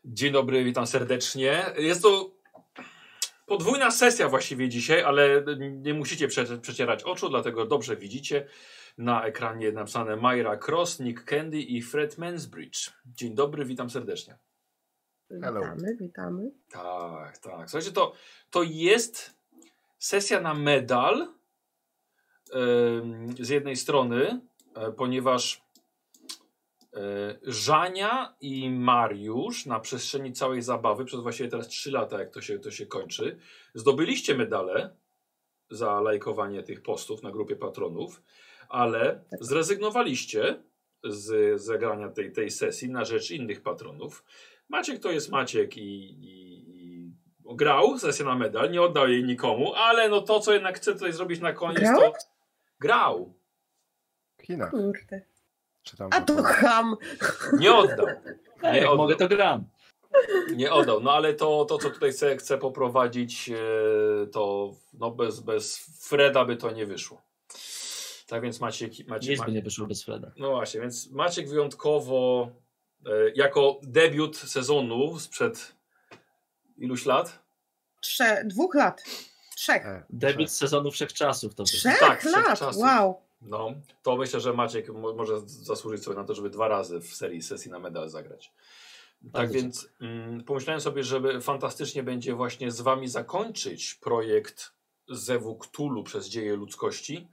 Dzień dobry, witam serdecznie. Jest to podwójna sesja właściwie dzisiaj, ale nie musicie przecierać oczu, dlatego dobrze widzicie na ekranie napisane Myra Cross, Nick Candy i Fred Mansbridge. Dzień dobry, witam serdecznie. Hello. Witamy. Tak. Słuchajcie, to jest sesja na medal z jednej strony, ponieważ Żania i Mariusz na przestrzeni całej zabawy, przez właściwie teraz 3 lata, jak to się kończy, zdobyliście medale za lajkowanie tych postów na grupie patronów, ale zrezygnowaliście z zagrania tej sesji na rzecz innych patronów. Maciek to jest Maciek i grał sesję na medal, nie oddał jej nikomu, ale no to, co jednak chcę tutaj zrobić na koniec, to grał. W Chinach. Kurde. A to ham. Nie oddał. Nie oddał. Mogę, to gram. Nie oddał, no ale to co tutaj chcę poprowadzić, to no bez Freda by to nie wyszło. Tak więc Maciek by nie wyszło bez Freda. No właśnie, więc Maciek wyjątkowo jako debiut sezonu sprzed iluś lat? 2 lat. 3. Debiut sezonu wszechczasów to 3 lat, wow. No, to myślę, że Maciek może zasłużyć sobie na to, żeby 2 razy w sesji na medal zagrać. Tak więc pomyślałem sobie, że fantastycznie będzie właśnie z wami zakończyć projekt Zewu Cthulhu przez dzieje ludzkości.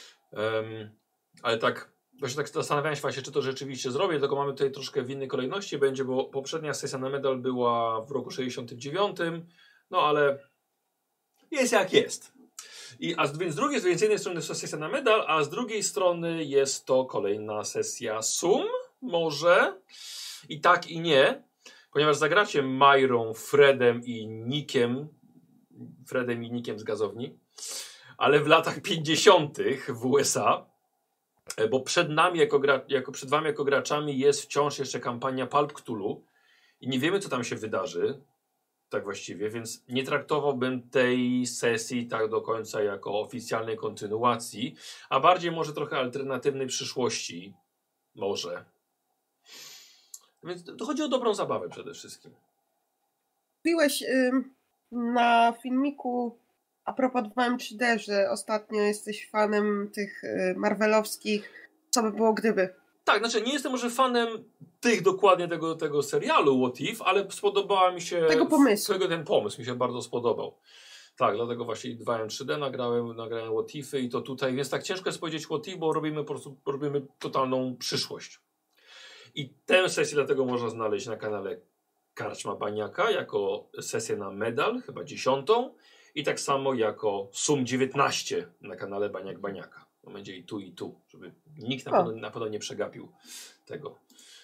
Ale tak, właśnie tak zastanawiałem się właśnie, czy to rzeczywiście zrobię, tylko mamy tutaj troszkę w innej kolejności będzie, bo poprzednia sesja na medal była w roku 69, no ale jest jak jest. Więc z jednej strony jest to sesja na medal, a z drugiej strony jest to kolejna sesja sum, może i tak i nie, ponieważ zagracie Myrą, Fredem i Nickiem z gazowni, ale w latach 50. w USA, bo przed nami przed wami jako graczami jest wciąż jeszcze kampania Pulp Cthulhu i nie wiemy, co tam się wydarzy. Tak właściwie, więc nie traktowałbym tej sesji tak do końca jako oficjalnej kontynuacji, a bardziej może trochę alternatywnej przyszłości. Może. Więc to chodzi o dobrą zabawę przede wszystkim. Mówiłeś na filmiku a propos 2M3D, że ostatnio jesteś fanem tych marvelowskich, co by było gdyby. Tak, znaczy nie jestem może fanem dokładnie tego serialu What If, ale spodobała mi się ten pomysł mi się bardzo spodobał. Tak, dlatego właśnie 2M3D nagrałem What Ify i to tutaj, więc tak ciężko jest powiedzieć What If, bo robimy totalną przyszłość. I tę sesję dlatego można znaleźć na kanale Karczma Baniaka jako sesję na medal, chyba 10. i tak samo jako Sum 19 na kanale Baniak Baniaka. To będzie i tu, żeby nikt na pewno nie przegapił tego.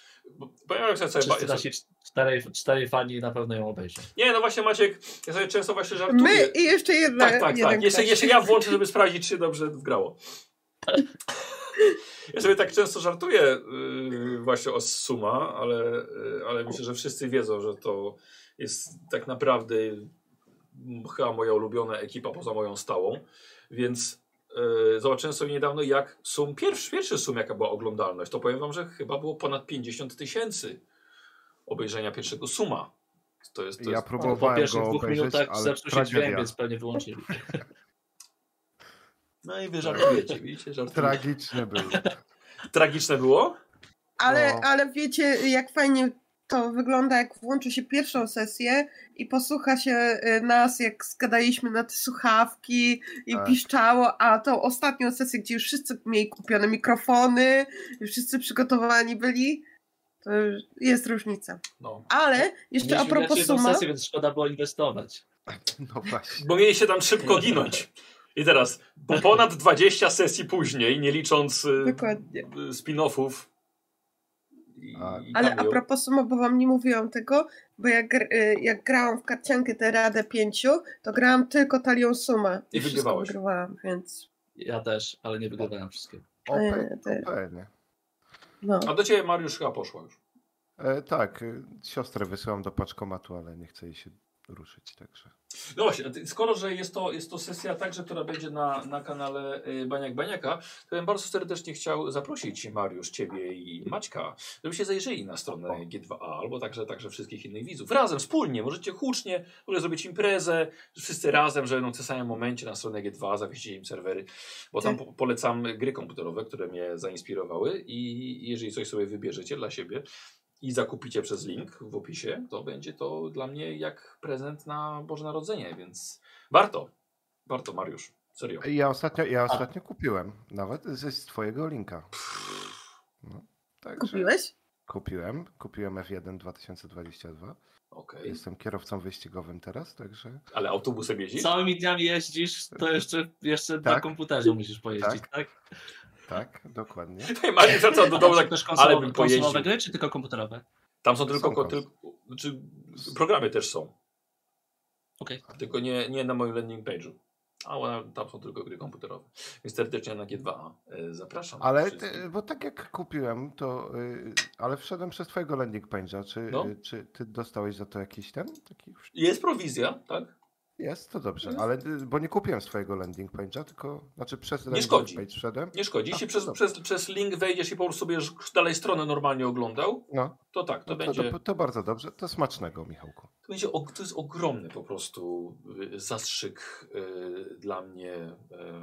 Czterej fani na pewno ją obejrzą. Nie, no właśnie Maciek, ja sobie często właśnie żartuję. My i jeszcze jedna. Tak. Jeszcze ja włączę, żeby sprawdzić, czy się dobrze wgrało. Ja sobie tak często żartuję właśnie o Suma, ale myślę, że wszyscy wiedzą, że to jest tak naprawdę chyba moja ulubiona ekipa poza moją stałą, więc zobaczyłem sobie niedawno, jak Sum, pierwszy Sum, jaka była oglądalność, to powiem wam, że chyba było ponad 50 000 obejrzenia pierwszego Suma. Ja próbowałem po pierwszych go 2 obejrzeć, minutach ale zepsuł się dźwięk, więc pewnie wyłączyli. No i wy żartujecie, widzicie? Tragiczne było. Tragiczne było? Ale wiecie, jak fajnie to wygląda, jak włączy się pierwszą sesję i posłucha się nas, jak składaliśmy na te słuchawki i piszczało, a tą ostatnią sesję, gdzie już wszyscy mieli kupione mikrofony, już wszyscy przygotowani byli, to jest różnica. No. Ale jeszcze a propos Suma... sesję, więc szkoda było inwestować. No właśnie. Bo mieli się tam szybko ginąć. I teraz, po ponad 20 sesji później, nie licząc spin-offów. Ale a propos Suma, bo wam nie mówiłam tego, bo jak grałam w karciankę tę Radę 5, to grałam tylko talią Suma. I wygrywałeś. Wygrywałam, więc... Ja też, ale nie wygrywałem wszystkiego. Pewnie. No. A do ciebie Mariusz chyba poszła już. Tak, siostrę wysyłam do paczkomatu, ale nie chce jej się ruszyć, także. No właśnie, skoro, że jest to sesja także, która będzie na kanale Baniak Baniaka, to bym bardzo serdecznie chciał zaprosić Mariusz, Ciebie i Maćka, żebyście zajrzeli na stronę G2A, albo także wszystkich innych widzów. Razem, wspólnie, możecie hucznie w ogóle zrobić imprezę, wszyscy razem, że w tym samym momencie na stronę G2A zawieźcie im serwery, bo tam polecam gry komputerowe, które mnie zainspirowały i jeżeli coś sobie wybierzecie dla siebie, i zakupicie przez link w opisie, to będzie to dla mnie jak prezent na Boże Narodzenie, więc warto, Mariusz, serio. Ja ostatnio kupiłem, nawet z twojego linka. No, Kupiłeś? Kupiłem F1 2022. Okay. Jestem kierowcą wyścigowym teraz, także... Ale autobusem jeździsz? Całymi dniami jeździsz, to jeszcze na komputerze musisz pojeździć, tak? Tak, dokładnie. Mariusz wraca do domu, tak, ale bym pojeździł. Konsolowe gry, czy tylko komputerowe? Tam są tylko znaczy, programy też są. Okay. Tylko nie na moim landing page'u. A tam są tylko gry komputerowe. Więc serdecznie na G2A zapraszam. Ale bo tak jak kupiłem, to ale wszedłem przez twojego landing page'a. Czy ty dostałeś za to jakiś taki? Jest prowizja, tak? Jest, to dobrze, ale bo nie kupiłem swojego landing page'a, tylko przez landing page wszedłem. Nie szkodzi. Jeśli przez link wejdziesz i po prostu sobie dalej stronę normalnie oglądał, to tak, to będzie... To bardzo dobrze, to smacznego, Michałku. To jest ogromny po prostu zastrzyk dla mnie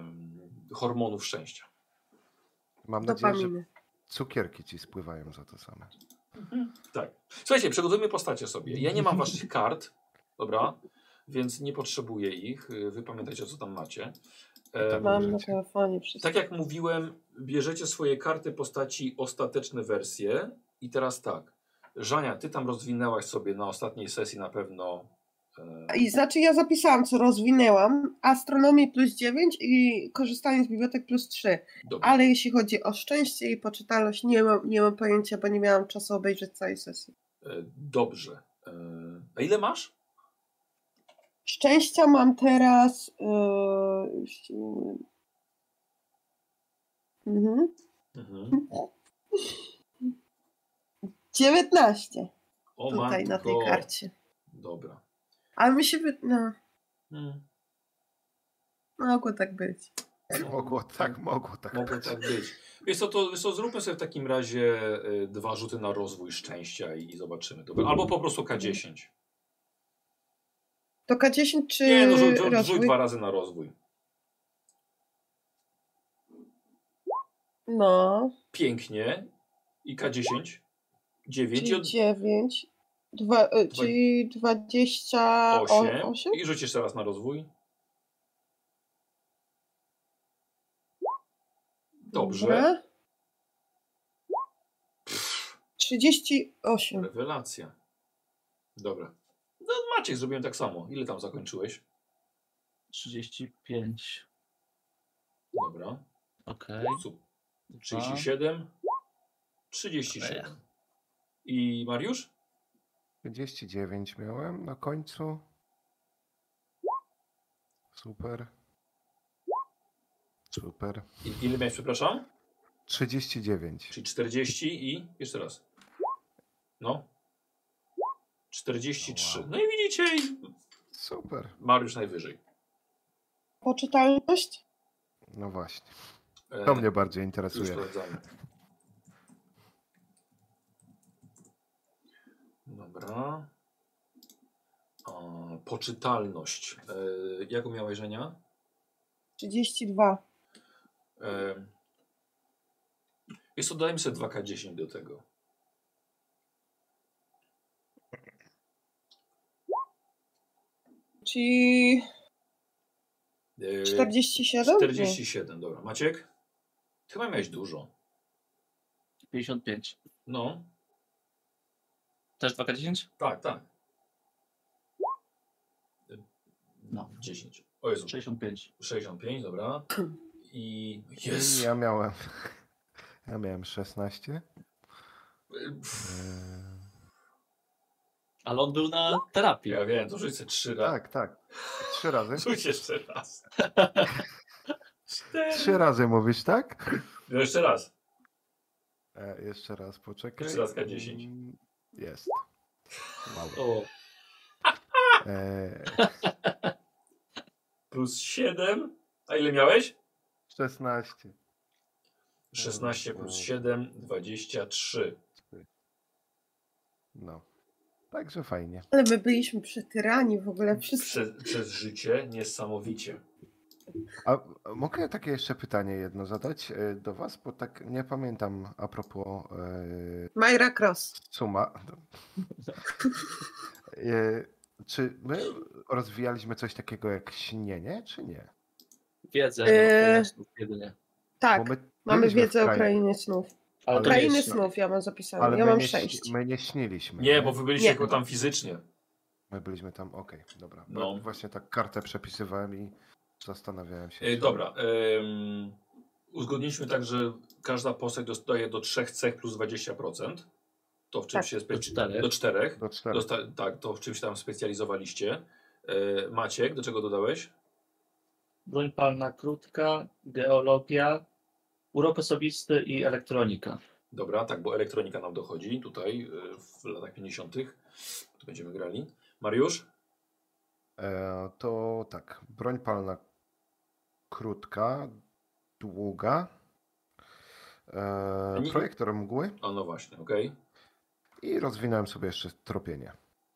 hormonów szczęścia. Mam nadzieję, że cukierki ci spływają za to same. Tak. Słuchajcie, przygotujmy postacie sobie. Ja nie mam waszych kart, dobra? Więc nie potrzebuję ich. Wy pamiętajcie, co tam macie. Mam na telefonie wszystko. Tak jak mówiłem, bierzecie swoje karty postaci ostateczne wersje. I teraz tak. Żania, ty tam rozwinęłaś sobie na ostatniej sesji na pewno... I znaczy ja zapisałam, co rozwinęłam. Astronomię +9 i korzystanie z bibliotek +3. Dobra. Ale jeśli chodzi o szczęście i poczytalność, nie mam pojęcia, bo nie miałam czasu obejrzeć całej sesji. Dobrze. A ile masz? Szczęścia mam teraz 19 tutaj na tej karcie. Dobra. Ale mi się mogło tak być. Mogło tak być. Wiesz co, zróbmy sobie w takim razie 2 rzuty na rozwój szczęścia i zobaczymy. Dobra. Albo po prostu K10. To K10 czy nie, rzuć 2 razy na rozwój. No. Pięknie. I K10? 9. Czyli 9. Czyli 28. I rzuć jeszcze raz na rozwój. Dobrze. 38. Rewelacja. Dobra. No, Maciek, zrobiłem tak samo. Ile tam zakończyłeś? 35. Dobra. Okej. 37. 37. I Mariusz? 39 miałem na końcu. Super. Ile miałeś, przepraszam? 39. Czyli 40 i jeszcze raz. No. 43. Wow. No i widzicie. Super. Mariusz najwyżej. Poczytalność? No właśnie. To mnie bardziej interesuje. Dobra. Poczytalność. Jaką miałeś, Żenia? 32. Wiesz co, dajmy sobie 2K10 do tego. Czyli 47? 47, nie. Dobra. Maciek? Ty chyba miałeś dużo. 55. No. Też 2K10? Tak. No. 10. O Jezu. 65. 65, dobra. I jest. Ja miałem 16. Ale on był na terapii. Ja wiem, to rzuć sobie 3 razy. Tak. 3 razy. Rzuć jeszcze raz. 3 razy mówisz, tak? No jeszcze raz. Jeszcze raz, poczekaj. Jeszcze raz K10. Jest. O. Plus 7. A ile miałeś? 16. 16 plus 7, 23. No. Także fajnie. Ale my byliśmy przetyrani w ogóle wszyscy. Przez życie niesamowicie. A mogę takie jeszcze pytanie jedno zadać do was, bo tak nie pamiętam a propos Myra Cross. suma. Czy my rozwijaliśmy coś takiego jak śnienie, czy nie? Wiedzę, jedynie. Tak, mamy wiedzę o krainie snów. Ale Krainy snów ja mam zapisane. Ale ja my mam nie, 6. my nie śniliśmy. Nie, bo wy byliście tylko tam fizycznie. My byliśmy tam, okej, dobra. No. Właśnie tak kartę przepisywałem i zastanawiałem się. Dobra. Uzgodniliśmy tak, że każda postać dostaje do 3 cech plus 20%. To w czymś się Do 4. Do 4. Tak, to w czymś tam specjalizowaliście. Maciek, do czego dodałeś? Broń palna krótka, geologia, urok osobisty i elektronika. Dobra, tak, bo elektronika nam dochodzi tutaj w latach 50. Tu będziemy grali. Mariusz? To tak, broń palna krótka, długa, projektor mgły. A no właśnie, okej. I rozwinąłem sobie jeszcze tropienie.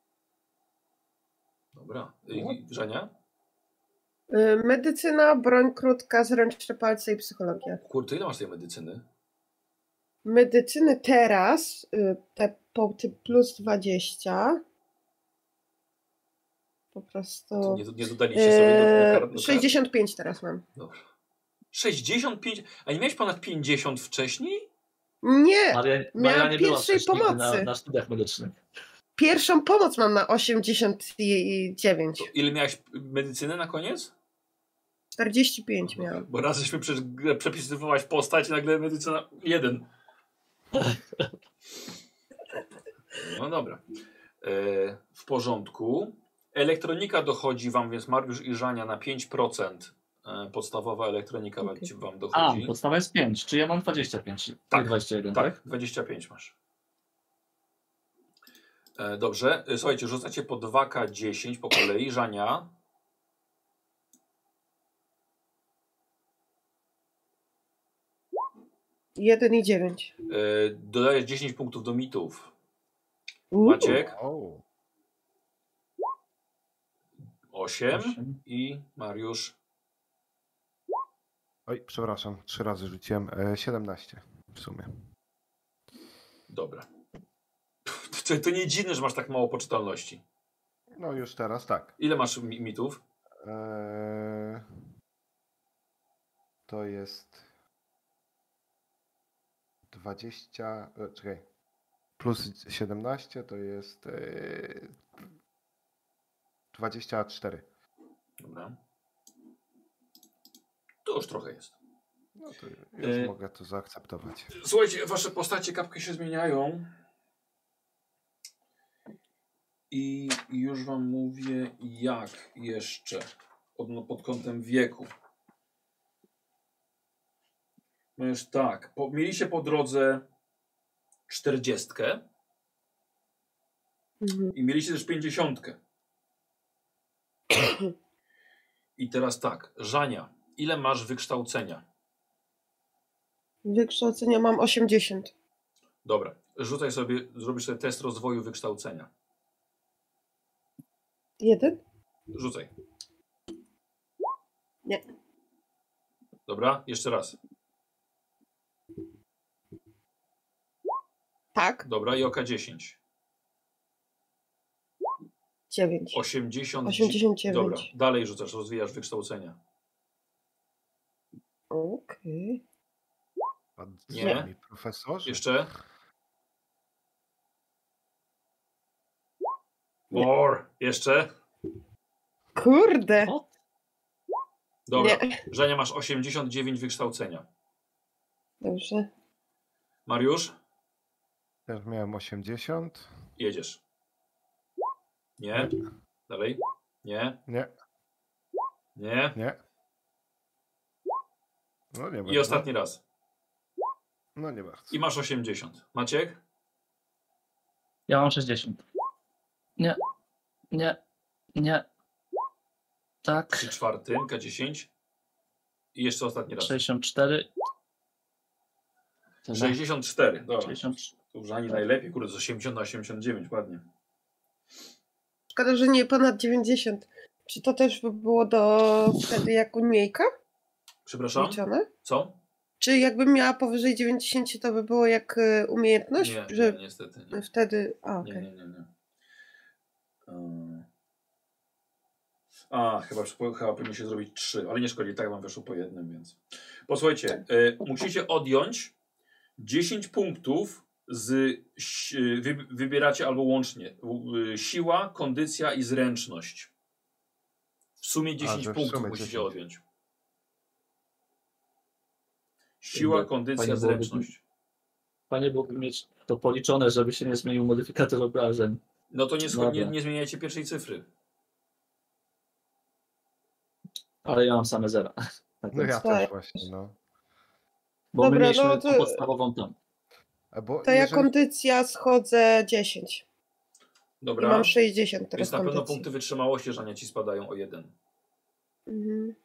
Dobra. Żenia? Medycyna, broń krótka, zręczne palce i psychologia. Kurde, ile masz tej medycyny? Medycyny teraz, te punkty plus 20. Po prostu. Nie dodaliście sobie do 65 teraz mam. Dobra. 65? A nie miałeś ponad 50 wcześniej? Nie, Maria miałam nie była pierwszej pomocy. na studiach medycznych. Pierwszą pomoc mam na 89. To ile miałeś medycyny na koniec? 45 miałam. Bo raz żeśmy przepisywałaś postać i nagle medycyna 1. No dobra. W porządku. Elektronika dochodzi wam, więc Mariusz i Żania na 5%. Podstawowa elektronika wam dochodzi. A, podstawa jest 5, czy ja mam 25? Tak, 21, tak? 25 masz. Dobrze. Słuchajcie, rzucacie po 2K10 po kolei. Żania. Jeden i 9. Dodajesz 10 punktów do mitów. Maciek. 8 i Mariusz. Oj, przepraszam, 3 razy rzuciłem. 17 w sumie. Dobra. To nie dziwne, że masz tak mało poczytalności. No już teraz tak. Ile masz mitów? To jest 20. Czekaj. Plus 17 to jest 24. Dobra. To już trochę jest. No to już mogę to zaakceptować. Słuchajcie, wasze postacie kapkę się zmieniają. I już wam mówię, jak jeszcze pod kątem wieku. No już tak, mieliście po drodze 40 i mieliście też 50. I teraz tak, Żania, ile masz wykształcenia? Wykształcenia mam 80. Dobra, rzucaj sobie, zrobisz sobie test rozwoju wykształcenia. 1? Rzucaj. Nie. Dobra, jeszcze raz. Tak. Dobra, i oka 10. 9. 89. Dobra, dalej rzucasz, rozwijasz wykształcenia. Okej. Nie. Profesorze? Jeszcze? More. Jeszcze? Kurde. Dobra, Nie. Żenia, masz 89 wykształcenia. Dobrze. Mariusz? Też miałem 80. Jedziesz. Nie. Dalej. Nie. Nie. Nie. Nie. No nie I bardzo. ostatni raz. No nie bardzo. I masz 80. Maciek? Ja mam 60. Nie. Nie. Nie. Tak. 3/4, K10. I jeszcze ostatni raz. 64. 64, dobra. 63. To już ani najlepiej, kurde, z 80 na 89, ładnie. Szkoda, że nie ponad 90. Czy to też by było do wtedy jak uniejka? Przepraszam? Liczone? Co? Czy jakbym miała powyżej 90, to by było jak umiejętność? Nie, że nie, niestety nie. Wtedy... okej. Nie. Chyba powinno się zrobić 3, ale nie szkodzi, tak wam weszło po jednym, więc... Posłuchajcie, musicie odjąć 10 punktów z... Wybieracie albo łącznie. Siła, kondycja i zręczność. W sumie 10 punktów musicie odjąć. Siła, kondycja, zręczność. Fajnie byłoby mieć to policzone, żeby się nie zmienił modyfikator obrażeń. No to nie zmieniajcie pierwszej cyfry. Ale ja mam same zera. No ja też właśnie, no. Bo Dobra, my mieliśmy no tą podstawową tam. To ja kondycja schodzę 10. Dobra. I mam 60 teraz. Więc na pewno punkty wytrzymałości Żania ci spadają o 1. Mhm.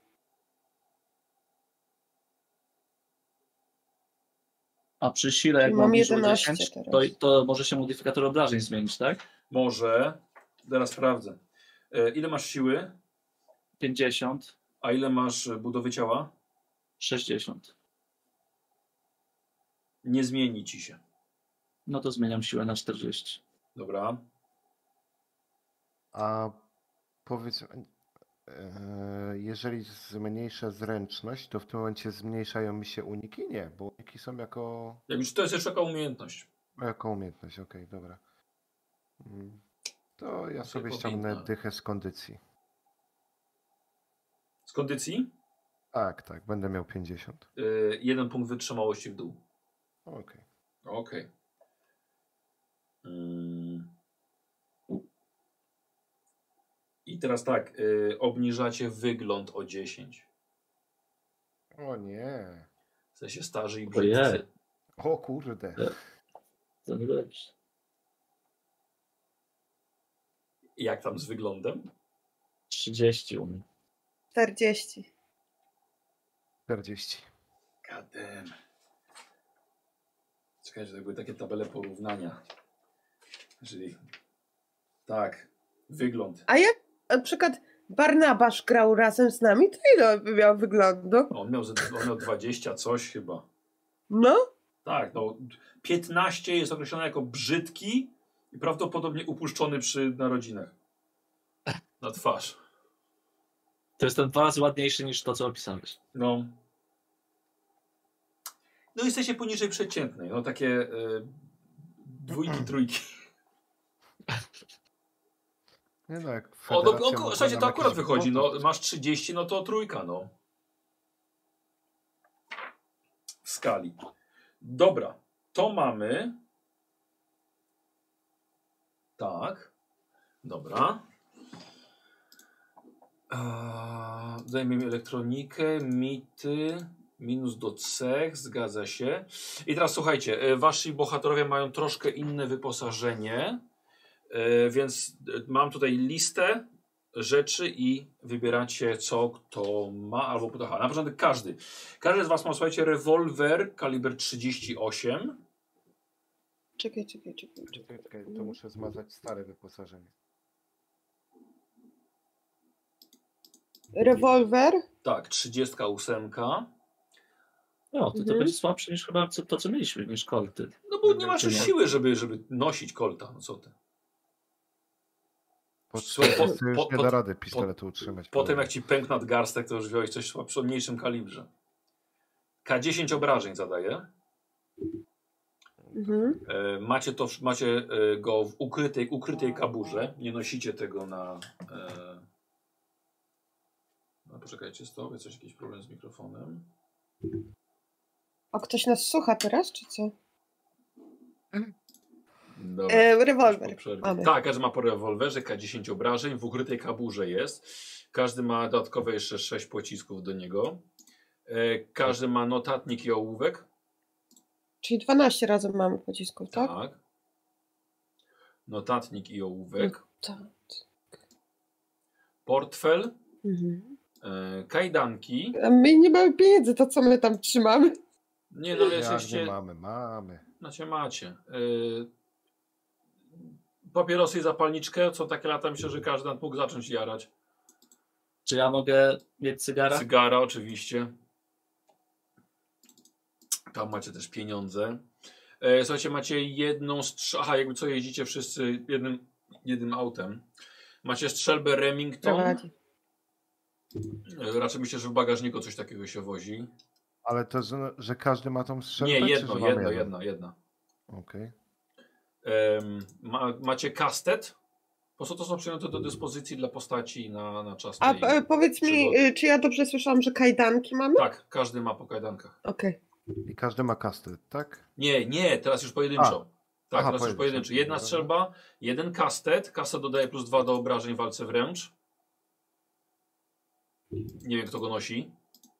A przy sile, jak mam bliżej 11 10, to może się modyfikator obrażeń zmienić, tak? Może. Teraz sprawdzę. Ile masz siły? 50. A ile masz budowy ciała? 60. Nie zmieni ci się. No to zmieniam siłę na 40. Dobra. A powiedz, jeżeli zmniejszę zręczność, to w tym momencie zmniejszają mi się uniki? Nie, bo uniki są jako... Jak już to jest jeszcze taka umiejętność. Jako umiejętność, okej, dobra. To ja sobie ściągnę dychę z kondycji. Z kondycji? Tak, będę miał 50. 1 punkt wytrzymałości w dół. Okej. I teraz tak, obniżacie wygląd o 10. O nie. W sensie starzy i brzydcy. O kurde. To nie dobrze. Jak tam z wyglądem? 30 u mnie. 40. 40. Gadem. Czekajcie, to były takie tabele porównania. Czyli tak, wygląd. A jak na przykład Barnabasz grał razem z nami, to ile by miał wyglądu? On miał 20 coś chyba. No? Tak, no 15 jest określone jako brzydki i prawdopodobnie upuszczony przy narodzinach. Na twarz. To jest ten 2 razy ładniejszy niż to, co opisałeś. No. No jesteście poniżej przeciętnej. No takie dwójki, trójki. Nie no, jak słuchajcie, to akurat wychodzi. No, masz 30, no to trójka, no. W skali. Dobra, to mamy. Tak. Dobra. Zajmiemy elektronikę, mity, minus do cech, zgadza się. I teraz słuchajcie, wasi bohaterowie mają troszkę inne wyposażenie, więc mam tutaj listę rzeczy i wybieracie co kto ma, albo na początek każdy. Każdy z was ma, słuchajcie, rewolwer kaliber 38. Czekaj. To muszę zmazać stare wyposażenie. Rewolwer? Tak, 38. No, to będzie słabsze niż chyba to, co mieliśmy, niż kolty. No bo nie masz już siły, żeby nosić kolta. No co ty? Nie da rady pistoletu utrzymać. Potem jak ci pękł nadgarstek, to już wziąłeś coś przy mniejszym kalibrze. K10 obrażeń zadaje. Macie go w ukrytej kaburze. Nie nosicie tego na... No, poczekajcie, jest jakiś problem z mikrofonem. A ktoś nas słucha teraz, czy co? Rewolwer. Tak, każdy ma po rewolwerze K10 obrażeń, w ukrytej kaburze jest. Każdy ma dodatkowe jeszcze 6 pocisków do niego. Każdy ma notatnik i ołówek. Czyli 12 razy mamy pocisków, tak? Tak. Notatnik i ołówek. portfel, kajdanki. A my nie mamy pieniędzy, to co my tam trzymamy? Nie, no ale nie mamy. Znaczy macie. Papierosy i zapalniczkę, co takie lata myślę, że każdy mógł zacząć jarać. Czy ja mogę mieć cygara? Cygara oczywiście. Tam macie też pieniądze. Słuchajcie, macie jedną Aha, jakby co jeździcie wszyscy jednym autem. Macie strzelbę Remington. Raczej myślę, że w bagażniku coś takiego się wozi. Ale to, że każdy ma tą strzelbę? Nie, jedna. Okej. Macie kastet. Po co to są przyjęte do dyspozycji dla postaci na czas A tej powiedz mi, czy ja dobrze słyszałam, że kajdanki mamy? Tak, każdy ma po kajdankach. Okej. I każdy ma kastet, tak? Nie, teraz już pojedynczo. Tak, teraz już pojedynczo. Jedna Dobra. strzelba, jeden kastet. Kastet dodaje +2 do obrażeń w walce wręcz. Nie wiem, kto go nosi.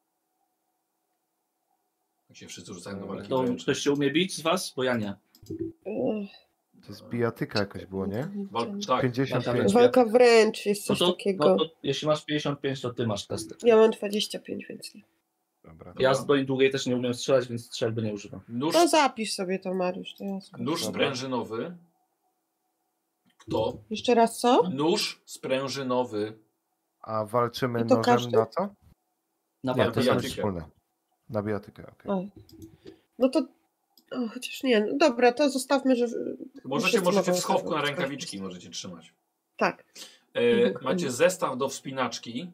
Jak się wszyscy rzucają na walki To wręcz. ktoś się umie bić z was? Bo ja nie. To jest bijatyka jakaś było, nie? Tak, 55. Walka wręcz jest No coś to, takiego. no to jeśli masz 55, to ty masz kastet. Ja mam 25, więc nie. Dobra. Ja z broni długiej też nie umiem strzelać, więc strzelby nie używam. To zapisz sobie to, Mariusz. To ja Nóż sprężynowy. Kto? Jeszcze raz co? Nóż sprężynowy. A walczymy I to nożem każdy? na co? Na Nie, to są bijatykę. wspólne. Na bijatykę, okej. O. No to... chociaż nie. No dobra, to zostawmy, że... Możecie wszyscy w mogą schowku na sobie rękawiczki możecie trzymać. Tak. Macie zestaw do wspinaczki.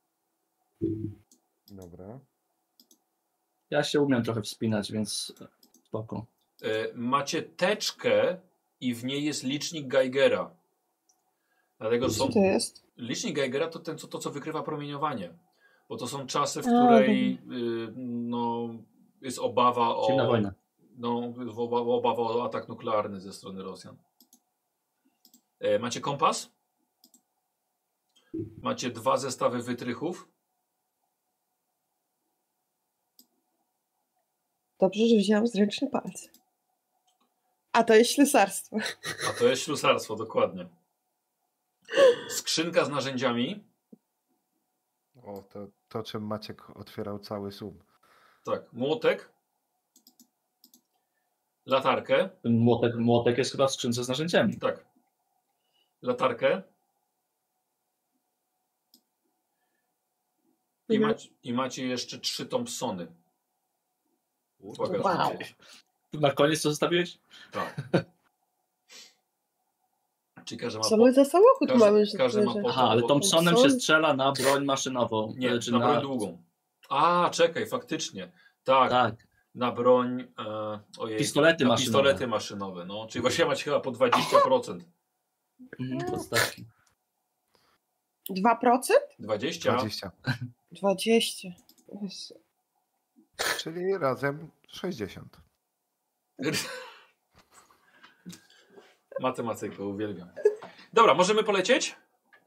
Dobra. Ja się umiem trochę wspinać, więc spoko. Macie teczkę i w niej jest licznik Geigera. Dlatego Co to jest? licznik Geigera to to, co wykrywa promieniowanie. Bo to są czasy, w której jest obawa o... Zimna wojna. Obawa o atak nuklearny ze strony Rosjan. Macie kompas. Macie 2 zestawy wytrychów. Dobrze, że wzięłam zręczny palec. A to jest ślusarstwo. A to jest ślusarstwo, dokładnie. Skrzynka z narzędziami. O, to czym Maciek otwierał cały sum. Tak, młotek. Latarkę. Ten młotek jest chyba w skrzynce z narzędziami. Tak. Latarkę. I macie jeszcze 3 Thompsony. Wow. Na koniec co zostawiłeś? Tak. Czyli każdy ma Co my za samochód mamy? Że każdy ma że- po- Aha, ale Thompsonem się strzela na broń maszynową. Nie, Czy na broń długą. A, czekaj, faktycznie. Tak, Tak. na broń... ojej, Pistolety na maszynowe. pistolety maszynowe. No. Czyli właśnie macie chyba po 20%. Podstawki. 2%? 20? 20. 20. Jezu. Czyli razem 60. Matematykę uwielbiam. Dobra, możemy polecieć?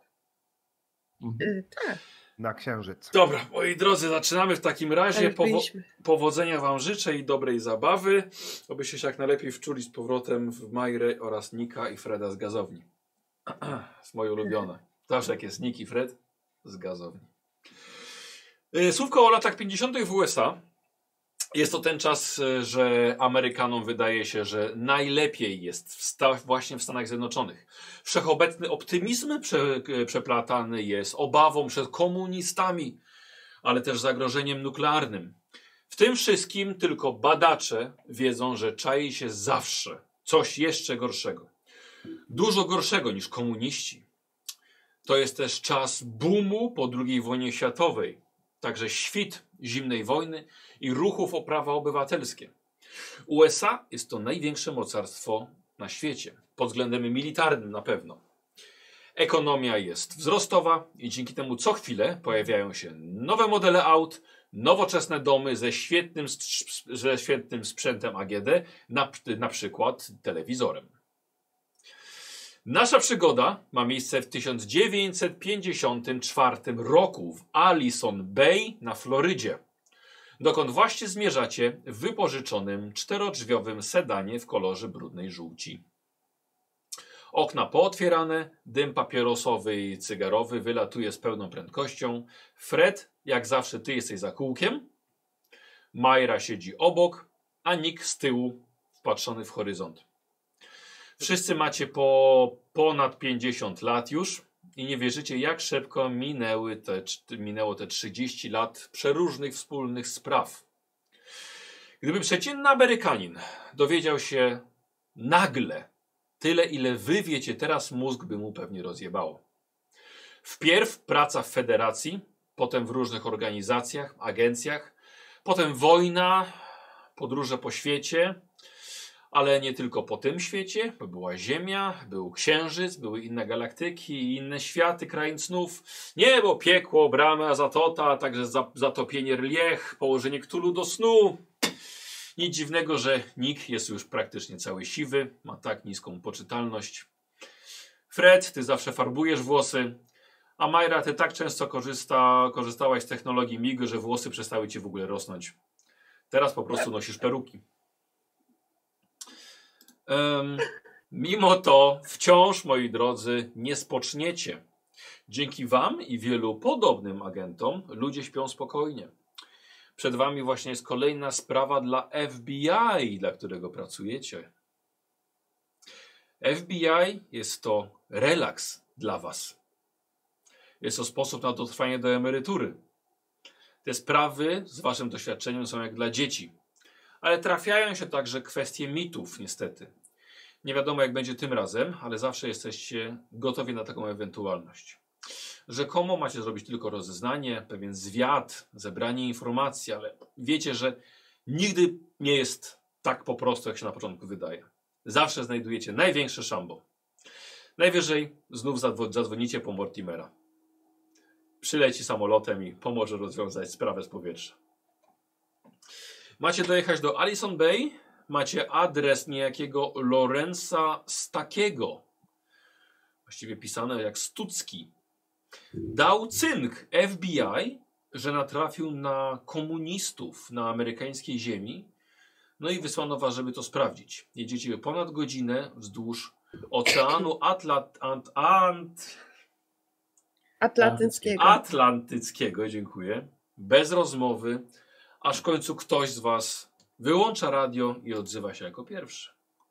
Tak. Na księżyc. Dobra, moi drodzy, zaczynamy w takim razie. Tak, byliśmy. Powodzenia wam życzę i dobrej zabawy. Obyście się jak najlepiej wczuli z powrotem w Majrę oraz Nika i Freda z gazowni. Jest moje ulubione. Zawsze jak jest Nick i Fred z gazowni. Słówko o latach 50. w USA. Jest to ten czas, że Amerykanom wydaje się, że najlepiej jest właśnie w Stanach Zjednoczonych. Wszechobecny optymizm przeplatany jest obawą przed komunistami, ale też zagrożeniem nuklearnym. W tym wszystkim tylko badacze wiedzą, że czai się zawsze coś jeszcze gorszego. Dużo gorszego niż komuniści. To jest też czas boomu po II wojnie światowej. Także świt zimnej wojny i ruchów o prawa obywatelskie. USA jest to największe mocarstwo na świecie. Pod względem militarnym na pewno. Ekonomia jest wzrostowa i dzięki temu co chwilę pojawiają się nowe modele aut, nowoczesne domy ze świetnym sprzętem AGD, na przykład telewizorem. Nasza przygoda ma miejsce w 1954 roku w Allison Bay na Florydzie, dokąd właśnie zmierzacie w wypożyczonym 4-drzwiowym sedanie w kolorze brudnej żółci. Okna pootwierane, dym papierosowy i cygarowy wylatuje z pełną prędkością. Fred, jak zawsze, ty jesteś za kółkiem. Majra siedzi obok, a Nick z tyłu, wpatrzony w horyzont. Wszyscy macie po ponad 50 lat już i nie wierzycie, jak szybko minęło te 30 lat przeróżnych wspólnych spraw. Gdyby przeciętny Amerykanin dowiedział się nagle tyle, ile wy wiecie teraz, mózg by mu pewnie rozjebało. Wpierw praca w federacji, potem w różnych organizacjach, agencjach, potem wojna, podróże po świecie, ale nie tylko po tym świecie, bo była Ziemia, był Księżyc, były inne galaktyki, inne światy, krain snów, niebo, piekło, brama Zatota, a także zatopienie Rliech, położenie Cthulhu do snu. Nic dziwnego, że Nick jest już praktycznie cały siwy, ma tak niską poczytalność. Fred, ty zawsze farbujesz włosy, a Majra, ty tak często korzystałaś z technologii MIG, że włosy przestały ci w ogóle rosnąć. Teraz po prostu nosisz peruki. Mimo to wciąż, moi drodzy, nie spoczniecie. Dzięki wam i wielu podobnym agentom ludzie śpią spokojnie. Przed wami właśnie jest kolejna sprawa dla FBI, dla którego pracujecie. FBI jest to relaks dla was. Jest to sposób na dotrwanie do emerytury. Te sprawy z waszym doświadczeniem są jak dla dzieci. Ale trafiają się także kwestie mitów, niestety. Nie wiadomo, jak będzie tym razem, ale zawsze jesteście gotowi na taką ewentualność. Rzekomo macie zrobić tylko rozeznanie, pewien zwiat, zebranie informacji, ale wiecie, że nigdy nie jest tak po prostu, jak się na początku wydaje. Zawsze znajdujecie największe szambo. Najwyżej znów zadzwonicie po Mortimera. Przyleci samolotem i pomoże rozwiązać sprawę z powietrza. Macie dojechać do Allison Bay. Macie adres niejakiego Lorenza Stackiego. Właściwie pisane jak Stucki. Dał cynk FBI, że natrafił na komunistów na amerykańskiej ziemi. No i wysłano was, żeby to sprawdzić. Jedziecie ponad godzinę wzdłuż Oceanu Atlantyckiego, dziękuję. Bez rozmowy, aż w końcu ktoś z was wyłącza radio i odzywa się jako pierwszy.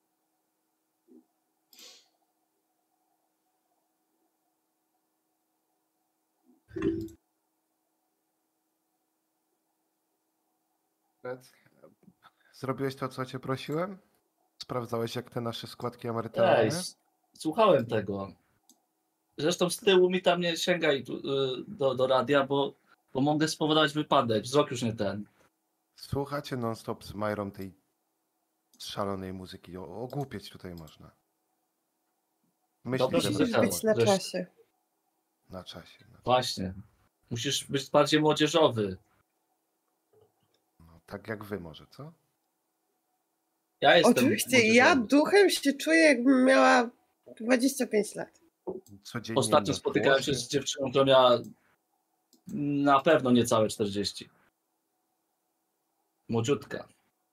Zrobiłeś to, co cię prosiłem? Sprawdzałeś, jak te nasze składki emerytalne? Ej, słuchałem tego. Zresztą z tyłu mi tam nie sięgaj do radia, bo mogę spowodować wypadek. Wzrok już nie ten. Słuchacie non-stop z Majrą tej szalonej muzyki. Ogłupieć tutaj można. Musisz być na czasie. Na czasie. Właśnie. Musisz być bardziej młodzieżowy. No, tak jak wy może, co? Ja jestem Oczywiście, młodzieżowy. ja duchem się czuję, jakbym miała 25 lat. Codziennie ostatnio spotykałem się z dziewczyną, która miała na pewno niecałe 40. Młodziutka.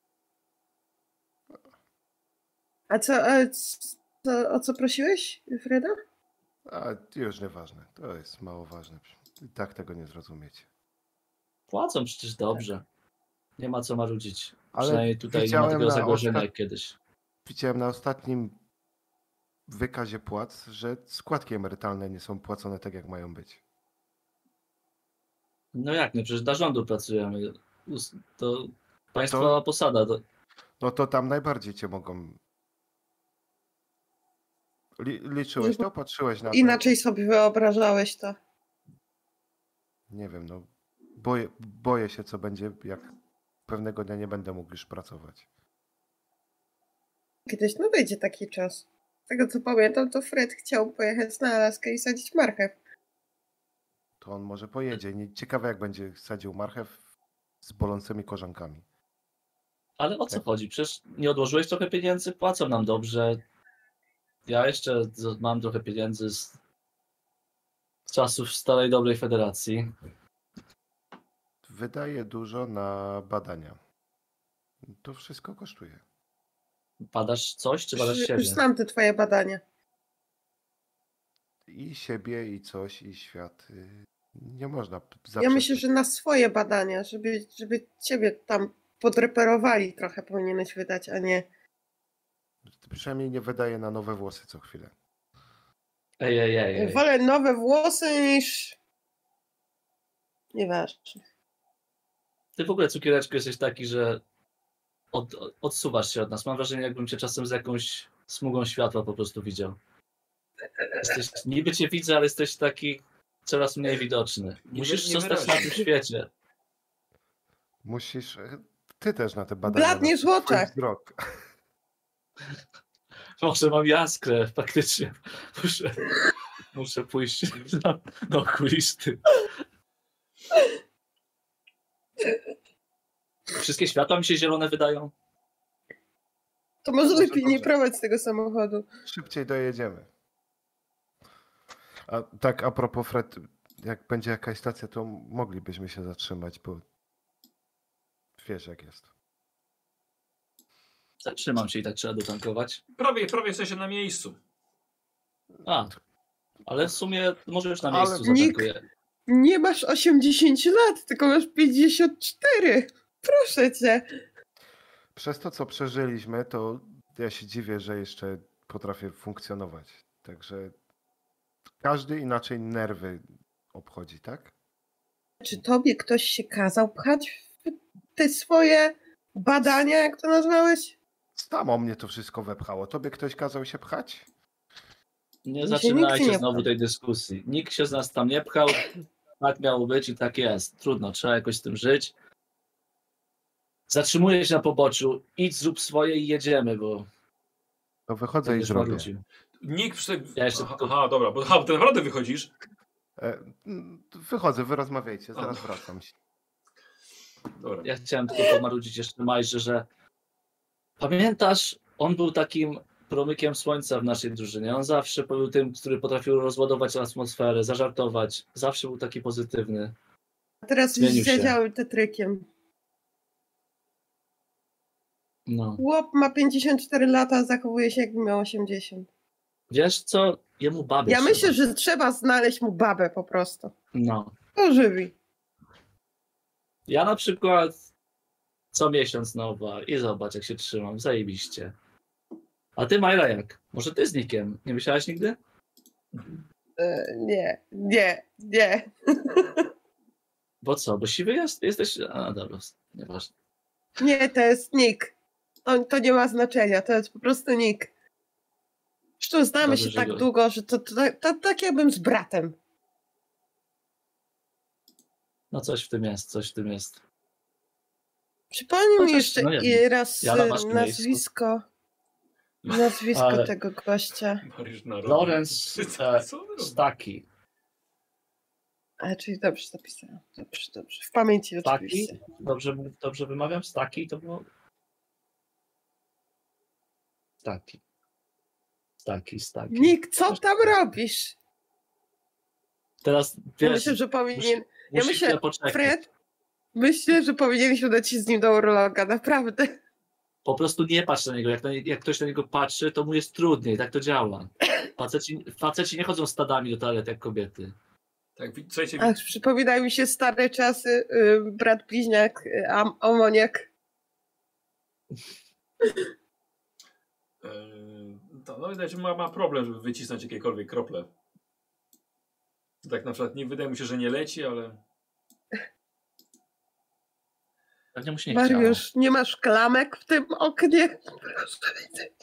A o co prosiłeś, Freda? A już nieważne. To jest mało ważne. I tak tego nie zrozumiecie. Płacą przecież dobrze. Nie ma co marudzić. Ale przynajmniej tutaj nie ma takiego zagrożenia jak kiedyś. Widziałem na ostatnim wykazie płac, że składki emerytalne nie są płacone tak, jak mają być. No jak nie? Przecież dla rządu pracujemy. To państwowa posada. No to tam najbardziej cię mogą... Liczyłeś to? Patrzyłeś na to? Inaczej sobie wyobrażałeś to. Nie wiem, no. Boję się, co będzie, jak pewnego dnia nie będę mógł już pracować. Kiedyś wyjdzie taki czas. Z tego co pamiętam, to Fred chciał pojechać na Alaskę i sadzić marchew. To on może pojedzie. Ciekawe, jak będzie sadził marchew z bolącymi korzonkami. Ale o co chodzi? Przecież nie odłożyłeś trochę pieniędzy? Płacą nam dobrze. Ja jeszcze mam trochę pieniędzy z czasów starej, dobrej federacji. Wydaje dużo na badania. To wszystko kosztuje. Badasz coś, czy badasz siebie? Już znam te twoje badania. i siebie, i coś, i świat. Nie można Ja myślę, że na swoje badania, żeby ciebie tam podreperowali trochę powinieneś wydać, a nie... Przynajmniej nie wydaje na nowe włosy co chwilę. Ej. Wolę nowe włosy niż... Nieważne. Ty w ogóle, cukiereczku, jesteś taki, że odsuwasz się od nas. Mam wrażenie, jakbym cię czasem z jakąś smugą światła po prostu widział. Niby cię widzę, ale jesteś taki coraz mniej widoczny. Musisz zostać na tym świecie. Musisz... Ty też na te badania. Bladniesz w oczach. Wzrok. Może mam jaskrę, faktycznie. Muszę pójść na okulisty. Wszystkie światła mi się zielone wydają. To może lepiej nie prowadź tego samochodu. Szybciej dojedziemy. A tak a propos Fred, jak będzie jakaś stacja, to moglibyśmy się zatrzymać, bo wiesz jak jest. Zatrzymam się i tak trzeba dotankować. Prawie jesteście na miejscu. Ale w sumie może już na miejscu zatankuję. Nie masz 80 lat, tylko masz 54. Proszę cię. Przez to, co przeżyliśmy, to ja się dziwię, że jeszcze potrafię funkcjonować. Także każdy inaczej nerwy obchodzi, tak? Czy tobie ktoś się kazał pchać w te swoje badania, jak to nazwałeś? Samo mnie to wszystko wepchało. Tobie ktoś kazał się pchać? Nie zaczynajcie znowu tej dyskusji. Nikt się z nas tam nie pchał. Tak miało być i tak jest. Trudno, trzeba jakoś z tym żyć. Zatrzymuję się na poboczu, idź, zrób swoje i jedziemy, bo... To wychodzę i zrobię. Nikt Ja jeszcze... Aha, dobra, bo ty naprawdę wychodzisz? Wychodzę, wy rozmawiajcie, zaraz wracam. Dobra. Ja chciałem tylko pomarudzić jeszcze Majże, że pamiętasz, on był takim promykiem słońca w naszej drużynie. On zawsze był tym, który potrafił rozładować atmosferę, zażartować. Zawsze był taki pozytywny. A teraz już siedział tetrykiem. No. Chłop ma 54 lata, a zachowuje się jakby miał 80. Wiesz co? Jemu babę Ja myślę, że trzeba znaleźć mu babę po prostu. No. To żywi. Ja na przykład co miesiąc nowa i zobacz, jak się trzymam. Zajebiście. A ty, Majra, jak? Może ty z Nikiem? Nie myślałaś nigdy? Nie. Bo co? Bo siwy jesteś? A, dobra, nieważne. Nie, to jest Nick. To nie ma znaczenia, to jest po prostu Nick. Zresztą znamy się tak długo, że to tak jakbym z bratem. No coś w tym jest, Przypomnij mi jeszcze raz nazwisko Ale... tego gościa. Lorenz Staki. Czyli dobrze zapisałem. Dobrze. W pamięci oczywiście. Dobrze wymawiam? Staki to było... Staki. Nick, co tam robisz? Teraz wiesz, myślę, że powinien... poczekać. Fred, myślę, że powinieneś udać się z nim do urologa, naprawdę. Po prostu nie patrz na niego. Jak ktoś na niego patrzy, to mu jest trudniej. Tak to działa. Faceci nie chodzą stadami do toalety jak kobiety. Tak, słuchajcie. Przypominają mi się stare czasy, brat bliźniak, amoniak. No widać, ma problem, żeby wycisnąć jakiekolwiek krople. Tak na przykład wydaje mi się, że nie leci, ale... Pewnie mu się nie Mariusz, chciało. nie masz klamek w tym oknie? Proszę widzieć.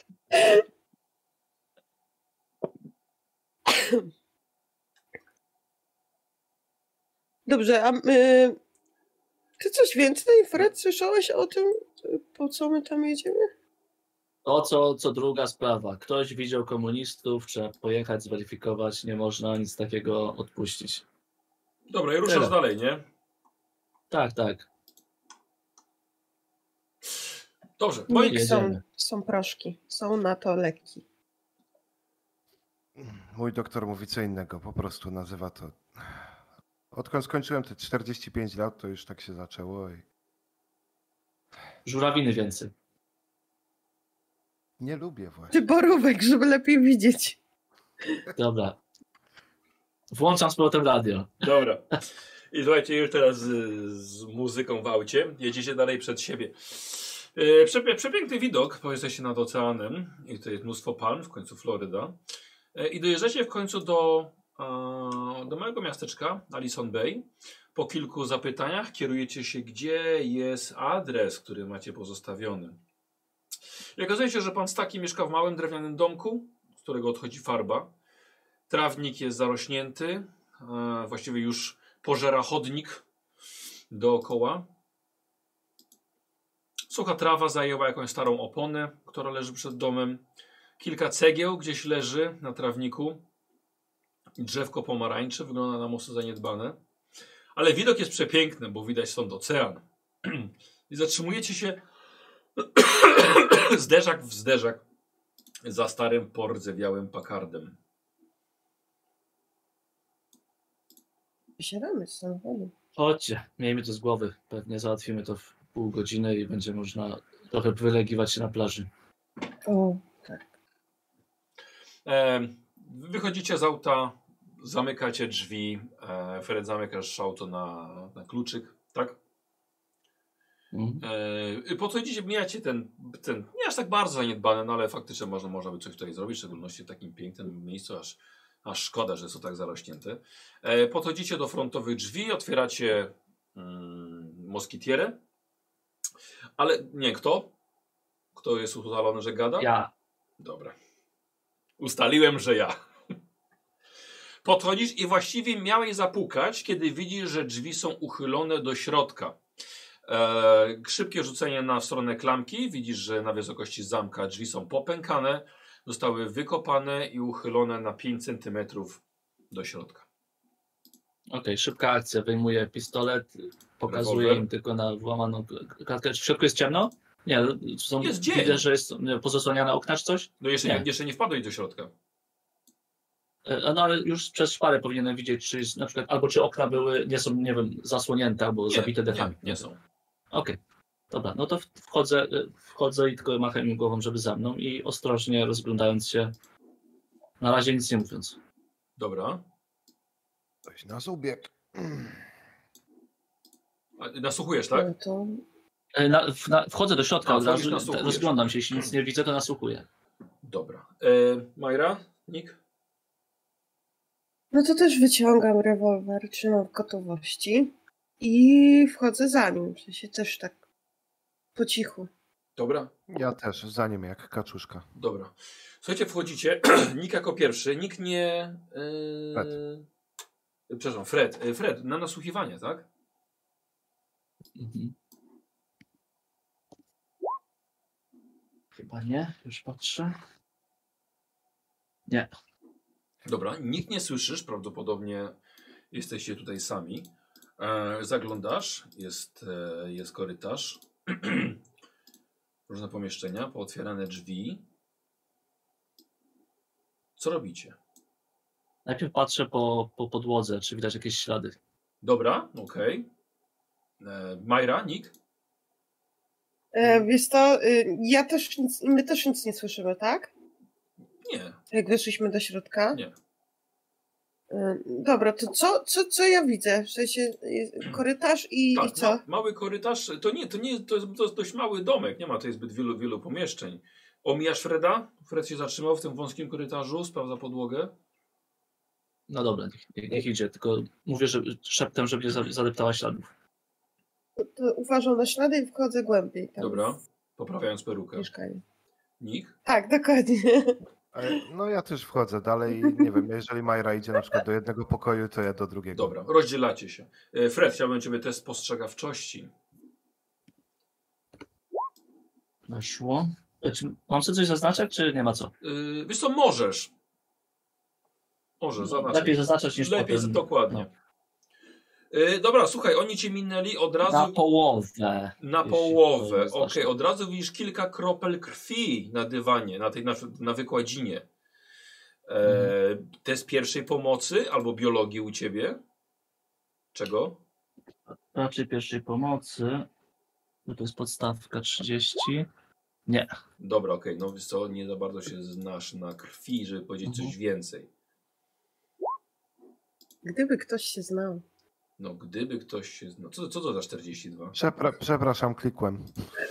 Dobrze, a ty coś więcej, Fred, słyszałeś o tym, po co my tam jedziemy? To, co druga sprawa. Ktoś widział komunistów, trzeba pojechać, zweryfikować, nie można nic takiego odpuścić. Dobra, i ruszasz dalej, nie? Tak. Dobrze, są proszki, są na to leki. Mój doktor mówi co innego, po prostu nazywa to... Odkąd skończyłem te 45 lat, to już tak się zaczęło i... Żurawiny więcej. Nie lubię właśnie. Czy borówek, żeby lepiej widzieć. Dobra. Włączam z powrotem radio. Dobra. I słuchajcie, już teraz z muzyką w aucie jedziecie dalej przed siebie. Przepiękny widok, bo jesteście nad oceanem i tutaj jest mnóstwo palm, w końcu Floryda. I dojeżdżacie w końcu do małego miasteczka, Allison Bay. Po kilku zapytaniach kierujecie się, gdzie jest adres, który macie pozostawiony. I okazuje się, że pan Staki mieszka w małym drewnianym domku, z którego odchodzi farba. Trawnik jest zarośnięty, właściwie już pożera chodnik dookoła. Sucha trawa zajęła jakąś starą oponę, która leży przed domem. Kilka cegieł gdzieś leży na trawniku. Drzewko pomarańcze wygląda na mocno zaniedbane. Ale widok jest przepiękny, bo widać stąd ocean. I zatrzymujecie się zderzak w zderzak za starym pordzewiałym Packardem. Wysiadamy z samochodu. Chodźcie, miejmy to z głowy. Pewnie załatwimy to w pół godziny i będzie można trochę wylegiwać się na plaży. O, tak. Wychodzicie z auta, zamykacie drzwi. Fred, zamykasz auto na kluczyk, tak? Podchodzicie, mijacie ten nie aż tak bardzo zaniedbany, no ale faktycznie można by coś tutaj zrobić, w szczególności w takim pięknym miejscu, aż szkoda, że jest to tak zarośnięte. Podchodzicie do frontowych drzwi, otwieracie moskitierę, ale nie, kto? Kto jest ustalony, że gada? Ja. Dobra. Ustaliłem, że ja. Podchodzisz i właściwie miałeś zapukać, kiedy widzisz, że drzwi są uchylone do środka. Szybkie rzucenie na stronę klamki. Widzisz, że na wysokości zamka drzwi są popękane, zostały wykopane i uchylone na 5 cm do środka. Okej, szybka akcja. Wyjmuję pistolet, pokazuję Rewolwer. im tylko na włamaną klatkę. W środku jest ciemno? Nie, Jest dzień. widzę, że jest pozasłaniane okna czy coś. No jeszcze nie wpadłeś do środka. No ale już przez szparę powinienem widzieć, czy jest, na przykład, albo czy okna nie są, nie wiem, zasłonięte albo zabite dechami. Nie są. Okej, dobra, no to wchodzę i tylko macham im głową, żeby za mną i ostrożnie rozglądając się, na razie nic nie mówiąc. Dobra. Coś na zubiek. Nasłuchujesz, tak? No to... Wchodzę do środka od razu, nasłuchujesz. rozglądam się, jeśli nic nie widzę, to nasłuchuję. Dobra. Majra? Nick? No to też wyciągam rewolwer, trzymam w gotowości i wchodzę za nim. W sensie też tak po cichu. Dobra. Ja też, za nim jak kaczuszka. Dobra. Słuchajcie, wchodzicie. Nick jako pierwszy. Nick nie... Fred. Przepraszam, Fred. Fred, na nasłuchiwanie, tak? Mhm. Chyba nie, już patrzę. Nie. Dobra, nikt nie słyszysz, prawdopodobnie jesteście tutaj sami. Zaglądasz, jest korytarz. Różne pomieszczenia, pootwierane drzwi. Co robicie? Najpierw patrzę po podłodze, czy widać jakieś ślady. Dobra, okej. Majra, Nick? Wiesz co, my też nic nie słyszymy, tak? Nie, Jak weszliśmy do środka? nie. Dobra, to co ja widzę? W sensie korytarz i Tak, co? mały korytarz, to jest dość mały domek, nie ma tutaj zbyt wielu pomieszczeń. Omijasz Freda? Fred się zatrzymał w tym wąskim korytarzu, sprawdza podłogę. No dobra, niech idzie, tylko mówię, że szeptem, żeby nie zadeptała śladów. To uważam na ślady i wchodzę głębiej tam. Dobra, poprawiając perukę. Mieszkanie. Nick? Tak, dokładnie. No ja też wchodzę dalej i nie wiem, jeżeli Majra idzie na przykład do jednego pokoju, to ja do drugiego. Dobra, rozdzielacie się. Fred, chciałbym ciebie test spostrzegawczości. Weszło. Czy mam sobie coś zaznaczać, czy nie ma co? Wiesz co, możesz. Możesz zaznaczyć. Lepiej zaznaczać niż Lepiej, potem. dokładnie. Dobra, słuchaj, oni cię minęli od razu. Na połowę. Na jeśli połowę, to jest okej. ważne. Od razu widzisz kilka kropel krwi na dywanie, na wykładzinie. Test pierwszej pomocy albo biologii u ciebie? Czego? Raczej pierwszej pomocy. No to jest podstawka 30. Nie. Dobra, okej. No wiesz co, nie za bardzo się znasz na krwi, żeby powiedzieć coś więcej. Gdyby ktoś się znał. No gdyby ktoś się znał. Co to za 42? Przepraszam, klikłem.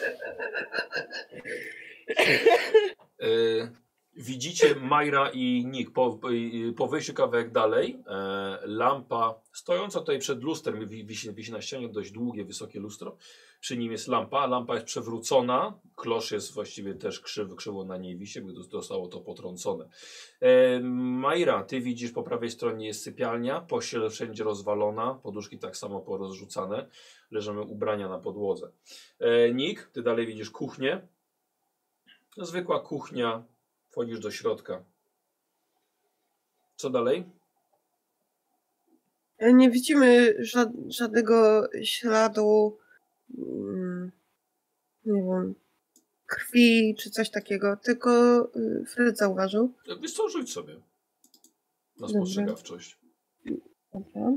Widzicie Majra i Nick po wyjściu kawałek dalej. Lampa stojąca tutaj przed lustrem, wisi na ścianie dość długie, wysokie lustro. Przy nim jest lampa. Lampa jest przewrócona. Klosz jest właściwie też krzywo na niej wisi, jakby zostało to potrącone. Majra, ty widzisz po prawej stronie jest sypialnia. Pościel wszędzie rozwalona. Poduszki tak samo porozrzucane. Leżą ubrania na podłodze. Nick, ty dalej widzisz kuchnię. Zwykła kuchnia. Wchodzisz do środka. Co dalej? Nie widzimy żadnego śladu, nie wiem, krwi czy coś takiego, tylko Fred zauważył. Wiesz co, rzuć sobie na spostrzegawczość. Dobra.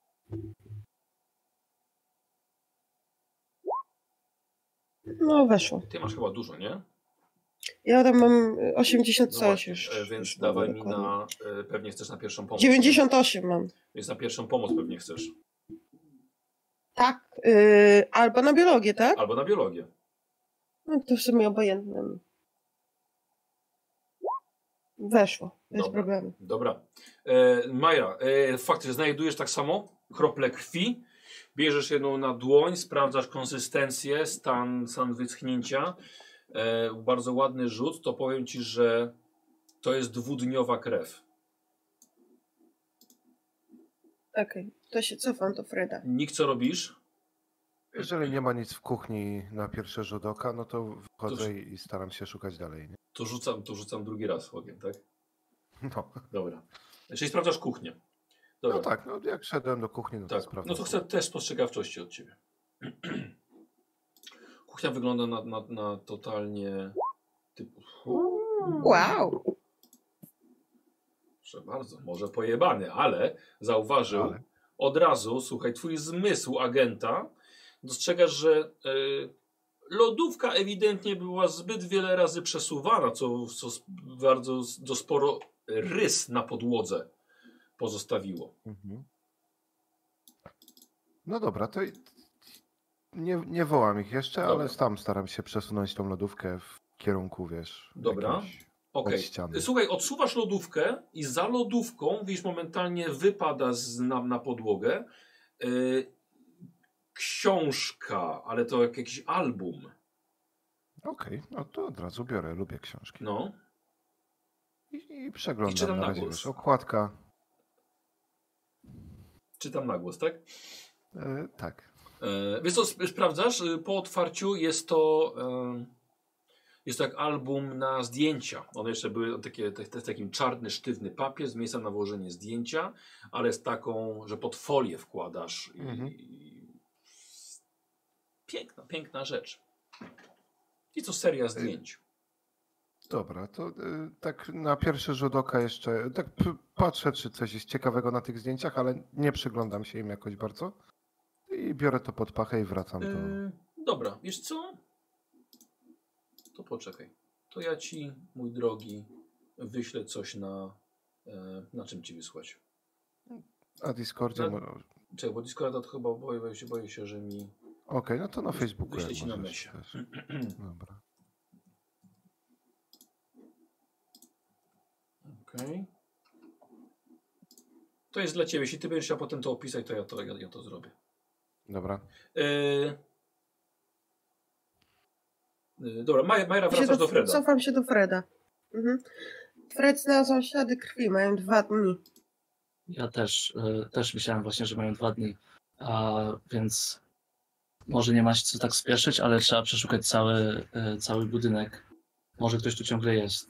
No, weszło. Ty masz chyba dużo, nie? Ja tam mam 80 No coś właśnie, już. więc już dawaj mi dokładnie. na... pewnie chcesz na pierwszą pomoc. 98 mam. Więc na pierwszą pomoc pewnie chcesz. Tak, albo na biologię, tak? Albo na biologię. No to w sumie obojętne. Weszło, bez Dobra. problemu. Dobra. Majra, faktycznie znajdujesz tak samo krople krwi. Bierzesz jedną na dłoń, sprawdzasz konsystencję, stan wyschnięcia. Bardzo ładny rzut. To powiem ci, że to jest 2-dniowa krew. Okej, to się cofam do Freda. Nick, co robisz? Jeżeli nie ma nic w kuchni na pierwszy rzut oka, no to wchodzę To- i staram się szukać dalej. Nie? To rzucam drugi raz ogień, tak? No. Dobra. Czyli sprawdzasz kuchnię. Dobra. No tak, no jak szedłem do kuchni, no to Tak. sprawdzam. No to chcę też spostrzegawczości od ciebie. Kuchnia wygląda na totalnie typu... Wow! Proszę bardzo, może pojebany, ale zauważył Ale. od razu, słuchaj, twój zmysł agenta, dostrzegasz, że lodówka ewidentnie była zbyt wiele razy przesuwana, co bardzo sporo rys na podłodze pozostawiło. Mhm. No dobra, to nie wołam ich jeszcze, Dobra. ale tam staram się przesunąć tą lodówkę w kierunku, wiesz. Dobra. jakimś Okej. od ściany. Słuchaj, odsuwasz lodówkę i za lodówką, widzisz, momentalnie wypada na podłogę książka, ale to jakiś album. Okej, no to od razu biorę, lubię książki. No. I I przeglądam czytam na na razie, głos. wiesz, okładka. Czytam na głos, tak? Tak. Wiesz co, sprawdzasz? Po otwarciu jest to jak album na zdjęcia. One jeszcze były takim czarny, sztywny papier z miejscem na włożenie zdjęcia, ale z taką, że pod folię wkładasz. Piękna rzecz. I to seria zdjęć. Dobra, to tak na pierwszy rzut oka jeszcze, tak patrzę, czy coś jest ciekawego na tych zdjęciach, ale nie przyglądam się im jakoś bardzo. I biorę to pod pachę i wracam do... Dobra, wiesz co? To poczekaj. To ja ci, mój drogi, wyślę coś na czym ci wysłać. Na Discordzie. Czekaj, bo Discorda to chyba boję się, że mi... Okej, no to na Facebooku. Wyślę jak ci na możesz mesie. też. Dobra. Okej. To jest dla ciebie. Jeśli ty będziesz chciał potem to opisać, to ja to zrobię. Dobra. Dobra, Majra, wracasz do Freda. Cofam się do Freda. Mhm. Fred znalazł ślady krwi, mają 2 dni. Ja też myślałem właśnie, że mają 2 dni, więc może nie ma się co tak spieszyć, ale trzeba przeszukać cały budynek. Może ktoś tu ciągle jest.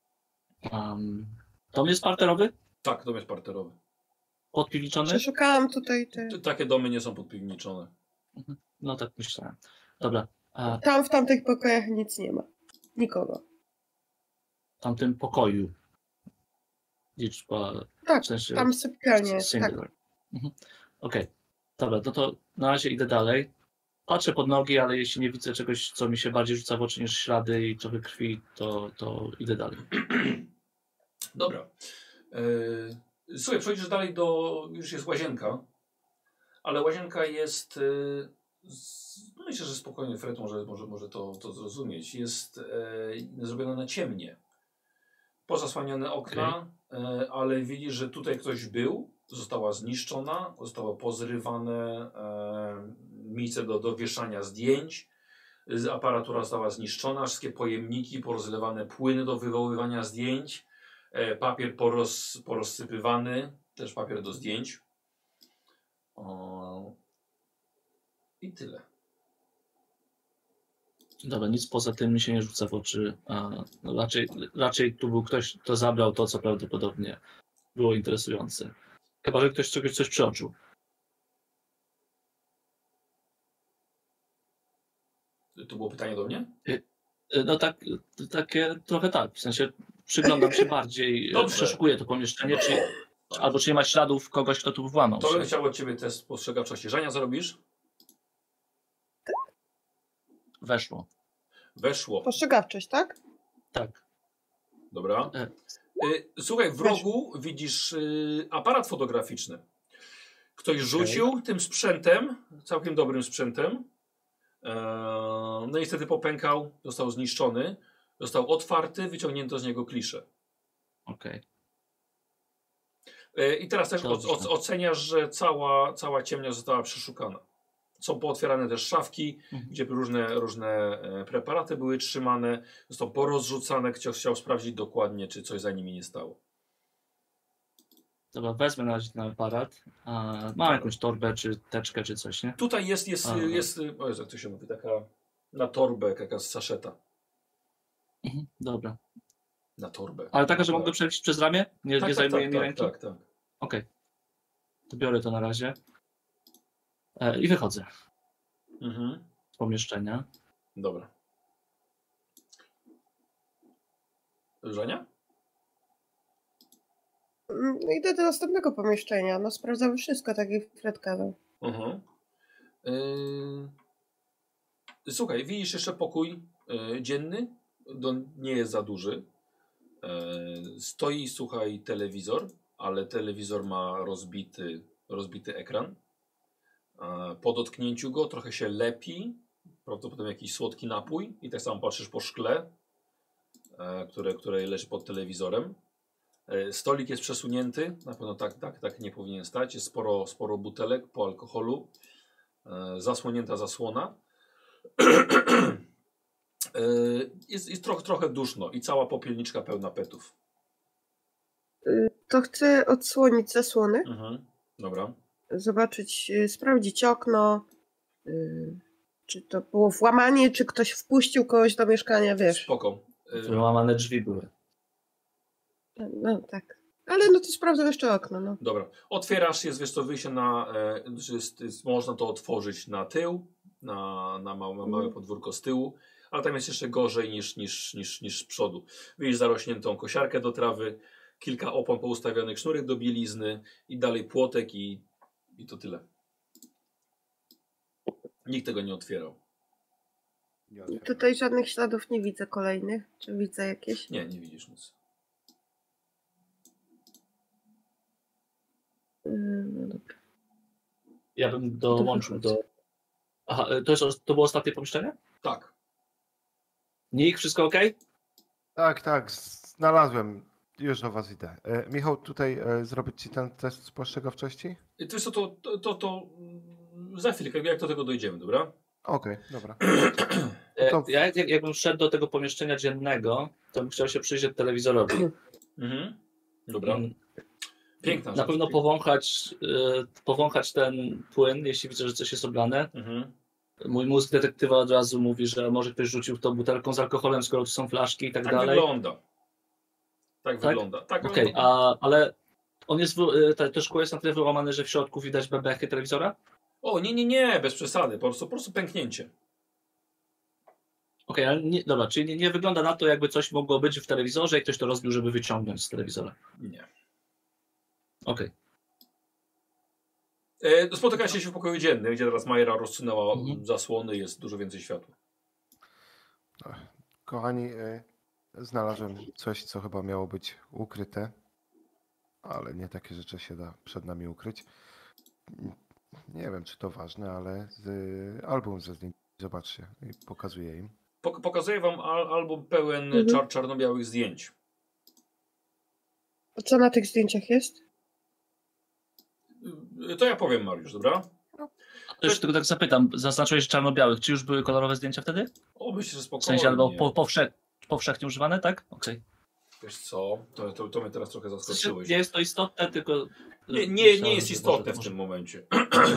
Dom jest parterowy? Tak, dom jest parterowy. Podpiwniczony? Przeszukałam tutaj te... Takie domy nie są podpiwniczone. No tak myślałem. Dobra. Tam w tamtych pokojach nic nie ma. Nikogo. W tamtym pokoju. Liczba... Tak, w sensie tam sypialnie jest. Tak. singular. Okej. Dobra, no to na razie idę dalej. Patrzę pod nogi, ale jeśli nie widzę czegoś, co mi się bardziej rzuca w oczy niż ślady i trochę krwi, to idę dalej. Dobra. Słuchaj, przechodzisz dalej już jest łazienka, ale łazienka jest, no myślę, że spokojnie Fred może to zrozumieć, jest zrobiona na ciemnie. Pozasłaniane okna, ale widzisz, że tutaj ktoś był, została zniszczona, zostało pozrywane miejsce do wieszania zdjęć, aparatura została zniszczona, wszystkie pojemniki, porozlewane płyny do wywoływania zdjęć, papier porozsypywany, też papier do zdjęć. I tyle. Dobra, nic poza tym mi się nie rzuca w oczy. No raczej tu był ktoś, kto zabrał to, co prawdopodobnie było interesujące. Chyba że ktoś czegoś coś przeoczył. To było pytanie do mnie? No tak, takie trochę tak. W sensie przyglądam się bardziej, Dobrze. przeszukuję to pomieszczenie, albo czy nie ma śladów kogoś, kto tu włamał To się. bym chciał od ciebie test spostrzegawczości. Żania, co robisz? Weszło. Weszło. Postrzegawczość, tak? Tak. Dobra. Słuchaj, w rogu widzisz aparat fotograficzny. Ktoś rzucił tym sprzętem, całkiem dobrym sprzętem. No niestety popękał, został zniszczony, został otwarty, wyciągnięto z niego kliszę. Okej. I teraz też Dobrze. oceniasz, że cała ciemność została przeszukana. Są pootwierane też szafki, gdzie różne preparaty były trzymane, zostały porozrzucane. Chciał sprawdzić dokładnie, czy coś za nimi nie stało. Dobra, wezmę na razie ten aparat. Mam jakąś torbę, czy teczkę, czy coś, nie? Tutaj jest o Jezu, jak to się mówi, taka na torbę, jaka saszeta. Dobra. Na torbę. Ale taka, że mogę przejść przez ramię? Nie zajmuje mi ręki? Tak. Okej. To biorę to na razie. I wychodzę z pomieszczenia. Dobra. Żania? Idę do następnego pomieszczenia. No sprawdzamy wszystko, tak jak Fred kazał. Słuchaj, widzisz jeszcze pokój dzienny? Nie jest za duży. Stoi, słuchaj, telewizor, ale telewizor ma rozbity ekran. Po dotknięciu go trochę się lepi, prawdopodobnie jakiś słodki napój i tak samo patrzysz po szkle, które leży pod telewizorem. Stolik jest przesunięty, na pewno tak nie powinien stać. Jest sporo butelek po alkoholu, zasłonięta zasłona. Jest trochę duszno i cała popielniczka pełna petów. To chcę odsłonić zasłony. Dobra. Zobaczyć, sprawdzić okno. Czy to było włamanie, czy ktoś wpuścił kogoś do mieszkania, wiesz. Spoko. Wyłamane drzwi były. No tak. Ale no to sprawdzę jeszcze okno. No. Dobra. Otwierasz, wiesz co, wyjście można to otworzyć na tył, na małe podwórko z tyłu, ale tam jest jeszcze gorzej niż z przodu. Widzisz zarośniętą kosiarkę do trawy, kilka opon poustawionych, sznurek do bielizny i dalej płotek i to tyle. Nikt tego nie otwierał. Tutaj żadnych śladów nie widzę kolejnych. Czy widzę jakieś? Nie widzisz nic. No dobra. Ja bym dołączył do... Aha, to było ostatnie pomieszczenie? Tak. Nick, wszystko ok? Tak, znalazłem. Już do was idę. Michał, tutaj zrobić ci ten test spostrzegawczości? Wiesz co, to za chwilkę, jak do tego dojdziemy, dobra? Okej, dobra. Ja jakbym szedł do tego pomieszczenia dziennego, to bym chciał się przyjrzeć telewizorowi. Dobra. Piękna Na rzecz. pewno powąchać ten płyn, jeśli widzę, że coś jest oblane. Mój mózg detektywa od razu mówi, że może ktoś rzucił w tą butelką z alkoholem, skoro tu są flaszki i tak dalej. Tak wygląda. Tak Okej, wygląda. ale on jest, to szkło jest na tyle wyłamane, że w środku widać bebechy telewizora? O, nie, bez przesady, po prostu pęknięcie. Okej, ale dobra, czyli nie wygląda na to, jakby coś mogło być w telewizorze i ktoś to rozbił, żeby wyciągnąć z telewizora. Nie. Okej. Spotykacie się w pokoju dziennym, gdzie teraz Majera rozsunęła zasłony, jest dużo więcej światła. Kochani, znalazłem coś, co chyba miało być ukryte. ale nie takie rzeczy się da przed nami ukryć. Nie wiem, czy to ważne, ale album ze zdjęć, zobaczcie, i pokazuję im. Pokazuję wam album pełen czarno-białych zdjęć. A co na tych zdjęciach jest? To ja powiem, Mariusz, dobra? To już tylko tak zapytam, zaznaczyłeś czarno-białych, czy już były kolorowe zdjęcia wtedy? O, myślę, że W spokojnie. sensie albo powszechnie używane, tak? Okej. Wiesz co, to mnie teraz trochę zaskoczyłeś. Nie jest to istotne, tylko... Nie jest istotne w tym momencie.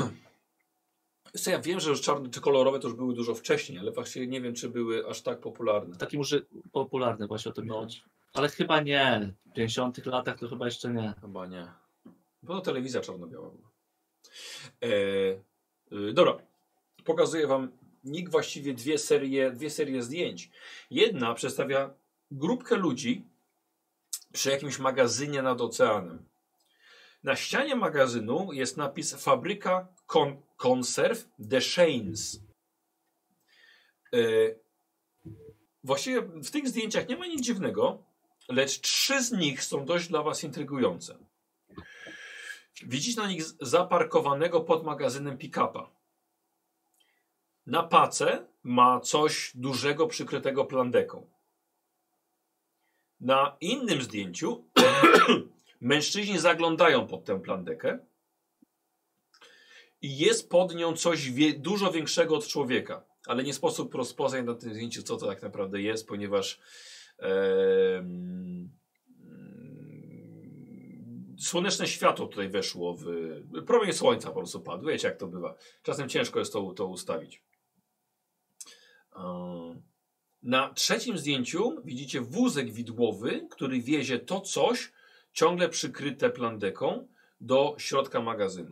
Ja wiem, że już czarne czy kolorowe to już były dużo wcześniej, ale właśnie nie wiem, czy były aż tak popularne. Taki popularny właśnie o to mi chodzi. Ale chyba nie. W 50 latach to chyba jeszcze nie. Chyba nie. Bo to telewizja czarno-biała była. Dobra. Pokazuję wam Nick właściwie dwie serie zdjęć. Jedna przedstawia grupkę ludzi przy jakimś magazynie nad oceanem. Na ścianie magazynu jest napis Fabryka Konserw The Shanes. Właściwie w tych zdjęciach nie ma nic dziwnego, lecz 3 z nich są dość dla was intrygujące. Widzicie na nich zaparkowanego pod magazynem pick-upa. Na pace ma coś dużego przykrytego plandeką. Na innym zdjęciu mężczyźni zaglądają pod tę plandekę i jest pod nią coś dużo większego od człowieka. Ale nie sposób rozpoznać na tym zdjęciu, co to tak naprawdę jest, ponieważ słoneczne światło tutaj weszło promień słońca po prostu padł. Wiecie, jak to bywa. Czasem ciężko jest to ustawić. Na trzecim zdjęciu widzicie wózek widłowy, który wiezie to coś, ciągle przykryte plandeką, do środka magazynu.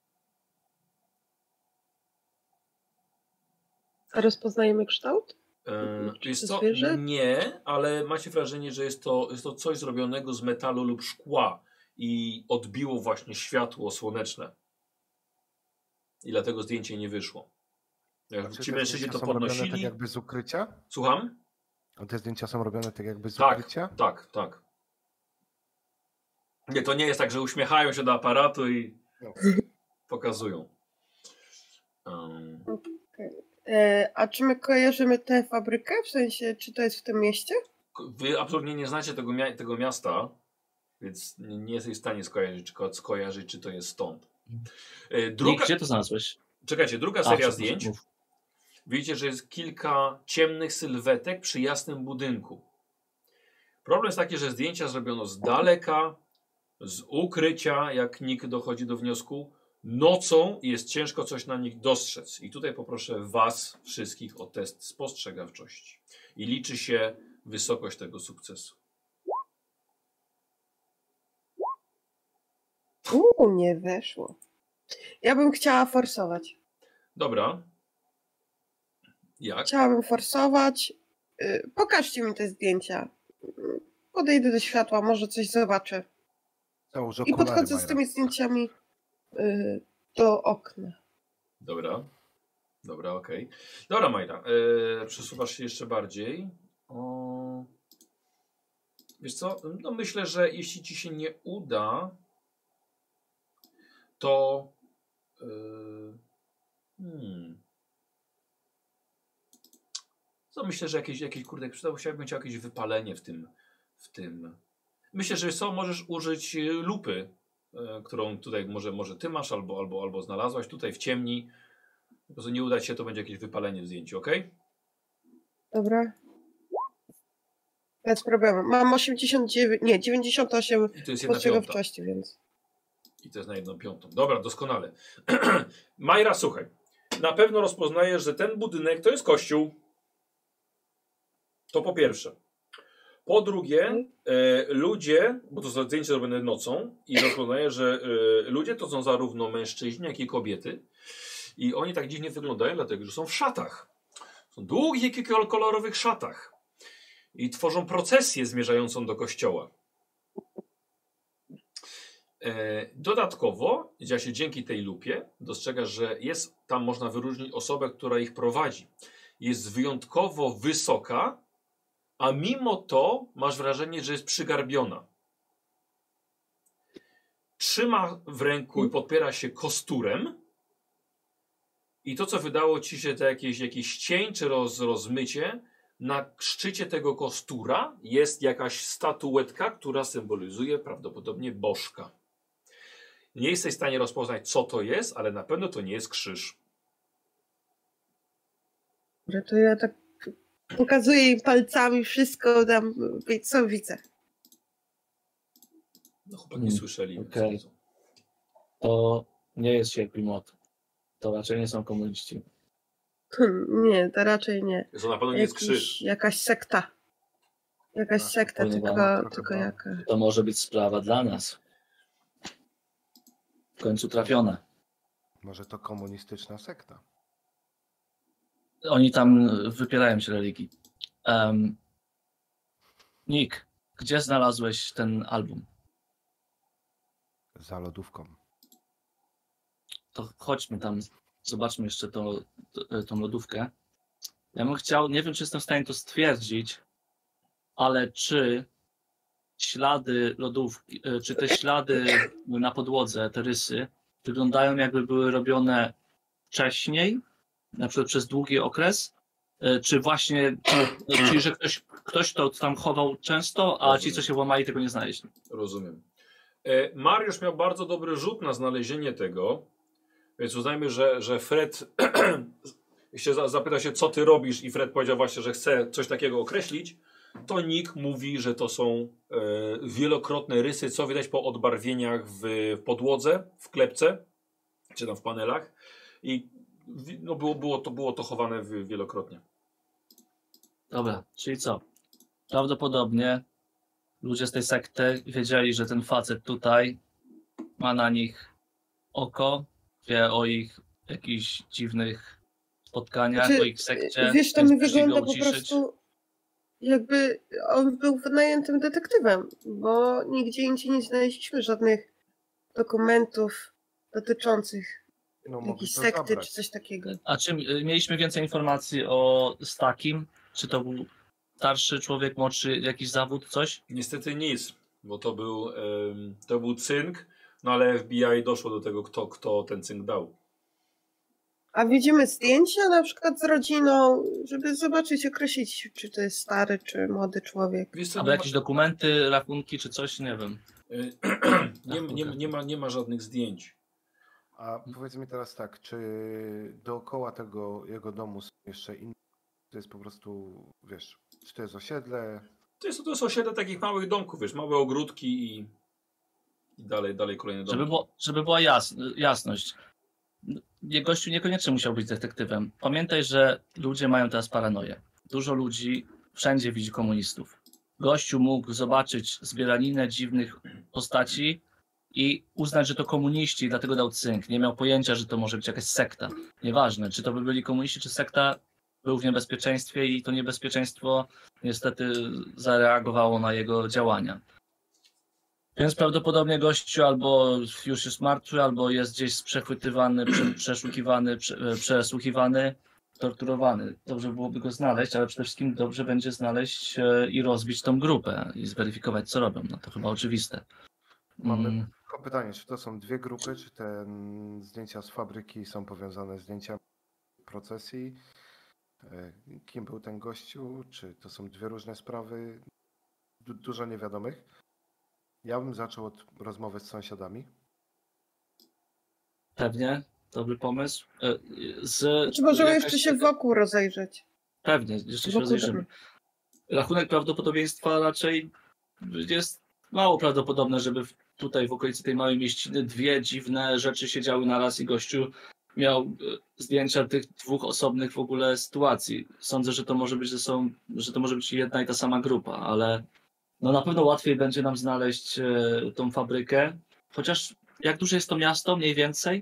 A rozpoznajemy kształt? Jest to, zwierzę? nie, ale macie wrażenie, że jest to coś zrobionego z metalu lub szkła i odbiło właśnie światło słoneczne. I dlatego zdjęcie nie wyszło. Jak ci mężczyźni to podnosili. Tak jakby z ukrycia? Słucham? A te zdjęcia są robione tak jakby z Tak, ukrycia? tak. Nie, to nie jest tak, że uśmiechają się do aparatu i pokazują. A czy my kojarzymy tę fabrykę? W sensie, czy to jest w tym mieście? Wy absolutnie nie znacie tego miasta, więc nie jesteś w stanie skojarzyć, czy to jest stąd. Gdzie to znalazłeś? Czekajcie, druga seria zdjęć. Widzicie, że jest kilka ciemnych sylwetek przy jasnym budynku. Problem jest taki, że zdjęcia zrobiono z daleka, z ukrycia, jak Nick dochodzi do wniosku. Nocą jest ciężko coś na nich dostrzec. I tutaj poproszę was wszystkich o test spostrzegawczości. I liczy się wysokość tego sukcesu. Nie weszło. Ja bym chciała forsować. Dobra. Jak? Chciałabym forsować. Pokażcie mi te zdjęcia. Podejdę do światła, może coś zobaczę. I podchodzę z tymi zdjęciami do okna. Dobra, okej. Dobra, Majra. Przesuwasz się jeszcze bardziej. Wiesz co? No myślę, że jeśli ci się nie uda, to to myślę, że jakieś kurde, przydałoby się jakieś wypalenie w tym. Myślę, że co, możesz użyć lupy, którą tutaj może ty masz albo znalazłaś tutaj w ciemni. Po prostu nie uda ci się, to będzie jakieś wypalenie w zdjęciu, ok? Dobra. Bez problemu. Mam 98 I to jest spostrzegawczości, więc... I to jest na 1/5. Dobra, doskonale. Majra, słuchaj. Na pewno rozpoznajesz, że ten budynek to jest kościół. To po pierwsze. Po drugie, ludzie, bo to zdjęcie zrobione nocą i rozpoznaję, że ludzie to są zarówno mężczyźni, jak i kobiety. I oni tak dziwnie wyglądają, dlatego że są w szatach. Są długich, kolorowych szatach. I tworzą procesję zmierzającą do kościoła. Dodatkowo, dzięki tej lupie, dostrzegasz, że tam można wyróżnić osobę, która ich prowadzi. Jest wyjątkowo wysoka, a mimo to masz wrażenie, że jest przygarbiona. trzyma w ręku i podpiera się kosturem. I to, co wydało ci się to jakiś cień czy rozmycie, na szczycie tego kostura jest jakaś statuetka, która symbolizuje prawdopodobnie bożka. Nie jesteś w stanie rozpoznać, co to jest, ale na pewno to nie jest krzyż. Że to ja tak pokazuję jej palcami wszystko tam, co widzę. No chłopaki słyszeli. Okej. To nie jest sierpi młot. To raczej nie są komuniści. Nie, to raczej nie. To na pewno nie jest krzyż. Jakaś sekta. Jakaś sekta, tylko jaka. To może być sprawa dla nas. W końcu trafione. Może to komunistyczna sekta. Oni tam wypierają się religii. Nick, gdzie znalazłeś ten album? Za lodówką. To chodźmy tam, zobaczmy jeszcze tą lodówkę. Ja bym chciał, nie wiem, czy jestem w stanie to stwierdzić, ale czy ślady lodówki, czy te ślady na podłodze, te rysy, wyglądają jakby były robione wcześniej, na przykład przez długi okres, czy właśnie, czyli że ktoś to tam chował często, a ci, co się łamali, tego nie znaleźli. Rozumiem. Mariusz miał bardzo dobry rzut na znalezienie tego, więc uznajmy, że Fred jeszcze zapytał się, co ty robisz, i Fred powiedział właśnie, że chce coś takiego określić. To Nick mówi, że to są wielokrotne rysy, co widać po odbarwieniach w podłodze, w klepce, czy tam w panelach. I no, było to chowane wielokrotnie. Dobra, czyli co? Prawdopodobnie ludzie z tej sekty wiedzieli, że ten facet tutaj ma na nich oko, wie o ich jakichś dziwnych spotkaniach, o ich sekcie. Wiesz, to mi przyszli go wygląda po uciszyć. prostu, jakby on był wynajętym detektywem, bo nigdzie indziej nie znaleźliśmy żadnych dokumentów dotyczących No, jakiejś to sekty zabrać. czy coś takiego. A czy mieliśmy więcej informacji o Stakim? Czy to był starszy człowiek, młodszy, jakiś zawód, coś? Niestety nic, bo to był cynk, no ale FBI doszło do tego, kto ten cynk dał. A widzimy zdjęcia na przykład z rodziną, żeby zobaczyć, określić, czy to jest stary, czy młody człowiek. Wiesz co, Albo jakieś dokumenty, rachunki, czy coś? Nie wiem. nie ma żadnych zdjęć. A powiedz mi teraz tak, czy dookoła tego jego domu są jeszcze inne? To jest po prostu, wiesz, czy to jest osiedle? To jest osiedle takich małych domków, wiesz, małe ogródki i dalej kolejne domki. Żeby była jasność. Gościu niekoniecznie musiał być detektywem. Pamiętaj, że ludzie mają teraz paranoję. Dużo ludzi wszędzie widzi komunistów. Gościu mógł zobaczyć zbieraninę dziwnych postaci i uznać, że to komuniści, dlatego dał cynk. Nie miał pojęcia, że to może być jakaś sekta. Nieważne, czy to by byli komuniści, czy sekta, był w niebezpieczeństwie i to niebezpieczeństwo niestety zareagowało na jego działania. Więc prawdopodobnie gościu albo już jest martwy, albo jest gdzieś przechwytywany, przesłuchiwany, torturowany. Dobrze byłoby go znaleźć, ale przede wszystkim dobrze będzie znaleźć i rozbić tą grupę i zweryfikować, co robią. No to chyba oczywiste. Mamy tylko pytanie, czy to są dwie grupy, czy te zdjęcia z fabryki są powiązane z zdjęciami procesji? Kim był ten gościu? Czy to są dwie różne sprawy? Dużo niewiadomych. Ja bym zaczął od rozmowy z sąsiadami. Pewnie, dobry pomysł. Czy możemy jeszcze się wokół rozejrzeć? Pewnie, jeszcze się rozejrzymy. Rachunek prawdopodobieństwa raczej jest mało prawdopodobne, żeby tutaj w okolicy tej małej mieściny dwie dziwne rzeczy się działy naraz i gościu miał zdjęcia tych dwóch osobnych w ogóle sytuacji. Sądzę, że to może być, że to może być jedna i ta sama grupa, ale no na pewno łatwiej będzie nam znaleźć tą fabrykę. Chociaż jak duże jest to miasto mniej więcej?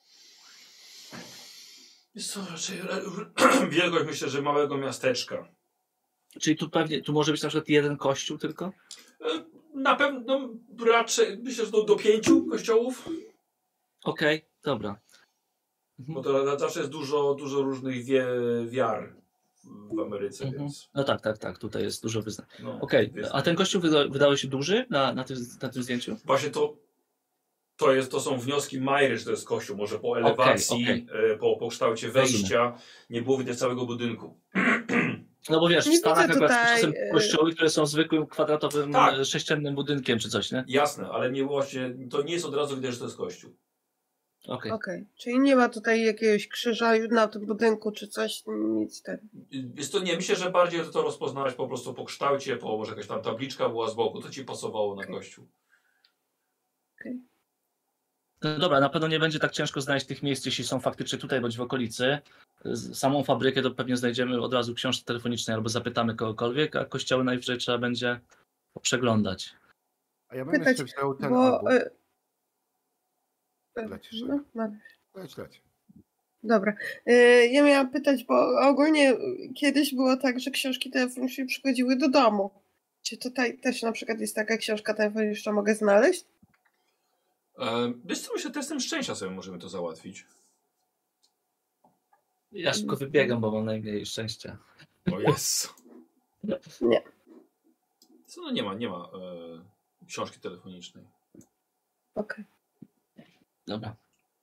Jest to raczej wielkość, myślę, że małego miasteczka. Czyli tu może być na przykład jeden kościół tylko? Na pewno raczej, myślę, że do 5 kościołów. Okej, dobra. Bo to zawsze jest dużo różnych wiar w Ameryce, więc... No tak, tutaj jest dużo wyznań. No, Okej, a ten kościół wydawał się duży na tym zdjęciu? Właśnie to To są wnioski Majry, że to jest kościół. Może po elewacji, po kształcie wejścia nie było widać całego budynku. No bo wiesz, Nie w Stanach widzę akurat tutaj, czasem kościoły, które są zwykłym kwadratowym, Tak. sześciennym budynkiem czy coś, nie? Jasne, ale nie właśnie, to nie jest od razu widać, że to jest kościół. Okej. Okej. Czyli nie ma tutaj jakiegoś krzyża na tym budynku czy coś, nic ten. Jest to nie, myślę, że bardziej to rozpoznałeś po prostu po kształcie, może jakaś tam tabliczka była z boku, to ci pasowało na kościół. No dobra, na pewno nie będzie tak ciężko znaleźć tych miejsc, jeśli są faktycznie tutaj bądź w okolicy. Samą fabrykę to pewnie znajdziemy od razu w książce telefonicznej albo zapytamy kogokolwiek, a kościoły najwyżej trzeba będzie przeglądać. A ja bym Pytać, jeszcze wziął ten bo... album. Lecisz, no, leć. dobra. Ja miałam pytać, bo ogólnie kiedyś było tak, że książki telefoniczne przychodziły do domu. Czy tutaj też na przykład jest taka książka telefoniczna, mogę znaleźć? Wiesz co, myślę, testem szczęścia sobie możemy to załatwić. Ja szybko wybiegam, bo mam najmniej szczęścia. O jest. Nie. Co, no nie ma książki telefonicznej. Okej. Dobra.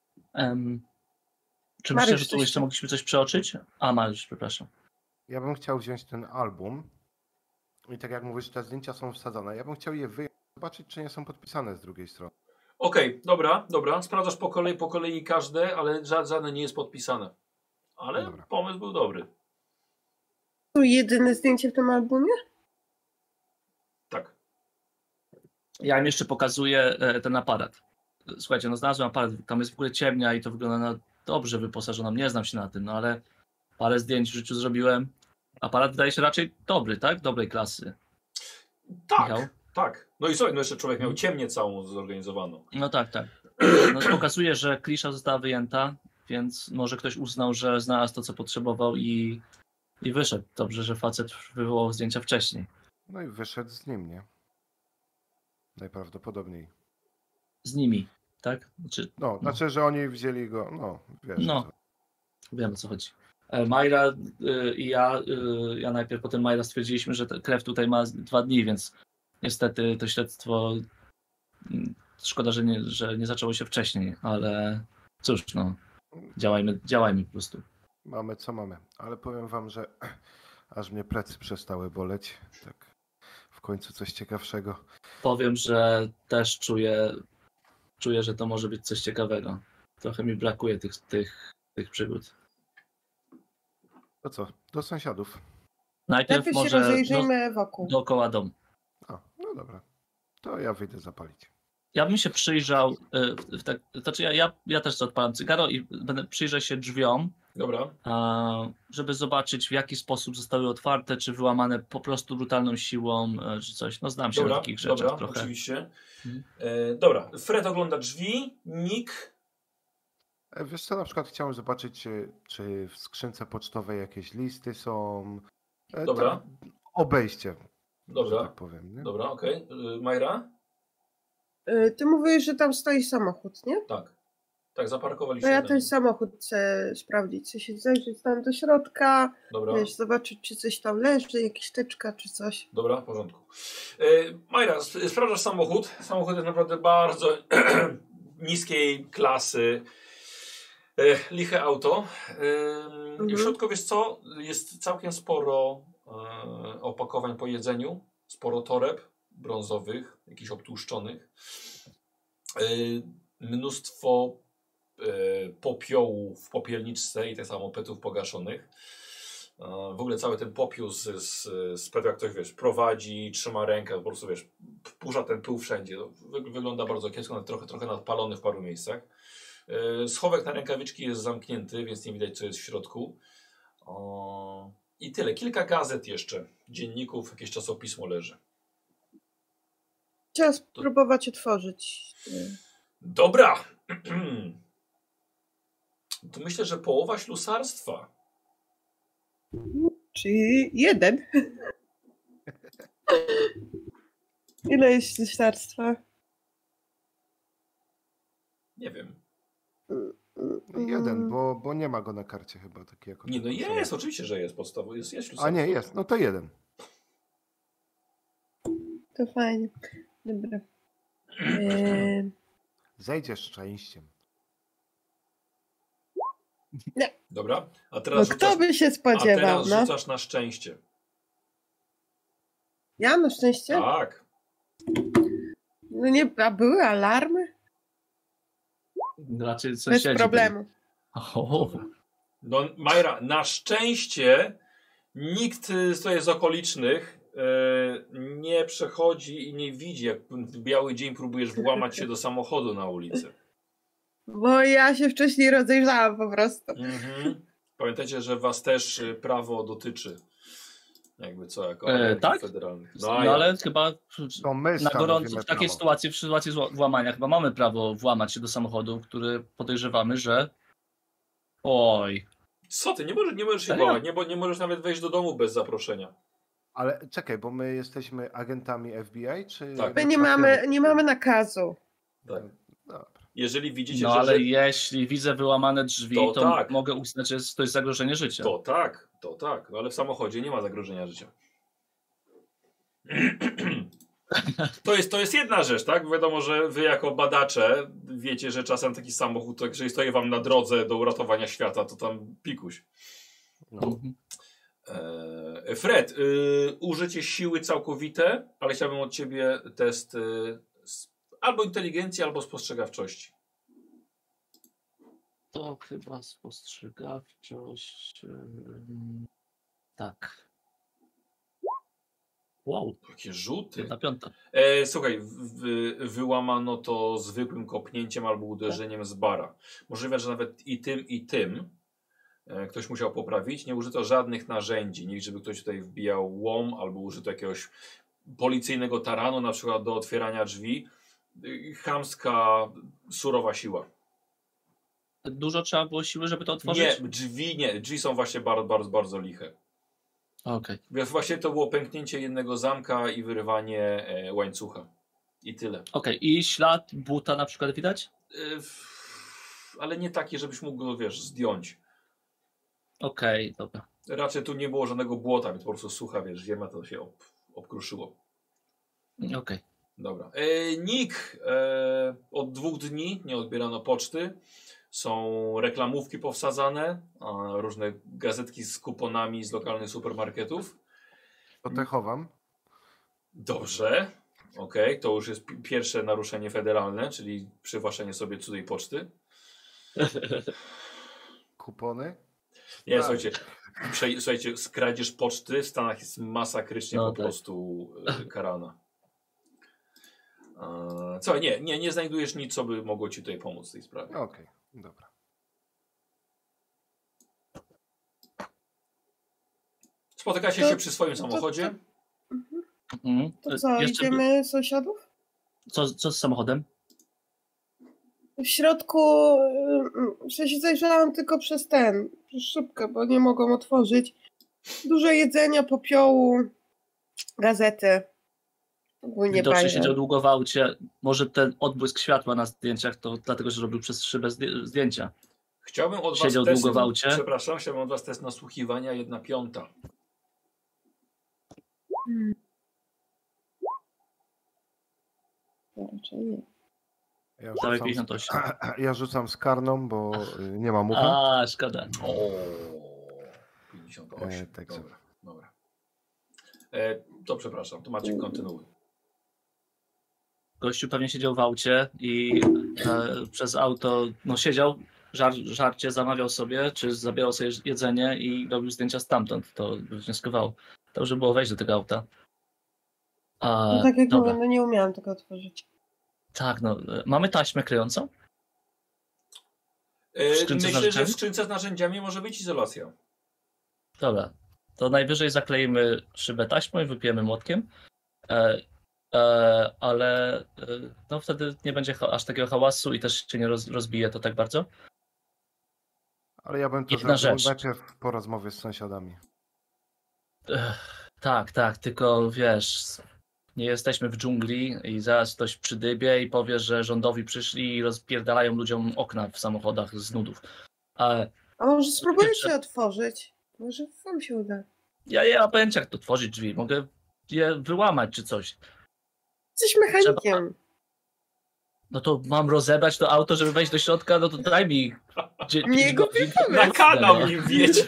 Czy Mariusz, myślę, że tu coś jeszcze tam. mogliśmy coś przeoczyć? A, Mariusz, przepraszam. Ja bym chciał wziąć ten album i tak jak mówisz, te zdjęcia są wsadzone. Ja bym chciał je wyjąć, zobaczyć, czy nie są podpisane z drugiej strony. Okej, dobra. Sprawdzasz po kolei każde, ale żadne nie jest podpisane. Ale Dobra. pomysł był dobry. To jedyne zdjęcie w tym albumie? Tak. Ja im jeszcze pokazuję ten aparat. Słuchajcie, no znalazłem aparat, tam jest w ogóle ciemnia i to wygląda na dobrze wyposażoną, nie znam się na tym, no ale parę zdjęć w życiu zrobiłem. Aparat wydaje się raczej dobry, tak? Dobrej klasy. Tak, Michał? tak. No i słuchaj, no jeszcze człowiek miał ciemnię całą zorganizowaną. No tak. No pokazuje, że klisza została wyjęta, więc może ktoś uznał, że znalazł to, co potrzebował i wyszedł. Dobrze, że facet wywołał zdjęcia wcześniej. No i wyszedł z nim, nie? Najprawdopodobniej. Z nimi, tak? Znaczy, że oni wzięli go, no, wiesz. No. Wiem, o co chodzi. Majra i ja najpierw, potem Majra stwierdziliśmy, że krew tutaj ma 2 dni, więc niestety to śledztwo szkoda, że nie zaczęło się wcześniej, ale cóż, no, działajmy po prostu. Mamy co mamy, ale powiem wam, że aż mnie plecy przestały boleć. Tak, w końcu coś ciekawszego. Powiem, że też czuję, że to może być coś ciekawego. Trochę mi brakuje tych przygód. To co, do sąsiadów. Najpierw się może rozejrzyjmy wokół. dookoła domu. No dobra, to ja wyjdę zapalić. Ja bym się przyjrzał, znaczy ja też odpalam cygaro i przyjrzę się drzwiom, Dobra. żeby zobaczyć, w jaki sposób zostały otwarte, czy wyłamane po prostu brutalną siłą, czy coś. No znam się na takich rzeczach trochę. Oczywiście. Dobra, Fred ogląda drzwi, Nick. Wiesz co, na przykład chciałem zobaczyć, czy w skrzynce pocztowej jakieś listy są. Dobra. Tak, obejście, Dobra. że tak powiem. Nie? Dobra, okej. Majra? Ty mówisz, że tam stoi samochód, nie? Tak. Tak, zaparkowaliśmy. To ja na ten nim. samochód chcę sprawdzić, chcę się zajrzeć tam do środka, Dobra. wiesz, zobaczyć, czy coś tam leży, jakieś teczka, czy coś. Dobra, w porządku. Majra, sprawdzasz samochód. Samochód jest naprawdę bardzo niskiej klasy. Liche auto. I w środku, wiesz co, jest całkiem sporo opakowań po jedzeniu, sporo toreb brązowych, jakichś obtłuszczonych, mnóstwo popiołu w popielniczce i tak samo petów pogaszonych. W ogóle cały ten popiół z petu, jak ktoś, wiesz, prowadzi, trzyma rękę, po prostu, wiesz, pusza ten pył wszędzie. Wygląda bardzo kiepsko, trochę nadpalony w paru miejscach. Schowek na rękawiczki jest zamknięty, więc nie widać, co jest w środku. I tyle. Kilka gazet jeszcze, dzienników, jakieś czasopismo leży. Chciałam spróbować otworzyć. Dobra. To myślę, że połowa ślusarstwa. Czyli 1. Ile jest ślusarstwa? Nie wiem. 1, bo nie ma go na karcie chyba taki jako. Nie, no jest, oczywiście, że jest podstawowy. Jest ślusarstwo. A nie, jest, no to 1. To fajnie. Dobra. Zejdziesz szczęściem. Dobra, a No teraz kto by się a spodziewał, teraz no? rzucasz na szczęście. Ja na szczęście? Tak. No nie, a były alarmy? Raczej Bez sąsiedzi problemu. O, No, Majra, na szczęście nikt z okolicznych nie przechodzi i nie widzi, jak w biały dzień próbujesz włamać się do samochodu na ulicy. Bo ja się wcześniej rozejrzałam po prostu. Mhm. Pamiętajcie, że was też prawo dotyczy. Jakby co, jako tak? federalnych. no a ja. ale chyba To my na gorąco stanowimy w takiej prawo. sytuacji, w sytuacji włamania, chyba mamy prawo włamać się do samochodu, który podejrzewamy, że... Oj, Co ty, nie możesz się Serio? włamać, nie możesz nawet wejść do domu bez zaproszenia. Ale czekaj, bo my jesteśmy agentami FBI, czy... Tak. My nie mamy nakazu. Tak. Dobra. Jeżeli widzicie, no że... ale jeśli widzę wyłamane drzwi, To to tak. mogę uznać, że to jest zagrożenie życia. To tak. No ale w samochodzie nie ma zagrożenia życia. To jest jedna rzecz, tak? Wiadomo, że wy jako badacze wiecie, że czasem taki samochód, jeżeli stoi wam na drodze do uratowania świata, to tam pikuś. No. Mhm. Fred, użycie siły całkowite, ale chciałbym od ciebie test albo inteligencji, albo spostrzegawczości. To chyba spostrzegawczość... tak. Wow, Jakie rzuty. 1/5. Słuchaj, wyłamano to zwykłym kopnięciem albo uderzeniem z bara. Możliwe, że nawet i tym ktoś musiał poprawić. Nie użyto żadnych narzędzi. Nie, żeby ktoś tutaj wbijał łom albo użyto jakiegoś policyjnego taranu, na przykład do otwierania drzwi. Chamska, surowa siła. Dużo trzeba było siły, żeby to otworzyć? Nie. Drzwi są właśnie bardzo, bardzo liche. Okej. Więc właśnie to było pęknięcie jednego zamka i wyrywanie łańcucha. I tyle. Okej, i ślad buta na przykład widać? Ale nie taki, żebyś mógł go, wiesz, zdjąć. Okej, dobra. Raczej tu nie było żadnego błota, więc po prostu sucha, wiesz, ziemia to się obkruszyło. Okej. Dobra. Nick, od 2 dni nie odbierano poczty. Są reklamówki powsadzane, różne gazetki z kuponami z lokalnych supermarketów. To te chowam. Dobrze. Okej, to już jest pierwsze naruszenie federalne, czyli przywłaszczenie sobie cudzej poczty. Kupony. Nie, Tak. słuchajcie, skradzież poczty w Stanach jest masakrycznie No po tak. prostu karana. Co, nie znajdujesz nic, co by mogło ci tutaj pomóc w tej sprawie. Okej, dobra. Spotykacie się przy swoim samochodzie. Mhm. To co, Jeszcze idziemy sąsiadów? Co z samochodem? W środku, w sensie zajrzałam tylko przez szybkę, bo nie mogą otworzyć. Dużo jedzenia, popiołu, gazety. Ogólnie Widocznie bajer. siedział długo w aucie. Może ten odbłysk światła na zdjęciach to dlatego, że robił przez szybę zdjęcia. Chciałbym od was Siedział test, długo w aucie. Przepraszam, chciałbym od was test nasłuchiwania 1/5. Raczej nie. Ja Dawaj rzucam, 58. ja rzucam z karną, bo nie ma mucha. A, szkoda. O, 58. Także. Dobra. To przepraszam, to Maciek kontynuuj. Gościu pewnie siedział w aucie i przez auto siedział, żarcie zamawiał sobie, czy zabierał sobie jedzenie i robił zdjęcia stamtąd. To wnioskowało. Dobrze było wejść do tego auta. No tak jak Dobra. mówię, nie umiałam tego otworzyć. Tak, mamy taśmę klejącą? skrzynce z Myślę, że narzędziami? w skrzynce z narzędziami może być izolacja. Dobra. To najwyżej zakleimy szybę taśmą i wypijemy młotkiem. Ale wtedy nie będzie aż takiego hałasu i też się nie rozbije to tak bardzo. Ale ja bym to Jedna zrobił rzecz. najpierw po rozmowie z sąsiadami. Tak, tylko wiesz, nie jesteśmy w dżungli i zaraz ktoś przydybie i powie, że rządowi przyszli i rozpierdalają ludziom okna w samochodach z nudów. Ale A może spróbujecie otworzyć? Może wam się uda. ja nie mam pojęcia, jak to tworzyć drzwi. Mogę je wyłamać czy coś. Jesteś mechanikiem. No to mam rozebrać to auto, żeby wejść do środka, no to daj mi 5 głupi godzin. pomysł. Na kanał No. nim wjedź.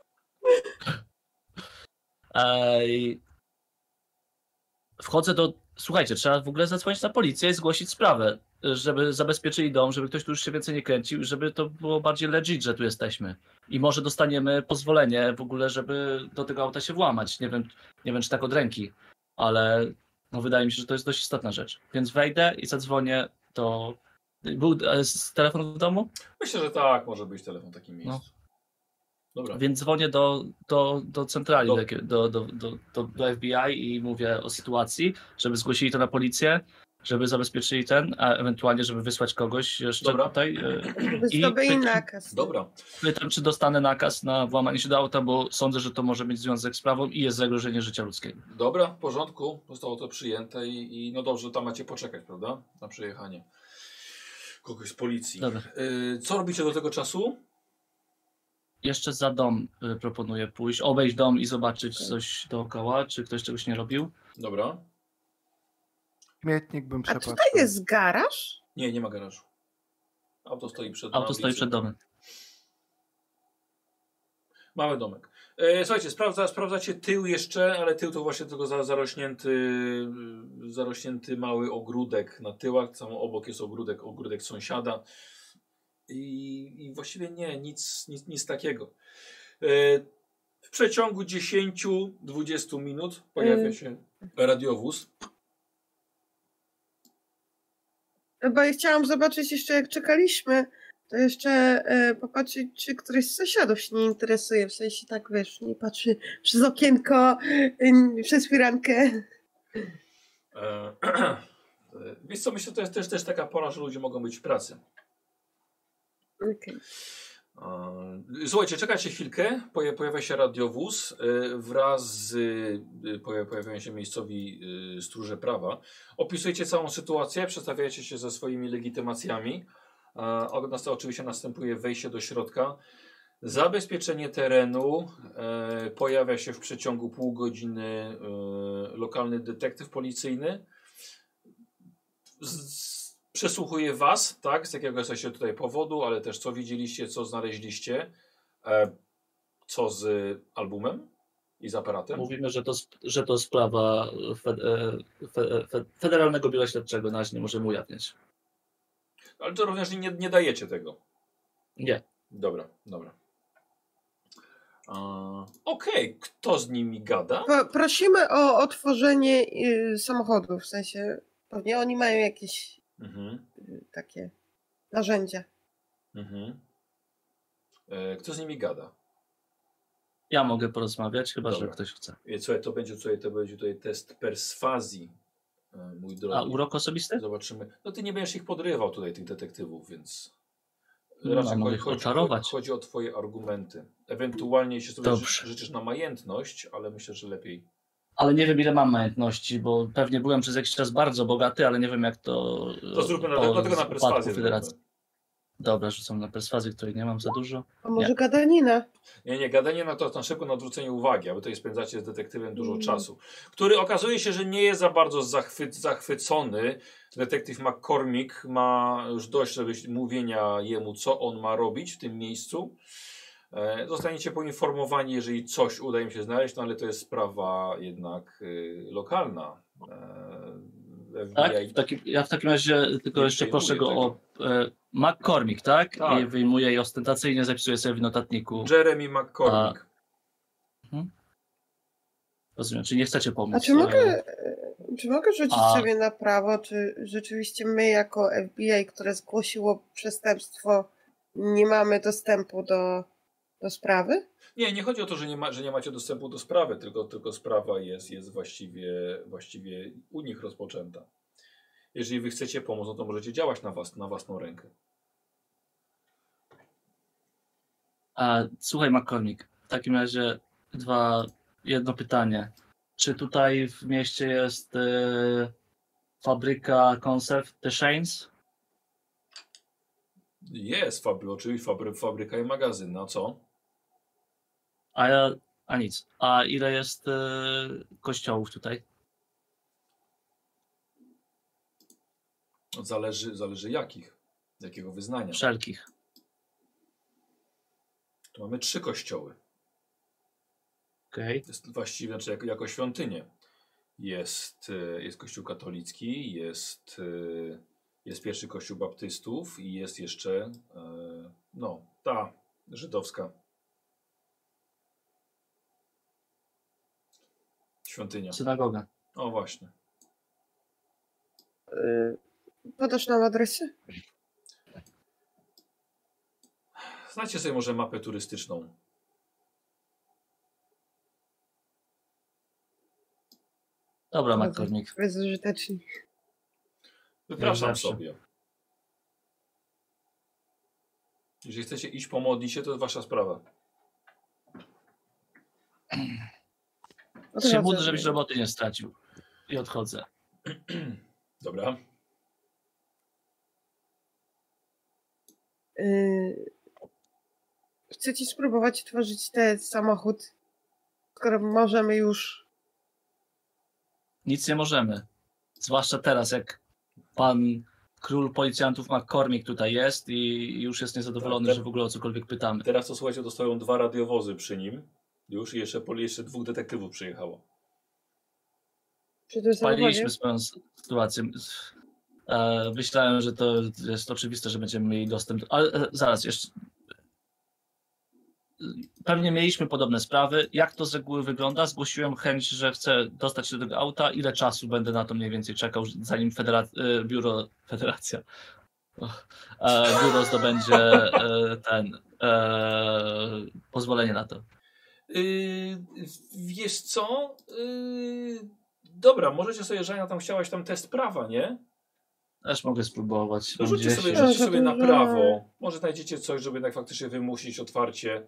Wchodzę do... Słuchajcie, trzeba w ogóle zadzwonić na policję i zgłosić sprawę, żeby zabezpieczyli dom, żeby ktoś tu już się więcej nie kręcił, żeby to było bardziej legit, że tu jesteśmy. I może dostaniemy pozwolenie w ogóle, żeby do tego auta się włamać. Nie wiem czy tak od ręki, ale no wydaje mi się, że to jest dość istotna rzecz. Więc wejdę i zadzwonię do... Był telefon w domu? Myślę, że tak, może być telefon w takim miejscu. Dobra. Więc dzwonię do centrali, Do- do FBI i mówię o sytuacji, żeby zgłosili to na policję, żeby zabezpieczyli a ewentualnie, żeby wysłać kogoś jeszcze Dobra. tutaj. I Zdobyli nakaz. Dobra. pytam, czy dostanę nakaz na włamanie się do auta, bo sądzę, że to może mieć związek z prawem i jest zagrożenie życia ludzkiego. Dobra, w porządku. Zostało to przyjęte i no dobrze, tam macie poczekać, prawda? Na przyjechanie kogoś z policji. Dobra. Co robicie do tego czasu? Jeszcze za dom proponuję pójść, obejść dom i zobaczyć coś dookoła, czy ktoś czegoś nie robił. Dobra. Śmietnik bym A przepatrzył. tutaj jest garaż? Nie ma garażu. Auto stoi przed Auto stoi przed domem. Mały domek. Słuchajcie, sprawdzacie tył jeszcze, ale tył to właśnie tylko zarośnięty mały ogródek na tyłach. Tam obok jest ogródek sąsiada. I właściwie nic takiego. W przeciągu 10-20 minut pojawia się radiowóz. Bo ja chciałam zobaczyć jeszcze, jak czekaliśmy, to jeszcze popatrzeć, czy któryś z sąsiadów się nie interesuje. W sensie tak, wiesz, nie patrzy przez okienko, przez firankę. Wiesz co, myślę, że to jest też taka pora, że ludzie mogą być w pracy. Okay. Słuchajcie, czekajcie chwilkę, pojawia się radiowóz, wraz z pojawiają się miejscowi stróże prawa. Opisujecie całą sytuację, przedstawiacie się ze swoimi legitymacjami. Oczywiście następuje wejście do środka. Zabezpieczenie terenu, pojawia się w przeciągu pół godziny lokalny detektyw policyjny. Przesłuchuje was, tak, z jakiego jesteście tutaj powodu, ale też co widzieliście, co znaleźliście, co z albumem i z aparatem. Mówimy, że to sprawa Federalnego Biura Śledczego, na razie nie możemy ujawniać. Ale to również nie dajecie tego. Nie. Dobra. Okej, kto z nimi gada? Prosimy o otworzenie samochodu, w sensie pewnie oni mają jakieś takie narzędzia. Kto z nimi gada? Ja mogę porozmawiać, chyba Dobra. że ktoś chce. Słuchaj, to będzie tutaj test perswazji, mój drogi. A urok osobisty? Zobaczymy. No ty nie będziesz ich podrywał tutaj, tych detektywów, więc Raczej mogę ich oczarować. chodzi o twoje argumenty. Ewentualnie jeśli sobie Dobrze. życzysz na majętność, ale myślę, że lepiej. Ale nie wiem ile mam majątności, bo pewnie byłem przez jakiś czas bardzo bogaty, ale nie wiem jak to... To zróbmy dlatego na perswazję. Federacji. Dobra, rzucam na perswazję, której nie mam za dużo. A może gadanina? Nie, gadanie to na szybko na odwrócenie uwagi, a wy tutaj spędzacie z detektywem dużo czasu, który okazuje się, że nie jest za bardzo zachwycony. Detektyw McCormick ma już dość mówienia jemu, co on ma robić w tym miejscu. Zostaniecie poinformowani, jeżeli coś uda im się znaleźć, no ale to jest sprawa jednak lokalna. FBI. Tak? Ja w takim razie tylko jeszcze proszę go o McCormick, tak? Tak. I wyjmuję i ostentacyjnie zapisuję sobie w notatniku. Jeremy McCormick. Rozumiem, czyli nie chcecie pomóc. A czy mogę rzucić sobie na prawo, czy rzeczywiście my jako FBI, które zgłosiło przestępstwo, nie mamy dostępu do sprawy? Nie chodzi o to, że nie macie dostępu do sprawy, tylko sprawa jest właściwie u nich rozpoczęta. Jeżeli wy chcecie pomóc, no to możecie działać na własną rękę. Słuchaj McCormick, w takim razie jedno pytanie. Czy tutaj w mieście jest fabryka konserw The Shanes? Jest, oczywiście fabryka i magazyn. Na co? A nic. A ile jest kościołów tutaj? Zależy jakich. Jakiego wyznania. Wszelkich. Tu mamy 3 kościoły. Okej. Jest właściwie, znaczy jako świątynię. Jest kościół katolicki, jest pierwszy kościół baptystów i jest jeszcze ta żydowska świątynia. Synagoga. O właśnie. Podasz nam adresy? Znajdźcie sobie może mapę turystyczną. Dobra, McCormick. Bezużyteczni. Wypraszam zawsze. sobie. Jeżeli chcecie iść pomodlić się, to jest wasza sprawa. Się budzę, żebyś roboty nie stracił. I odchodzę. Dobra. Chcecie spróbować tworzyć ten samochód, skoro możemy już... Nic nie możemy. Zwłaszcza teraz, jak pan król policjantów McCormick tutaj jest i już jest niezadowolony, Tak, że w ogóle o cokolwiek pytamy. Teraz to słuchajcie, dostają 2 radiowozy przy nim. Już i jeszcze 2 detektywów przyjechało. Przy tym samochodzie? Spaliliśmy swoją sytuację. Myślałem, że to jest oczywiste, że będziemy mieli dostęp. Ale zaraz, jeszcze. Pewnie mieliśmy podobne sprawy. Jak to z reguły wygląda? Zgłosiłem chęć, że chcę dostać się do tego auta. Ile czasu będę na to mniej więcej czekał, zanim biuro zdobędzie pozwolenie na to? Wiesz co? Dobra, możecie sobie, Żania, tam chciałaś tam test prawa, nie? Też mogę spróbować. To Mam rzućcie 10. sobie na prawo. Może znajdziecie coś, żeby tak faktycznie wymusić otwarcie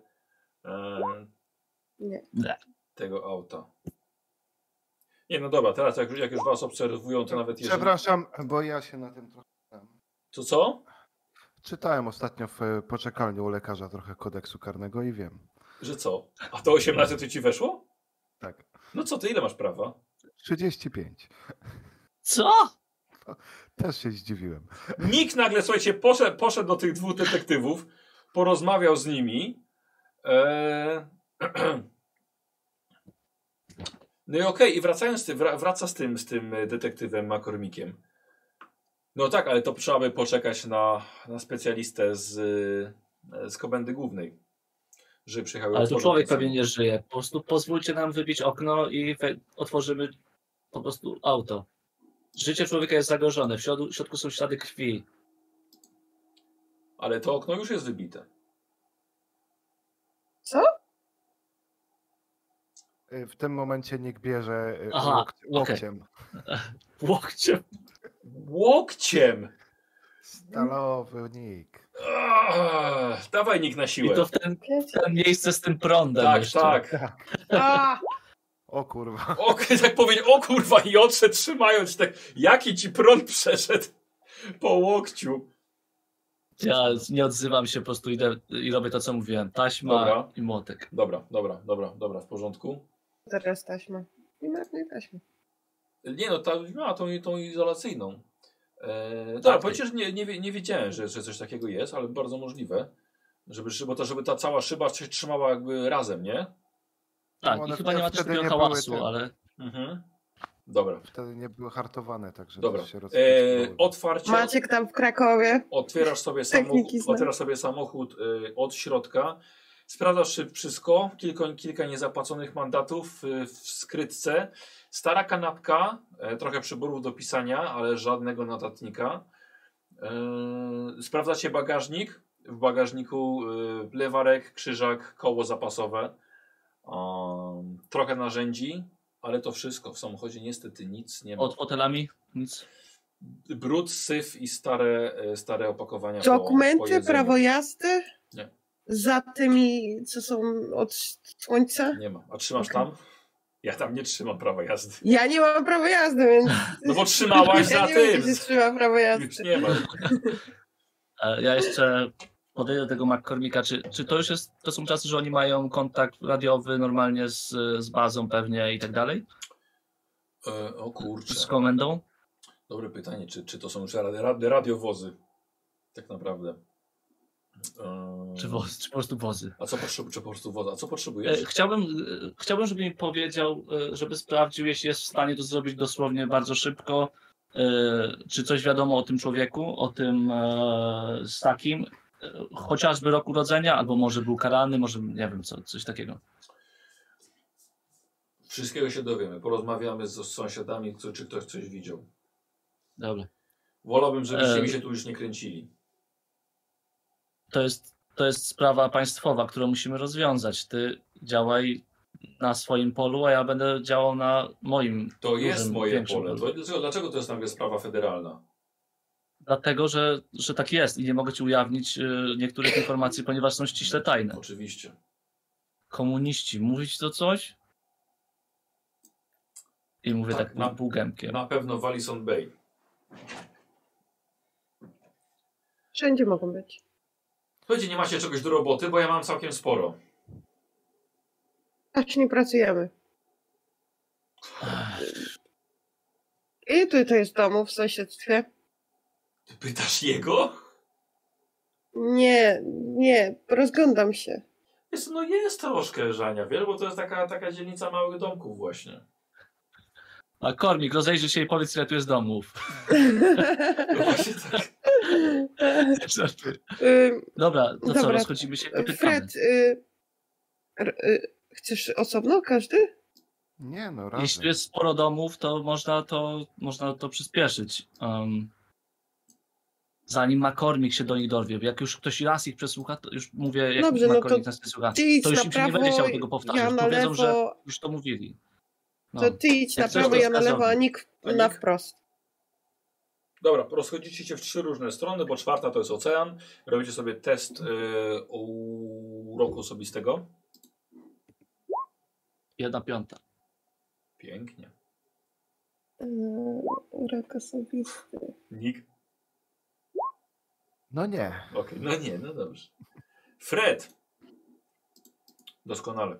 Nie. tego auta. Nie, no dobra, teraz jak już was obserwują, to nawet jeżeli... Przepraszam, bo ja się na tym trochę... To co? Czytałem ostatnio w poczekalni u lekarza trochę kodeksu karnego i wiem. Że co? A to 18 to ci weszło? Tak. No co, ty ile masz prawa? 35. Co? Też się zdziwiłem. Nikt nagle, słuchajcie, poszedł do tych 2 detektywów, porozmawiał z nimi. No i okej, i wraca z tym detektywem McCormickiem. No tak, ale to trzeba by poczekać na specjalistę z komendy głównej. Żeby przyjechały. Ale tu człowiek pewnie nie żyje. Po prostu pozwólcie nam wybić okno i otworzymy po prostu auto. Życie człowieka jest zagrożone. W środku są ślady krwi. Ale to okno już jest wybite. Co? W tym momencie nikt bierze Aha, łokciem. Łokciem. Łokciem! Stalowy nick. Dawaj nikt na siłę. I to w ten miejsce z tym prądem tak, jeszcze. tak. O kurwa. Tak powiedzieć, o kurwa, i odszedł trzymając tak. Jaki ci prąd przeszedł po łokciu. Ja nie odzywam się, po prostu idę i robię to, co mówiłem. Taśma Dobra. i młotek. Dobra, w porządku. Teraz taśma. Nie taśma. Nie no, ma tą izolacyjną. Dobra, powiedzcie, że nie wiedziałem, że coś takiego jest, ale bardzo możliwe. Żeby ta cała szyba się trzymała jakby razem, nie? Tak, One i chyba nie ma też wtedy takiego nie hałasu, były te- ale... Mhm. Dobra. Wtedy nie były hartowane, także Dobra. też się rozpoczynały. Otwarcie. Maciek tam w Krakowie. Otwierasz sobie samochód od środka. Sprawdzasz wszystko. Kilka niezapłaconych mandatów w skrytce. Stara kanapka, trochę przyborów do pisania, ale żadnego notatnika. Sprawdzacie bagażnik. W bagażniku lewarek, krzyżak, koło zapasowe. Trochę narzędzi, ale to wszystko. W samochodzie niestety nic nie ma. Od fotelami? Nic. Brud, syf i stare opakowania. po Dokumenty, jedzeniu. prawo jazdy? Nie. Za tymi, co są od słońca? Nie ma. A trzymasz tam? Ja tam nie trzymam prawa jazdy. Ja nie mam prawa jazdy, więc... No bo trzymałaś ja za nie tym. wiem, gdzie trzyma prawo jazdy. Już nie ma. Ja jeszcze podejdę do tego McCormicka. Czy to już jest, to są czasy, że oni mają kontakt radiowy normalnie z bazą pewnie i tak dalej? O kurczę. Z komendą? Dobre pytanie, czy to są już radiowozy? Tak naprawdę. Czy po prostu wozy? A co czy po prostu woza? A co potrzebujesz? Chciałbym, żeby mi powiedział, żeby sprawdził, jeśli jest w stanie to zrobić dosłownie bardzo szybko, czy coś wiadomo o tym człowieku, o tym z takim, chociażby rok urodzenia, albo może był karany, może nie wiem, coś takiego. Wszystkiego się dowiemy. Porozmawiamy z sąsiadami, czy ktoś coś widział. Dobra. Wolałbym, żebyście mi się tu już nie kręcili. To jest sprawa państwowa, którą musimy rozwiązać. Ty działaj na swoim polu, a ja będę działał na moim. To jest dużym, moje pole. polu. Dlaczego to jest nagle sprawa federalna? Dlatego, że tak jest i nie mogę ci ujawnić niektórych informacji, ponieważ są ściśle tajne. Oczywiście. Komuniści, mówić to coś? I mówię tak na półgębkiem. Na pewno w Allison Bay. Wszędzie mogą być. Słuchajcie, nie macie czegoś do roboty, bo ja mam całkiem sporo. Aż nie pracujemy. I tutaj jest domów w sąsiedztwie? Ty pytasz jego? Nie, rozglądam się. Jest troszkę, Żania, wiesz, bo to jest taka dzielnica małych domków właśnie. A Kormik, rozejrzyj się i powiedz, ile tu jest domów. No właśnie tak. Dobra, to co, Dobra. rozchodzimy się i pytamy. Fred, chcesz osobno każdy? Nie no, razem. Jeśli jest sporo domów, to można to przyspieszyć. Zanim McCormick się do nich dorwie. Jak już ktoś raz ich przesłucha, to już mówię, jak Dobrze, no McCormick to nas przesłucha, ty idź to już na im się nie prawo, będzie chciał tego powtarzać. ja na Powiedzą, że lewo. już to mówili. No. To ty idź na Jak coś, prawo, to ja na lewo, a wskazownik. Nick A na Nick? wprost. Dobra, rozchodzicie się w 3 różne strony, bo 4 to jest ocean. Robicie sobie test uroku osobistego. 1/5. Pięknie. Urok osobisty. Nick? No nie. Okej, no nie, no dobrze. Fred. Doskonale.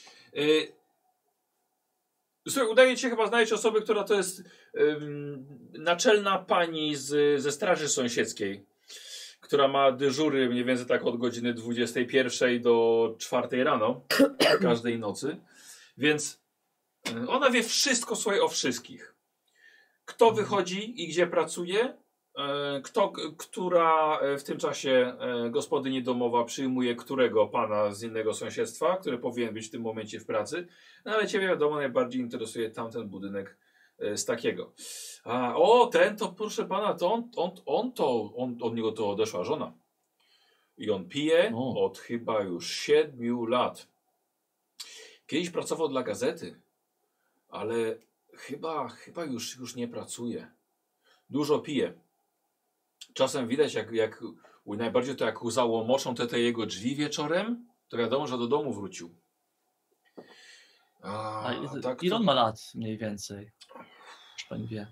Słuchaj, udaje ci się chyba znaleźć osobę, która to jest naczelna pani ze straży sąsiedzkiej, która ma dyżury mniej więcej tak od godziny 21 do 4 rano każdej nocy. Więc ona wie wszystko, słuchaj, o wszystkich. Kto wychodzi i gdzie pracuje, która w tym czasie gospodyni domowa przyjmuje którego pana z innego sąsiedztwa, który powinien być w tym momencie w pracy. No ale ciebie wiadomo, najbardziej interesuje tamten budynek z takiego. Ten to proszę pana, to od niego to odeszła żona. I on pije od chyba już 7 lat. Kiedyś pracował dla gazety, ale chyba już nie pracuje. Dużo pije. Czasem widać, jak najbardziej to jak załomoczą te jego drzwi wieczorem, to wiadomo, że do domu wrócił. Tak Ile on ma lat mniej więcej? Już pani wie.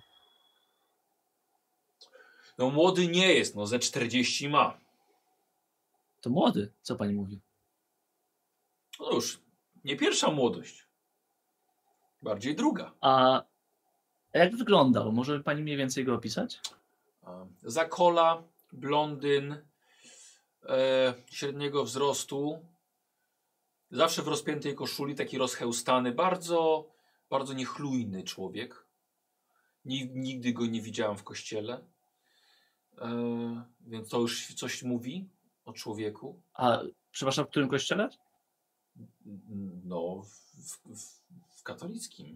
No młody nie jest, no ze 40 ma. To młody, co pani mówi? No już, nie pierwsza młodość. Bardziej druga. A jak wyglądał? Może pani mniej więcej go opisać? Zakola, blondyn, średniego wzrostu, zawsze w rozpiętej koszuli, taki rozchełstany, bardzo, bardzo niechlujny człowiek. Nigdy go nie widziałem w kościele, więc to już coś mówi o człowieku. A przepraszam, w którym kościele? No, w katolickim.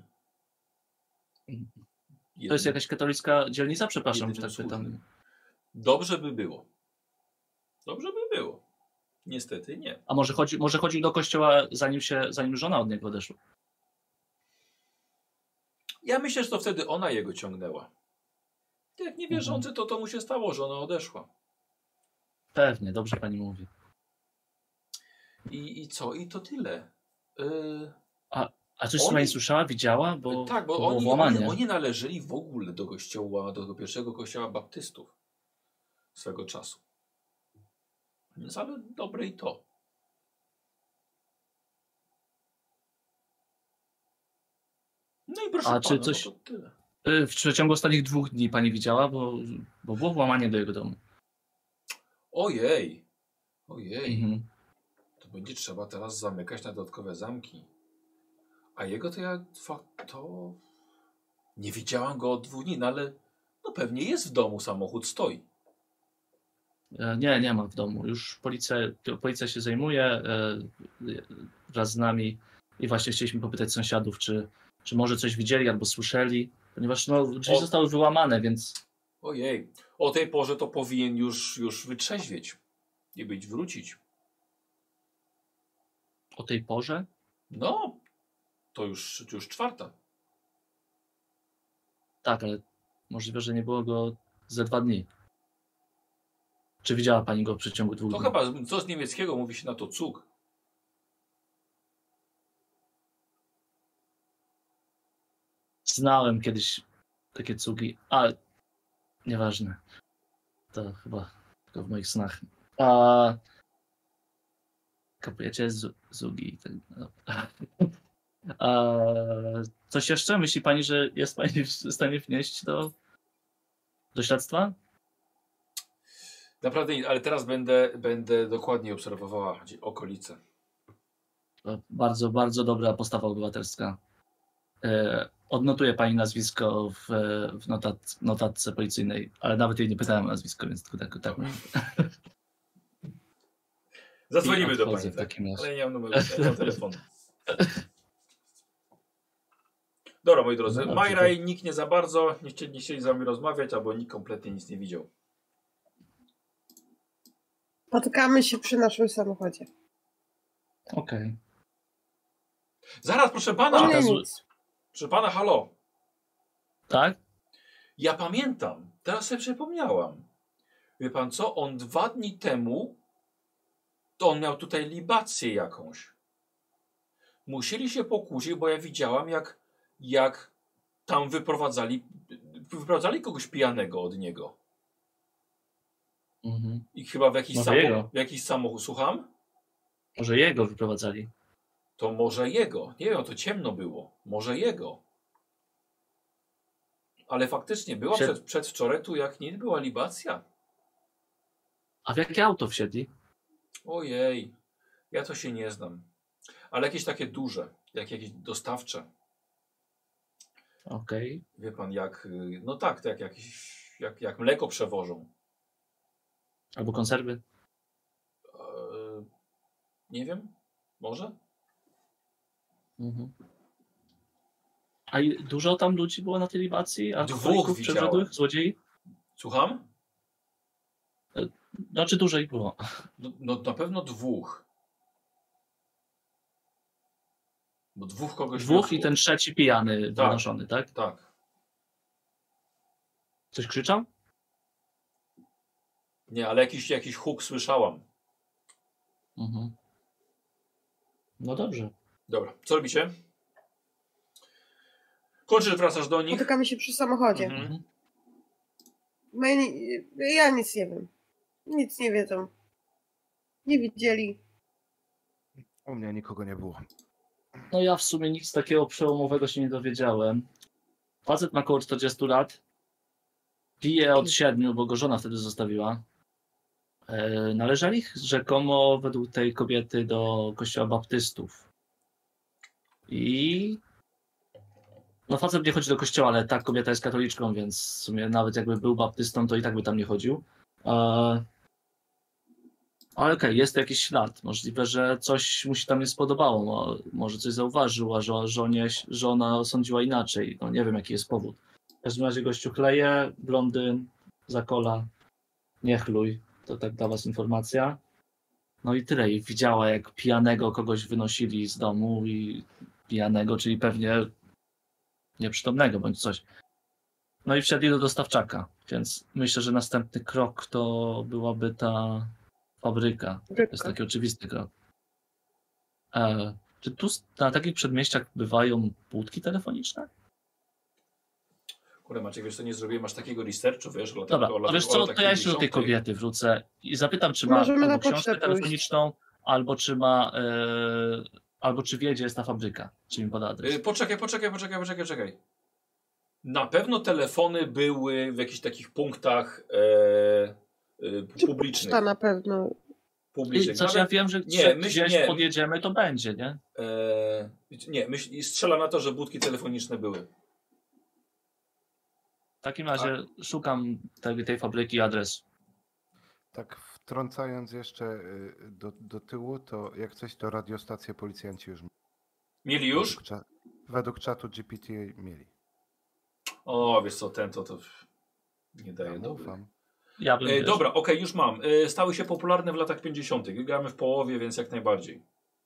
To jest jakaś katolicka dzielnica? Przepraszam, że tak pytam. Dobrze by było. Dobrze by było. Niestety nie. A może chodził do kościoła zanim żona od niego odeszła? Ja myślę, że to wtedy ona jego ciągnęła. Jak niewierzący, to mu się stało, że ona odeszła. Pewnie, dobrze pani mówi. I co? I to tyle. A coś pani słyszała, widziała? Tak, bo oni należeli w ogóle do kościoła, do pierwszego kościoła baptystów swego czasu. Więc ale dobre i to. No i proszę pana, czy coś, to tyle. W przeciągu ostatnich 2 dni pani widziała, bo było włamanie do jego domu. Ojej. To będzie trzeba teraz zamykać na dodatkowe zamki. A jego to nie widziałam go od 2 dni, no ale no pewnie jest w domu, samochód stoi. Nie ma w domu. Już policja się zajmuje wraz z nami i właśnie chcieliśmy popytać sąsiadów, czy może coś widzieli albo słyszeli, ponieważ drzwi zostały wyłamane, więc... Ojej, o tej porze to powinien już wytrzeźwieć i wrócić. O tej porze? No, to już 4. Tak, ale możliwe, że nie było go ze 2 dni. Czy widziała pani go w przeciągu 2 dni? To chyba, co z niemieckiego mówi się na to Zug. Znałem kiedyś takie cugi, ale nieważne. To chyba tylko w moich snach. Kapujecie zugi. Coś jeszcze? Myśli pani, że jest pani w stanie wnieść do śledztwa? Naprawdę nie, ale teraz będę dokładnie obserwowała okolice. To bardzo, bardzo dobra postawa obywatelska. Odnotuję pani nazwisko w notatce policyjnej, ale nawet jej nie pytałem o nazwisko, więc tylko tak. Zadzwonimy do pani, w takim razie. ale nie mam numeru telefonu. Dobra, moi drodzy, Majra i nikt nie za bardzo, nie chcieli z wami rozmawiać, albo nikt kompletnie nic nie widział. Spotkamy się przy naszym samochodzie. Okej. Zaraz, proszę pana! Proszę pana, halo. Tak? Ja pamiętam, teraz sobie przypomniałam. Wie pan co, on 2 dni temu, to on miał tutaj libację jakąś. Musieli się pokłócić, bo ja widziałam, jak tam wyprowadzali kogoś pijanego od niego. Mhm. I chyba w jakiś samochód, słucham? Może jego wyprowadzali. To może jego. Nie wiem, to ciemno było. Może jego. Ale faktycznie była przedwczoraj tu, jak nie była libacja. A w jakie auto wsiedli? Ojej, ja to się nie znam. Ale jakieś takie duże, jakieś dostawcze. Okej. Wie pan, no tak, jak mleko przewożą. Albo konserwy? Nie wiem, może? Mhm. A dużo tam ludzi było na tej libacji? A 2 przewodów, widziałem. złodziei? Słucham? Znaczy dużo ich było. No na pewno 2. Bo 2 kogoś 2 wiosło. i ten 3 pijany wynoszony, tak? Tak. Coś krzyczał? Nie, ale jakiś huk słyszałam. Mhm. No dobrze. Dobra, co robicie? Kończysz, wracasz do nich? Spotykamy się przy samochodzie. Mhm. Ja nic nie wiem. Nic nie wiedzą. Nie widzieli. U mnie nikogo nie było. No ja w sumie nic takiego przełomowego się nie dowiedziałem. Facet ma około 40 lat. Pije od 7, bo go żona wtedy zostawiła. Należeli rzekomo według tej kobiety do kościoła baptystów. I no facet nie chodzi do kościoła, ale ta kobieta jest katoliczką, więc w sumie nawet jakby był baptystą, to i tak by tam nie chodził. Ale okej, jest to jakiś ślad. Możliwe, że coś mu się tam nie spodobało. Może coś zauważył, a żona osądziła inaczej. No nie wiem, jaki jest powód. W każdym razie gościu chleje, blondyn, zakola, nie chluj. To tak dla was informacja. No i tyle. I widziała, jak pijanego kogoś wynosili z domu i pijanego, czyli pewnie nieprzytomnego bądź coś. No i wsiadli do dostawczaka, więc myślę, że następny krok to byłaby ta fabryka. To jest taki oczywisty krok. Czy tu na takich przedmieściach bywają budki telefoniczne? Kurde, Maciek, wiesz co, nie zrobiłem aż takiego researchu, wiesz? Dobra, to wiesz co, to ja jeszcze do tej kobiety wrócę i zapytam, czy ma albo książkę telefoniczną, albo czy ma, albo czy wie, gdzie jest ta fabryka, czy mi poda adres. Poczekaj. Na pewno telefony były w jakichś takich punktach publicznych. To na pewno. Publicznych. Znaczy ja wiem, że gdzieś podjedziemy, to będzie, nie? Nie, strzelam na to, że budki telefoniczne były. W takim razie szukam tej fabryki adresu. Tak wtrącając jeszcze do tyłu, to jak coś to radiostacje policjanci już Mieli już? Według czatu GPT mieli. O, wiesz co, ten to nie daje dobry. Ja bym dobra, okej, już mam. Stały się popularne w latach 50. Gramy w połowie, więc jak najbardziej.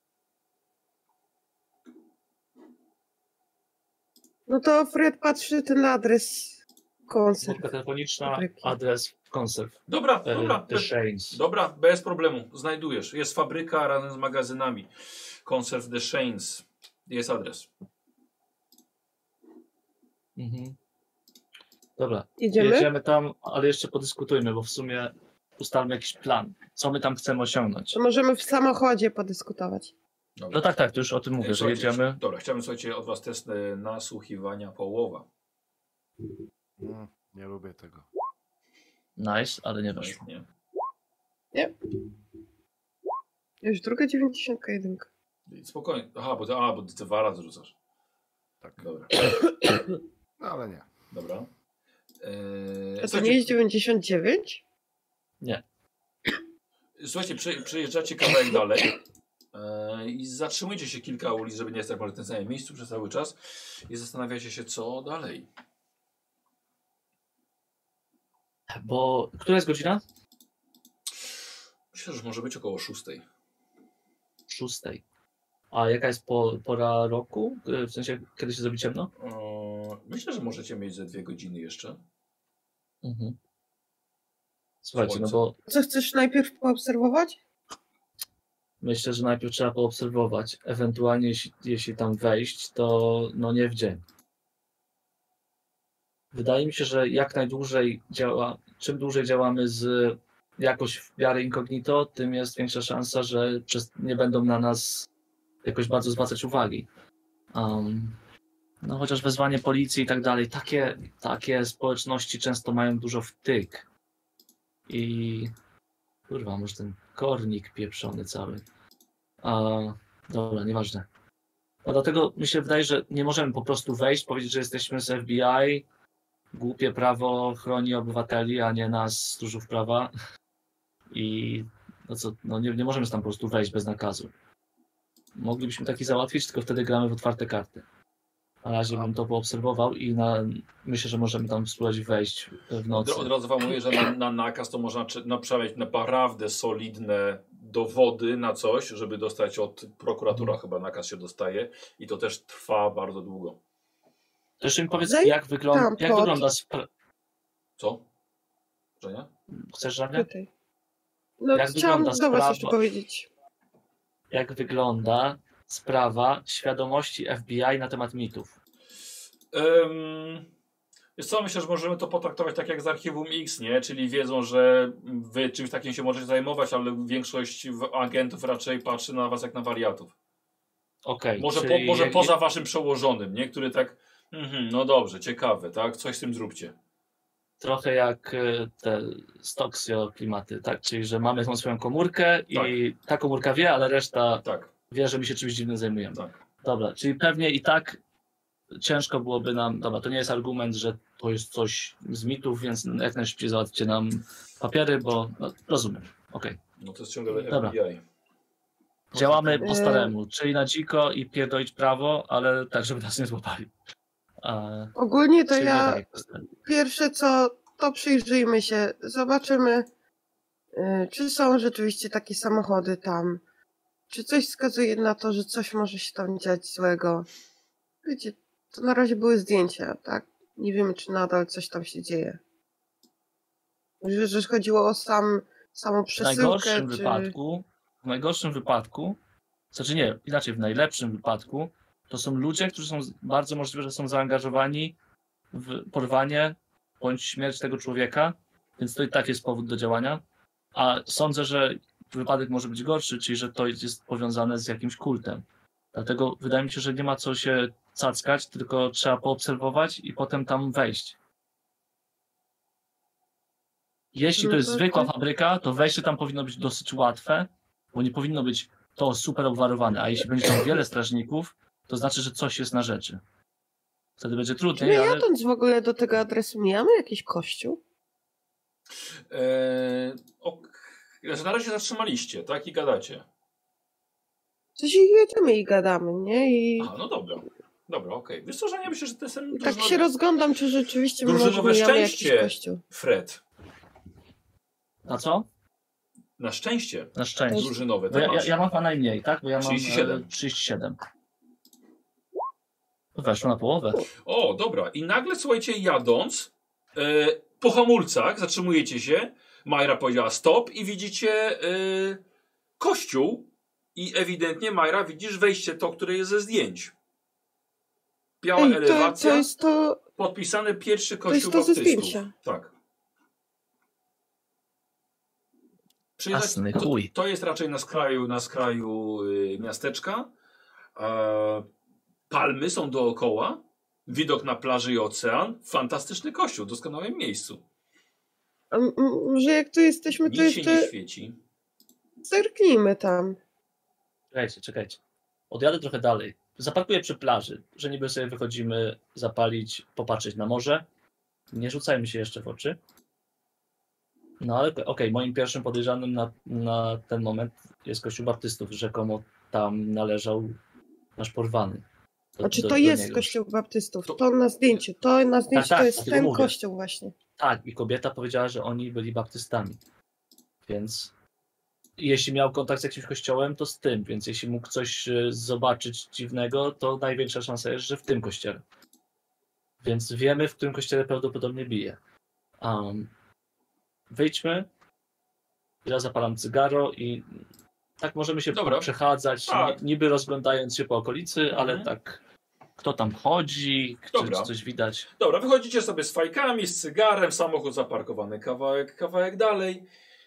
No to Fred patrzy ten adres konserw. Budka telefoniczna, adres konserw. Dobra, Dobra, bez problemu. Znajdujesz. Jest fabryka razem z magazynami. Konserw The Shanes. Jest adres. Mhm. Dobra, Jedziemy tam, ale jeszcze podyskutujmy, bo w sumie ustalmy jakiś plan. Co my tam chcemy osiągnąć? To możemy w samochodzie podyskutować. Dobra. No tak, to już o tym mówię, że jedziemy. Dobra, chciałbym, słuchajcie, od was test nasłuchiwania połowa. Nie lubię tego. Nice, ale nie weszło. Nie. Już druga 91. Spokojnie. Aha, bo ty 2 razy rzucasz. Tak. Dobra. No ale nie. Dobra. A to nie jest 99? Nie. Słuchajcie, przejeżdżacie kawałek dalej i zatrzymujcie się kilka ulic, żeby nie stać może w tym samym miejscu przez cały czas i zastanawiacie się, co dalej. Bo która jest godzina? Myślę, że może być około 6. 6. A jaka jest pora roku? W sensie, kiedy się zrobi ciemno? Myślę, że możecie mieć ze 2 godziny jeszcze. Mhm. Słuchajcie, Słońce. no bo Co chcesz najpierw poobserwować? myślę, że najpierw trzeba poobserwować. Ewentualnie jeśli tam wejść, to no nie w dzień. Wydaje mi się, że jak najdłużej czym dłużej działamy jakoś w miarę incognito, tym jest większa szansa, że nie będą na nas jakoś bardzo zwracać uwagi. No chociaż wezwanie policji i tak dalej, takie społeczności często mają dużo wtyk. I kurwa, może ten kornik pieprzony cały. Dobra, nieważne. No dlatego mi się wydaje, że nie możemy po prostu wejść, powiedzieć, że jesteśmy z FBI. Głupie prawo chroni obywateli, a nie nas, stróżów prawa. I nie możemy tam po prostu wejść bez nakazu. Moglibyśmy taki załatwić, tylko wtedy gramy w otwarte karty. Na razie bym to poobserwował i myślę, że możemy tam spróbować wejść w nocy. Od razu wam mówię, że na nakaz to można mieć naprawdę solidne dowody na coś, żeby dostać od prokuratura chyba nakaz się dostaje i to też trwa bardzo długo. To jeszcze mi powiedz, jak wygląda Co? Żenia? Chcesz, Żenia? No chciałam do was jeszcze powiedzieć. Jak wygląda sprawa świadomości FBI na temat mitów? Wiesz co, myślę, że możemy to potraktować tak jak z Archiwum X, nie? Czyli wiedzą, że wy czymś takim się możecie zajmować, ale większość agentów raczej patrzy na was jak na wariatów. Okej. Może poza waszym przełożonym, nie? Który tak, no dobrze, ciekawe, tak? Coś z tym zróbcie. Trochę jak te stoksio-klimaty, tak? Czyli, że mamy tą swoją komórkę i ta komórka wie, ale reszta wie, że my się czymś dziwnym zajmujemy. Tak. Dobra, czyli pewnie i tak ciężko byłoby nam, dobra, to nie jest argument, że to jest coś z mitów, więc jak najszybciej załatwcie nam papiery, bo rozumiem. Okej. No to jest ciągle Dobra. FBI. Działamy po staremu, czyli na dziko i pierdolić prawo, ale tak, żeby nas nie złapali. Ogólnie to pierwsze co, to przyjrzyjmy się, zobaczymy, czy są rzeczywiście takie samochody tam, czy coś wskazuje na to, że coś może się tam dziać złego. Wiecie, to na razie były zdjęcia, tak? Nie wiemy, czy nadal coś tam się dzieje. Że chodziło o samą przesyłkę, w najgorszym wypadku, znaczy nie, inaczej, w najlepszym wypadku, to są ludzie, którzy są bardzo możliwe, że są zaangażowani w porwanie bądź śmierć tego człowieka, więc to i tak jest powód do działania. A sądzę, że wypadek może być gorszy, czyli że to jest powiązane z jakimś kultem. Dlatego wydaje mi się, że nie ma co się cackać, tylko trzeba poobserwować i potem tam wejść. Jeśli to No jest to zwykła tak. fabryka, to wejście tam powinno być dosyć łatwe, bo nie powinno być to super obwarowane, a jeśli będzie tam wiele strażników, to znaczy, że coś jest na rzeczy. Wtedy będzie Czy my trudniej, ale jadąc w ogóle do tego adresu mijamy jakiś kościół? Znaczy na razie zatrzymaliście, tak? I gadacie. Coś jedziemy i gadamy, nie? I A, no dobra. Dobra, okej. Wiesz co, że nie myślę, że to jest ten tak się rozglądam, czy rzeczywiście my może drużynowe mijamy jakiś szczęście, kościół. Fred. na co? Na szczęście Na szczęście. drużynowe. Bo To masz. ja mam chyba najmniej, tak? Bo ja mam 37. 37. Weszło na połowę. O, dobra. I nagle, słuchajcie, jadąc po hamulcach, zatrzymujecie się. Majra powiedziała stop i widzicie kościół. I ewidentnie, Majra, widzisz wejście to, które jest ze zdjęć. Biała Ej, elewacja, to jest to... podpisany pierwszy kościół jest to ze baptystów. zdjęcia. Tak. Jasny chuj. To jest raczej na skraju miasteczka. Palmy są dookoła. Widok na plaży i ocean. Fantastyczny kościół, w doskonałym miejscu. Może jak tu jesteśmy, to Nic się nie jeszcze świeci. zerknijmy tam. Czekajcie. Odjadę trochę dalej. Zaparkuję przy plaży, że niby sobie wychodzimy zapalić, popatrzeć na morze. Nie rzucajmy się jeszcze w oczy. No ale okej, moim pierwszym podejrzanym na ten moment jest kościół baptystów. Rzekomo tam należał nasz porwany. Znaczy to jest kościół baptystów. To- To na zdjęciu. To na zdjęciu tak, to jest dlatego ten mówię. kościół właśnie. Tak, i kobieta powiedziała, że oni byli baptystami. Więc jeśli miał kontakt z jakimś kościołem, to z tym. Więc jeśli mógł coś zobaczyć dziwnego, to największa szansa jest, że w tym kościele. Więc wiemy, w którym kościele prawdopodobnie bije. Wyjdźmy. Ja zapalam cygaro i tak możemy się Dobra. przechadzać, Tak. niby rozglądając się po okolicy, ale Mhm. tak kto tam chodzi, Dobra. czy coś widać. Dobra, wychodzicie sobie z fajkami, z cygarem, samochód zaparkowany kawałek dalej.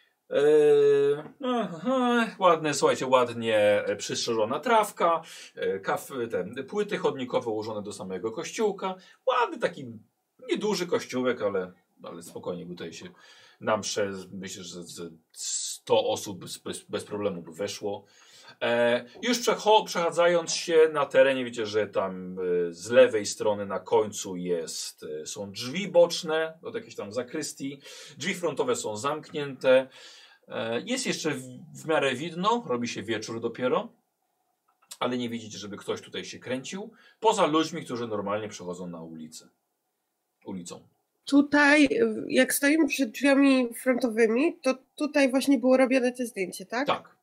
Ładne, słuchajcie, ładnie przystrzeżona trawka, płyty chodnikowe ułożone do samego kościółka. Ładny taki, nieduży kościółek, ale spokojnie tutaj się na mszę, myślę, że 100 osób bez problemu by weszło. Już przechadzając się na terenie, widzicie, że tam z lewej strony na końcu są drzwi boczne od jakiejś tam zakrystii. Drzwi frontowe są zamknięte. Jest jeszcze w miarę widno, robi się wieczór dopiero, ale nie widzicie, żeby ktoś tutaj się kręcił. Poza ludźmi, którzy normalnie przechodzą na ulicą. Tutaj, jak stoimy przed drzwiami frontowymi, to tutaj właśnie było robione te zdjęcie, tak? Tak.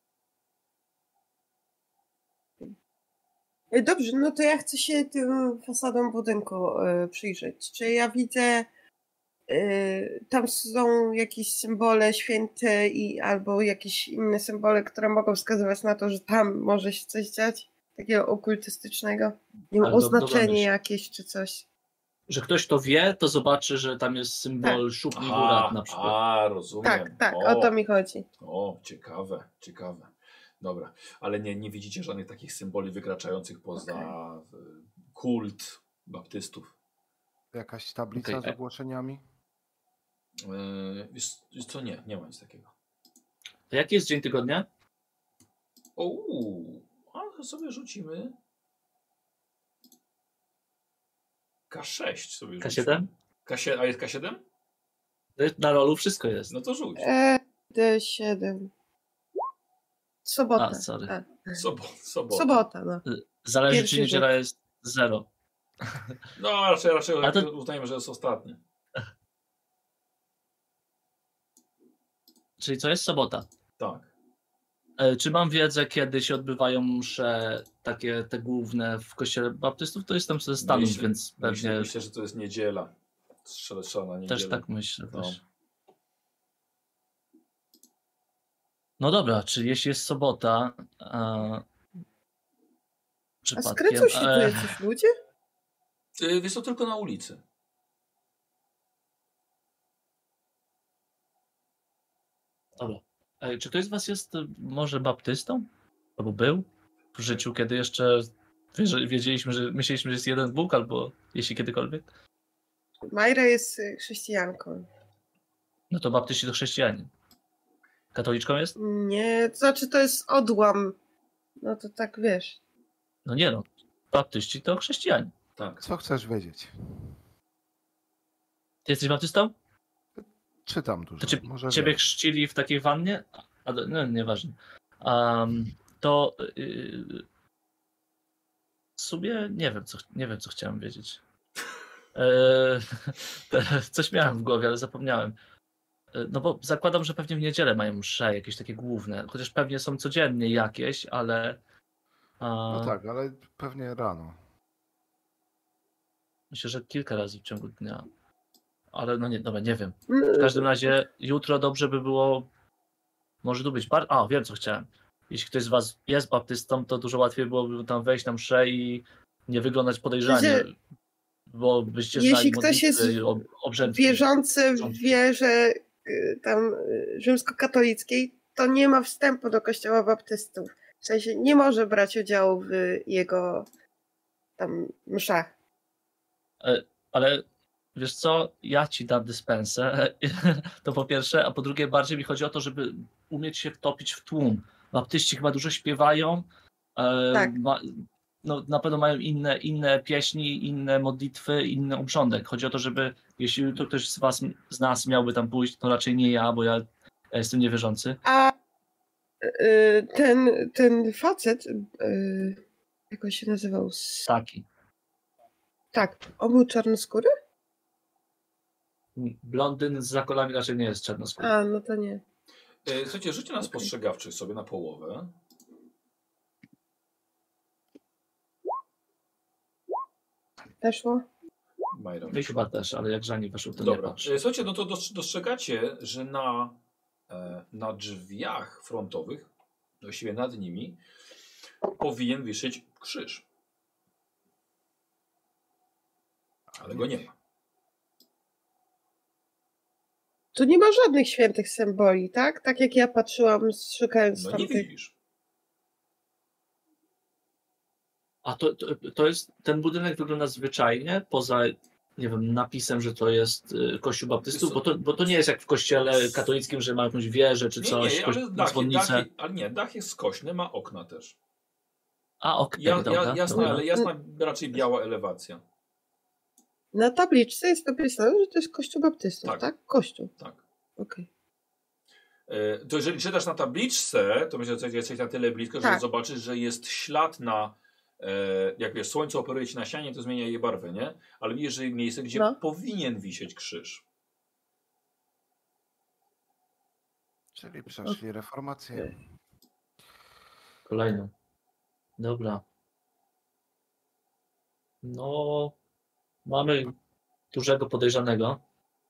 Dobrze, no to ja chcę się tym fasadom budynku przyjrzeć. Czy ja widzę, tam są jakieś symbole święte albo jakieś inne symbole, które mogą wskazywać na to, że tam może się coś dziać? Takiego okultystycznego? Nie wiem, Ale dobra oznaczenie myśl. jakieś czy coś. Że ktoś to wie, to zobaczy, że tam jest symbol szupli góra na przykład. Rozumiem. Tak, o to mi chodzi. O, ciekawe. Dobra, ale nie widzicie żadnych takich symboli wykraczających poza kult baptystów. Jakaś tablica Okej. z ogłoszeniami? Wiesz co, nie ma nic takiego. To jaki jest dzień tygodnia? A sobie rzucimy K6 sobie K7? rzucimy. A jest K7? Na rolu wszystko jest. No to rzuć. D7. Sobota. A, sorry. Sobota, no. Zależy, Pierwszy czy niedziela jest 0. No raczej A to- uznajmy, że jest ostatni. Czyli co jest sobota? Tak. Czy mam wiedzę, kiedy się odbywają msze takie te główne w kościele baptystów? To jestem ze Stanów, więc pewnie Myślę, że to jest niedziela. Strzelę na niedzielę. też tak myślę. No. Też. No dobra, czyli jeśli jest sobota, A przypadkiem... skręcą się tu jacyś ludzie? Wiesz to tylko na ulicy. Dobra. Czy ktoś z was jest może baptystą? Albo był? w życiu, kiedy jeszcze myśleliśmy, że jest jeden Bóg, albo jeśli kiedykolwiek? Majra jest chrześcijanką. No to baptyści to chrześcijanie. Katoliczką jest? Nie, to znaczy to jest odłam. No to tak wiesz. No nie no. Baptyści to chrześcijanie. Tak. Co chcesz wiedzieć? Ty jesteś baptystą? Czytam dużo. To Może ciebie wiem. chrzcili w takiej wannie? No nieważne. To w sumie nie wiem, co chciałem wiedzieć. Coś miałem w głowie, ale zapomniałem. No bo zakładam, że pewnie w niedzielę mają msze jakieś takie główne, chociaż pewnie są codziennie jakieś, ale... No tak, ale pewnie rano. Myślę, że kilka razy w ciągu dnia. Ale no nie, dobra, nie wiem. W Mm, każdym razie jutro dobrze by było... Może tu być wiem, co chciałem. Jeśli ktoś z was jest baptystą, to dużo łatwiej byłoby tam wejść na mszę i nie wyglądać podejrzanie, bo byście znali jeśli ktoś jest modlitwy, obrzędki. wierzący w wierze tam rzymskokatolickiej, to nie ma wstępu do kościoła baptystów. W sensie nie może brać udziału w jego tam mszach. Ale wiesz co, ja ci dam dyspensę, to po pierwsze, a po drugie bardziej mi chodzi o to, żeby umieć się wtopić w tłum. Baptyści chyba dużo śpiewają, Tak. No, na pewno mają inne pieśni, inne modlitwy, inny obrządek. Chodzi o to, żeby jeśli to ktoś z nas miałby tam pójść, to raczej nie ja, bo ja jestem niewierzący. A ten facet, jak on się nazywał? Taki. Tak, on był czarnoskóry? Blondyn z zakolami raczej nie jest czarnoskóry. A, no to nie. Słuchajcie, rzućcie na spostrzegawczych sobie na połowę. Weszło? Majra. My chyba też, ale jak Żani weszł, to nie Dobra. patrz. Słuchajcie, no to dostrzegacie, że na drzwiach frontowych, właściwie nad nimi, powinien wisieć krzyż. Ale go nie ma. Tu nie ma żadnych świętych symboli, tak? Tak jak ja patrzyłam, szukając No nie tamtych. widzisz. A to jest, ten budynek wygląda zwyczajnie, poza, nie wiem, napisem, że to jest kościół baptystów, bo to nie jest jak w kościele katolickim, że ma jakąś wieżę czy coś, ale dzwonnicę. ale nie, dach jest skośny, ma okna też. A, okej, dobra. Ale jasna, raczej biała elewacja. Na tabliczce jest napisane, że to jest kościół baptystów, Tak. tak? Kościół. Tak. Okej. To jeżeli czytasz na tabliczce, to myślę, że jesteś na tyle blisko, że Tak. zobaczysz, że jest ślad na, jak wiesz, słońce operuje ci na ścianie, to zmienia jej barwę, nie? Ale widzisz, że miejsce, gdzie powinien wisieć krzyż. Czyli przeszli reformację. Kolejną. Dobra. No, mamy dużego podejrzanego.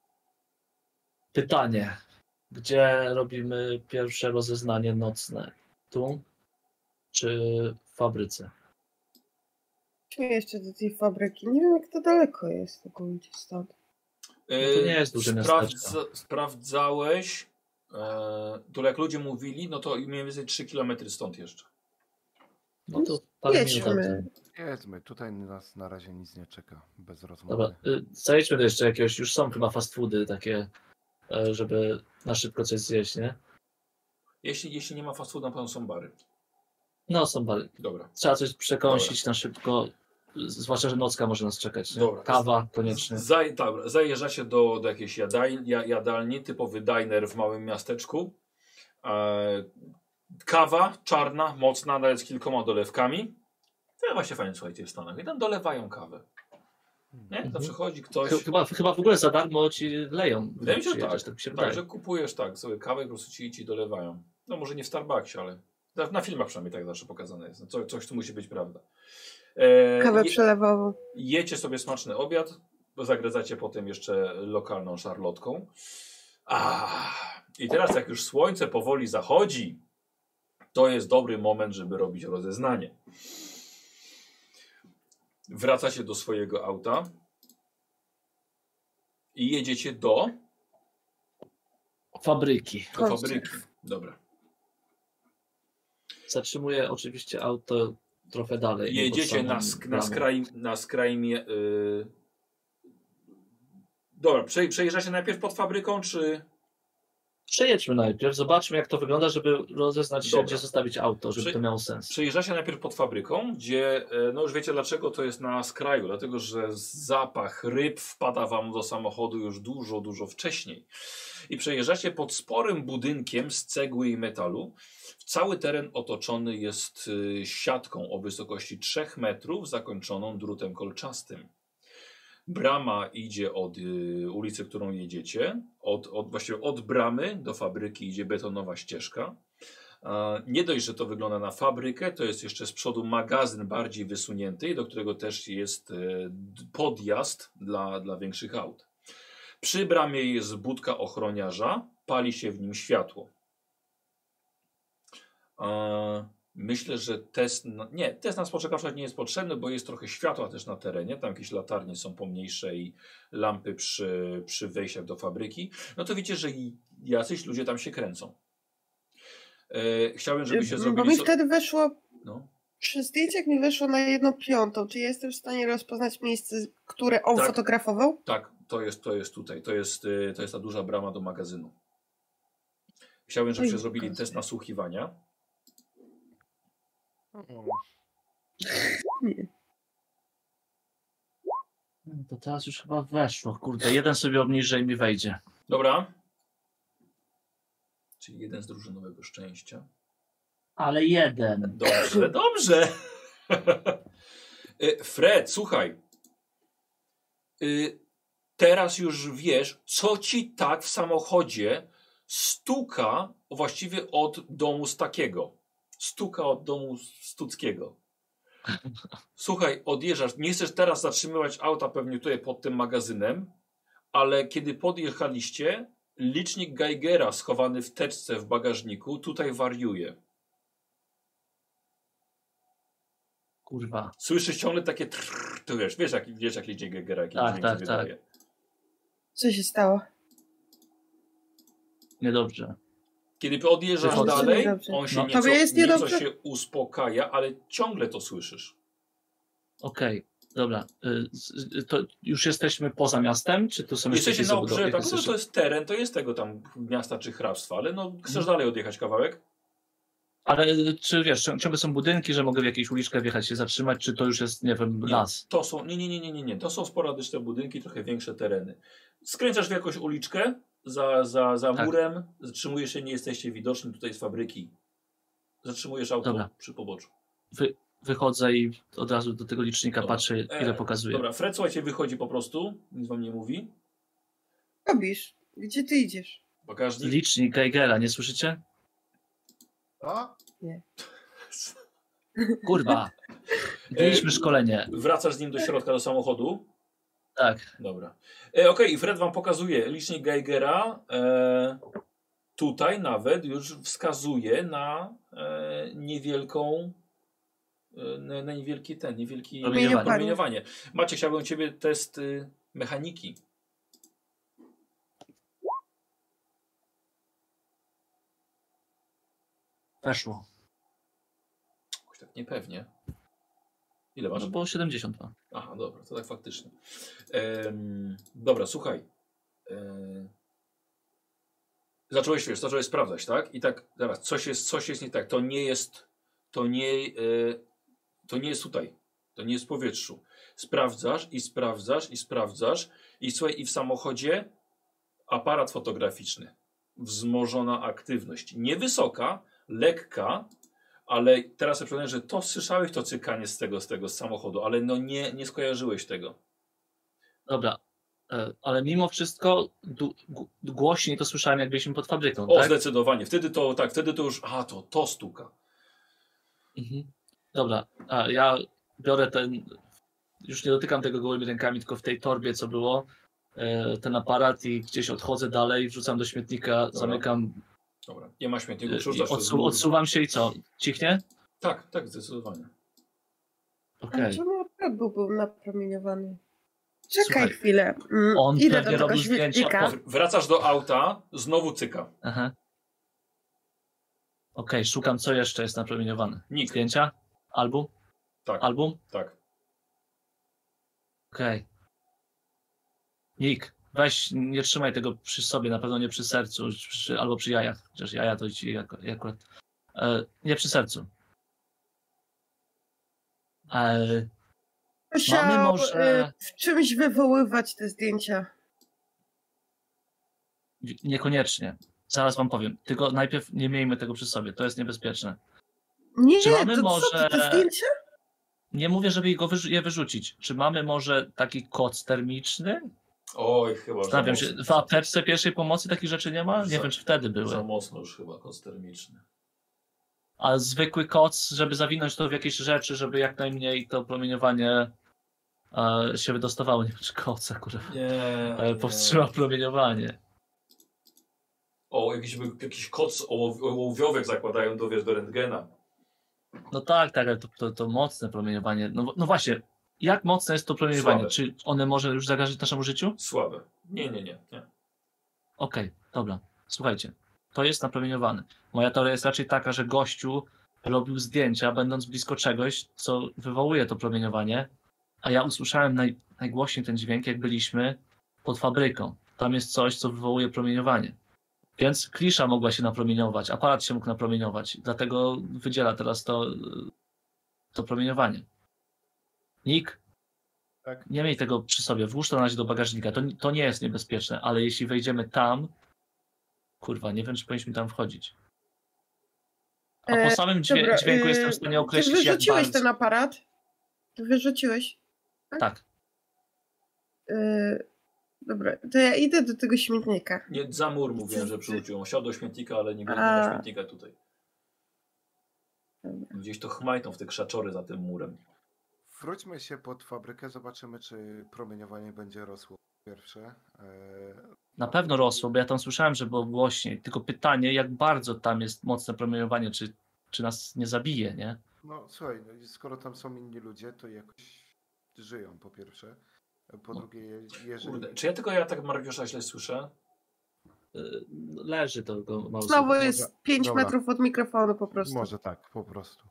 Pytanie. Gdzie robimy pierwsze rozeznanie nocne? Tu czy w fabryce? Idźmy jeszcze do tej fabryki. Nie wiem, jak to daleko jest ogólnie stąd. To nie jest duże miasteczko. Sprawdzałeś, to jak ludzie mówili, no to mniej więcej 3 km stąd jeszcze. No to parę minut. Jedźmy. Jedzmy, tutaj nas na razie nic nie czeka, bez rozmowy. Dobra, zajedźmy do jeszcze jakiegoś, już są chyba fast foody takie, żeby na szybko coś zjeść, nie? Jeśli nie ma fast food, na pewno są bary. No, są bary. Dobra. Trzeba coś przekąsić na szybko, zwłaszcza, że nocka może nas czekać. Nie? Dobra. Kawa koniecznie. Dobra, zajeżdżacie do jakiejś jadalni, typowy diner w małym miasteczku. Kawa czarna, mocna, nawet z kilkoma dolewkami. To właśnie fajnie, słuchajcie, w Stanach. I tam dolewają kawę. Nie? To przychodzi ktoś. Chyba w ogóle za darmo ci leją. Wydaje mi się, że tak. Tak mi się Tak, wydaje. że kupujesz sobie kawę i po prostu ci dolewają. No może nie w Starbucksie, ale na filmach przynajmniej tak zawsze pokazane jest. Coś tu musi być prawda. Kawę przelewową. Jecie sobie smaczny obiad, bo zagradzacie potem jeszcze lokalną szarlotką. I teraz jak już słońce powoli zachodzi, to jest dobry moment, żeby robić rozeznanie. Wracacie do swojego auta i jedziecie do Fabryki. fabryki. Dobra. Zatrzymuję oczywiście auto trochę dalej. Jedziecie na skrajnie. Dobra, przejeżdżacie najpierw pod fabryką, czy... Przejedźmy najpierw, zobaczmy jak to wygląda, żeby rozeznać się, Dobra. gdzie zostawić auto, żeby to miało sens. Przejeżdżacie najpierw pod fabryką, gdzie, no już wiecie dlaczego to jest na skraju, dlatego że zapach ryb wpada wam do samochodu już dużo, dużo wcześniej. I przejeżdżacie pod sporym budynkiem z cegły i metalu. Cały teren otoczony jest siatką o wysokości 3 metrów, zakończoną drutem kolczastym. Brama idzie od ulicy, którą jedziecie. Właściwie od bramy do fabryki idzie betonowa ścieżka. Nie dość, że to wygląda na fabrykę, to jest jeszcze z przodu magazyn bardziej wysunięty, do którego też jest podjazd dla większych aut. Przy bramie jest budka ochroniarza, pali się w nim światło. Myślę, że test na spostrzegawczość nie jest potrzebny, bo jest trochę światła też na terenie. Tam jakieś latarnie są pomniejsze i lampy przy wejściach do fabryki. No to wiecie, że jacyś ludzie tam się kręcą. Chciałbym, żebyście zrobili... Bo mi wtedy weszło... No. Przy zdjęciach mi weszło na 1/5. Czy ja jestem w stanie rozpoznać miejsce, które on Tak. fotografował? Tak, to jest tutaj. To jest ta duża brama do magazynu. Chciałbym, żebyście zrobili test nasłuchiwania. Nie. To teraz już chyba weszło, kurde. Jeden sobie obniżej mi wejdzie. Dobra. Czyli jeden z drużynowego szczęścia. Ale jeden. Dobrze, dobrze. Fred, słuchaj. Teraz już wiesz, co ci tak w samochodzie stuka właściwie od domu Stakiego. Stuka od domu Stuckiego. Słuchaj, odjeżdżasz. Nie chcesz teraz zatrzymywać auta pewnie tutaj pod tym magazynem, ale kiedy podjechaliście, licznik Geigera schowany w teczce w bagażniku tutaj wariuje. Kurwa. Słyszysz ciągle takie trrr, to wiesz jak licznik Geigera, jaki Tak, dźwięk tak, wydaje. Co się stało? Niedobrze. Kiedy odjeżdżasz Wychodzę. dalej, Niedobrze. on się No. nieco, Tobie jest nieco niedobrze? się uspokaja, ale ciągle to słyszysz. Okej, dobra. To już jesteśmy poza miastem, czy tu są jeszcze Jesteście jakieś na zabudowy? obrzeżach, no to jest teren, to jest tego tam miasta czy hrabstwa, ale no chcesz dalej odjechać kawałek? Ale czy wiesz, ciągle są budynki, że mogę w jakąś uliczkę wjechać się zatrzymać, czy to już jest, nie wiem, las? To są, nie. To są sporadyczne budynki, trochę większe tereny. Skręcasz w jakąś uliczkę za Tak. murem, zatrzymujesz się, nie jesteście widoczni tutaj z fabryki. Zatrzymujesz auto Dobra. przy poboczu. Wychodzę i od razu do tego licznika Dobra. patrzę, ile pokazuje. Dobra, Fred, słuchajcie, wychodzi po prostu, nic wam nie mówi. Robisz? Gdzie ty idziesz? Bagażnik. Licznik Geigera, nie słyszycie? A? Kurwa. Mieliśmy szkolenie. Wracasz z nim do środka, do samochodu. Tak. Dobra. Okej, i Fred wam pokazuje licznik Geigera. Tutaj nawet już wskazuje na niewielką na niewielki promieniowanie. Macie, chciałbym ciebie test mechaniki. Weszło. Tak niepewnie. Ile masz? No było 72. Aha, dobra, to tak faktycznie. Dobra, słuchaj. Zacząłeś sprawdzać, tak? I tak, zaraz, coś jest nie tak. To nie jest tutaj. To nie jest w powietrzu. Sprawdzasz i słuchaj, i w samochodzie aparat fotograficzny. Wzmożona aktywność. Niewysoka, lekka, ale teraz sobie przypomnę, że to słyszałeś, to cykanie z samochodu, ale no nie skojarzyłeś tego. Dobra, ale mimo wszystko głośniej to słyszałem, jak byliśmy pod fabryką, O, tak? zdecydowanie. Wtedy to już, to stuka. Mhm. Dobra, ja biorę już nie dotykam tego gołymi rękami, tylko w tej torbie, co było, ten aparat i gdzieś odchodzę dalej, wrzucam do śmietnika, zamykam. Dobra, nie ma śmietniku. Odsuwam się i co? Cichnie? Tak, zdecydowanie. Ale czemu aparat był napromieniowany? Czekaj Słuchaj, chwilę. on Idę do pewnie tego robił zdjęcia. śmietnika. Wracasz do auta, znowu cyka. Aha. Okej, szukam, co jeszcze jest napromieniowane. Nikt. Zdjęcia? Album? Tak, Album? tak. Okej. Nick, weź, nie trzymaj tego przy sobie, na pewno nie przy sercu, albo przy jajach. Chociaż jaja to ci akurat... nie przy sercu. Musiał może- w czymś wywoływać te zdjęcia. Niekoniecznie. Zaraz wam powiem. Tylko najpierw nie miejmy tego przy sobie, to jest niebezpieczne. Nie, Czy mamy to może- co, te zdjęcia? Nie mówię, żeby je wyrzucić. Czy mamy może taki koc termiczny? Oj, chyba za Zastanawiam się, mocno. w apteczce pierwszej pomocy takich rzeczy nie ma? Nie Za- wiem, czy wtedy Za były. mocno już chyba koc termiczny. A zwykły koc, żeby zawinąć to w jakieś rzeczy, żeby jak najmniej to promieniowanie się wydostawało. Nie wiem, czy koc akurat Nie. powstrzyma promieniowanie. O, jakiś koc ołowiowych zakładają do rentgena. No tak, ale to mocne promieniowanie. No właśnie, jak mocne jest to promieniowanie? Słabe. Czy one może już zagrażać naszemu życiu? Słabe. Nie. Okej, dobra. Słuchajcie, to jest napromieniowane. Moja teoria jest raczej taka, że gościu robił zdjęcia, będąc blisko czegoś, co wywołuje to promieniowanie, a ja usłyszałem najgłośniej ten dźwięk, jak byliśmy pod fabryką. Tam jest coś, co wywołuje promieniowanie. Więc klisza mogła się napromieniować, aparat się mógł napromieniować, dlatego wydziela teraz to promieniowanie. Nick, Tak. nie miej tego przy sobie, włóż to na razie do bagażnika, to nie jest niebezpieczne, ale jeśli wejdziemy tam, kurwa, nie wiem, czy powinniśmy tam wchodzić. A po samym Dobra, dźwięku jestem w stanie Ty określić, jak wyrzuciłeś bardzo... ten aparat? Ty wyrzuciłeś? Tak, Dobra, to ja idę do tego śmietnika. Nie, za mur mówiłem, że przerzuciłem. Siadł do śmietnika, ale nie ma A. śmietnika tutaj. Gdzieś to chmajtą w te krzaczory za tym murem. Wróćmy się pod fabrykę, zobaczymy, czy promieniowanie będzie rosło. Pierwsze. na pewno rosło, bo ja tam słyszałem, że było głośniej. Tylko pytanie, jak bardzo tam jest mocne promieniowanie, czy nas nie zabije, nie? No słuchaj, no, skoro tam są inni ludzie, to jakoś żyją po pierwsze. Po drugie, jeżeli... Kurde, czy ja tak Mariusza źle słyszę? Leży to go mało. Znowu jest Dobra, 5 dobra. metrów od mikrofonu po prostu. Może tak, po prostu.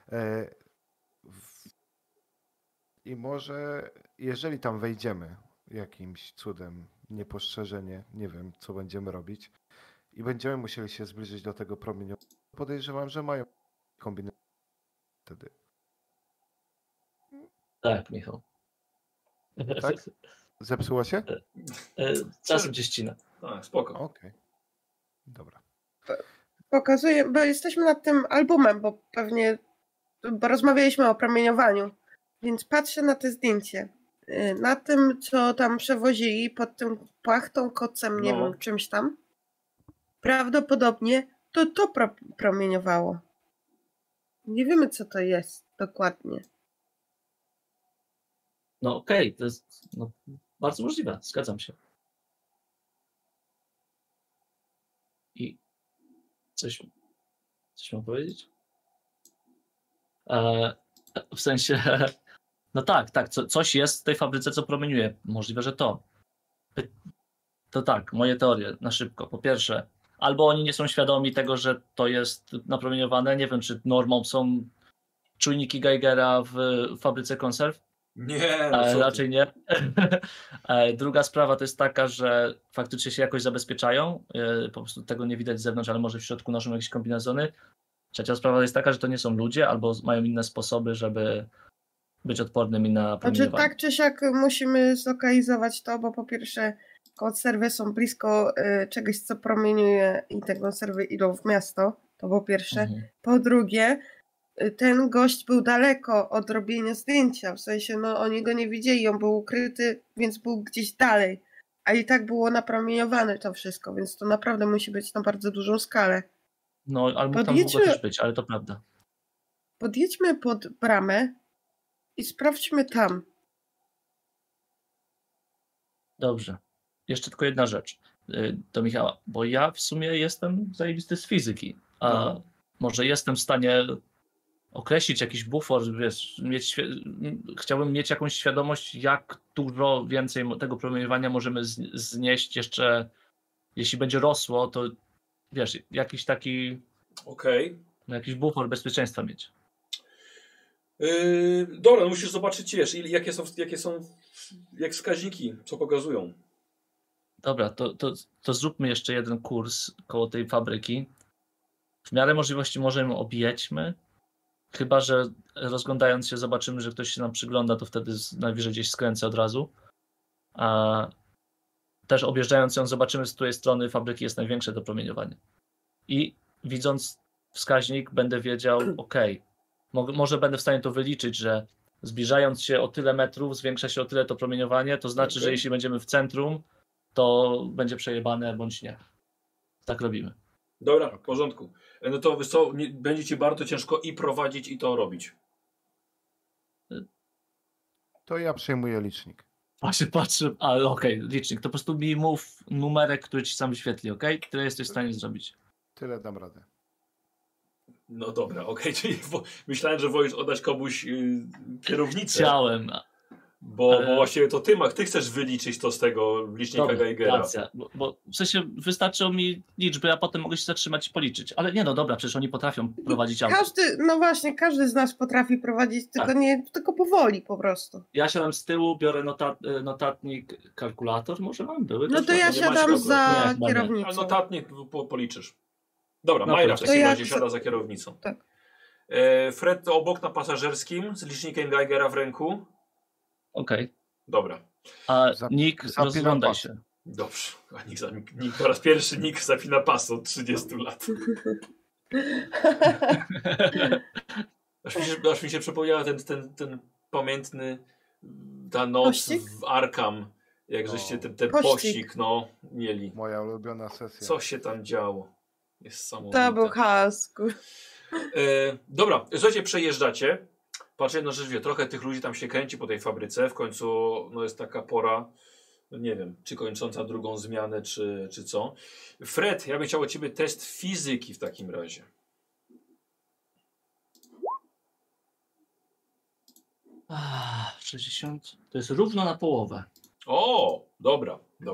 I może, jeżeli tam wejdziemy jakimś cudem, niepostrzeżenie, nie wiem, co będziemy robić i będziemy musieli się zbliżyć do tego promieniowania, podejrzewam, że mają kombinację wtedy. Tak, Michał. Tak? Zepsuło się? Czasem cię ścina. Tak, spoko. Okej. Dobra. Pokazuję, bo jesteśmy nad tym albumem, bo rozmawialiśmy o promieniowaniu, więc patrzę na te zdjęcie. Na tym, co tam przewozili pod tym płachtą, kocem, nie No. wiem, czymś tam. Prawdopodobnie to promieniowało. Nie wiemy, co to jest dokładnie. No okej, to jest bardzo możliwe, zgadzam się. I coś mam powiedzieć? W sensie, no tak, coś jest w tej fabryce, co promieniuje. Możliwe, że to. To tak, moje teorie na szybko. Po pierwsze, albo oni nie są świadomi tego, że to jest napromieniowane. Nie wiem, czy normą są czujniki Geigera w fabryce konserw. Nie, no co ty? Raczej nie. Druga sprawa to jest taka, że faktycznie się jakoś zabezpieczają. Po prostu tego nie widać z zewnątrz, ale może w środku noszą jakieś kombinezony. Trzecia sprawa jest taka, że to nie są ludzie, albo mają inne sposoby, żeby być odpornymi na Znaczy promieniowanie. tak czy siak musimy zlokalizować to, bo po pierwsze konserwy są blisko czegoś, co promieniuje i te konserwy idą w miasto, to po pierwsze. Mhm. Po drugie, ten gość był daleko od robienia zdjęcia, w sensie oni go nie widzieli, on był ukryty, więc był gdzieś dalej, a i tak było napromieniowane to wszystko, więc to naprawdę musi być na bardzo dużą skalę. No, ale mógł tam długo Podjedźmy- też być, ale to prawda. Podjedźmy pod bramę i sprawdźmy tam. Dobrze. Jeszcze tylko jedna rzecz do Michała, bo ja w sumie jestem zajebisty z fizyki, a No. może jestem w stanie określić jakiś bufor, wiesz, chciałbym mieć jakąś świadomość, jak dużo więcej tego promieniowania możemy znieść jeszcze, jeśli będzie rosło, to wiesz, jakiś taki Okej. No, jakiś bufor bezpieczeństwa mieć. Dobra, no musisz zobaczyć, wiesz, jak wskaźniki, co pokazują. Dobra, to zróbmy jeszcze jeden kurs koło tej fabryki. W miarę możliwości możemy objedźmy. Chyba że rozglądając się zobaczymy, że ktoś się nam przygląda, to wtedy najwyżej gdzieś skręcę od razu. A też objeżdżając ją zobaczymy, z której strony fabryki jest największe to promieniowanie. I widząc wskaźnik będę wiedział, może będę w stanie to wyliczyć, że zbliżając się o tyle metrów zwiększa się o tyle to promieniowanie, to znaczy, że jeśli będziemy w centrum, to będzie przejebane bądź nie. Tak robimy. Dobra, w porządku. No to wiesz co, będzie ci bardzo ciężko i prowadzić, i to robić. To ja przejmuję licznik. Właśnie patrzę, ale licznik. To po prostu mi mów numerek, który ci sam wyświetli, Tyle jesteś w stanie zrobić. Tyle dam radę. No dobra, czyli myślałem, że wolisz oddać komuś kierownicę. Chciałem. Bo właściwie to ty chcesz wyliczyć to z tego licznika Geigera. Racja, bo w sensie wystarczą mi liczby, a potem mogę się zatrzymać i policzyć. Ale nie, no dobra, przecież oni potrafią prowadzić auto. Każdy z nas potrafi prowadzić, tylko powoli po prostu. Ja siadam z tyłu, biorę notatnik, kalkulator, może mam, były. No to ja siadam za kierownicą. Ale notatnik policzysz. Dobra, Majra w takim razie siada za kierownicą. Tak. Fred obok na pasażerskim z licznikiem Geigera w ręku. Dobra. A Nick, rozglądaj się. Dobrze. A Nick po raz pierwszy zapina pas od 30 lat. Aż mi się przypomniała ten pamiętny ta noc pościg? w Arkham. Jak żeście ten pościg mieli. Moja ulubiona sesja. Co się tam działo? Jest samochód. To był chaos. Dobra, słuchajcie, przejeżdżacie. Patrzę, jedno rzecz, trochę tych ludzi tam się kręci po tej fabryce. W końcu jest taka pora, nie wiem, czy kończąca drugą zmianę, czy co. Fred, ja bym chciał od ciebie test fizyki w takim razie. Ah, 60. To jest równo na połowę. O, dobra.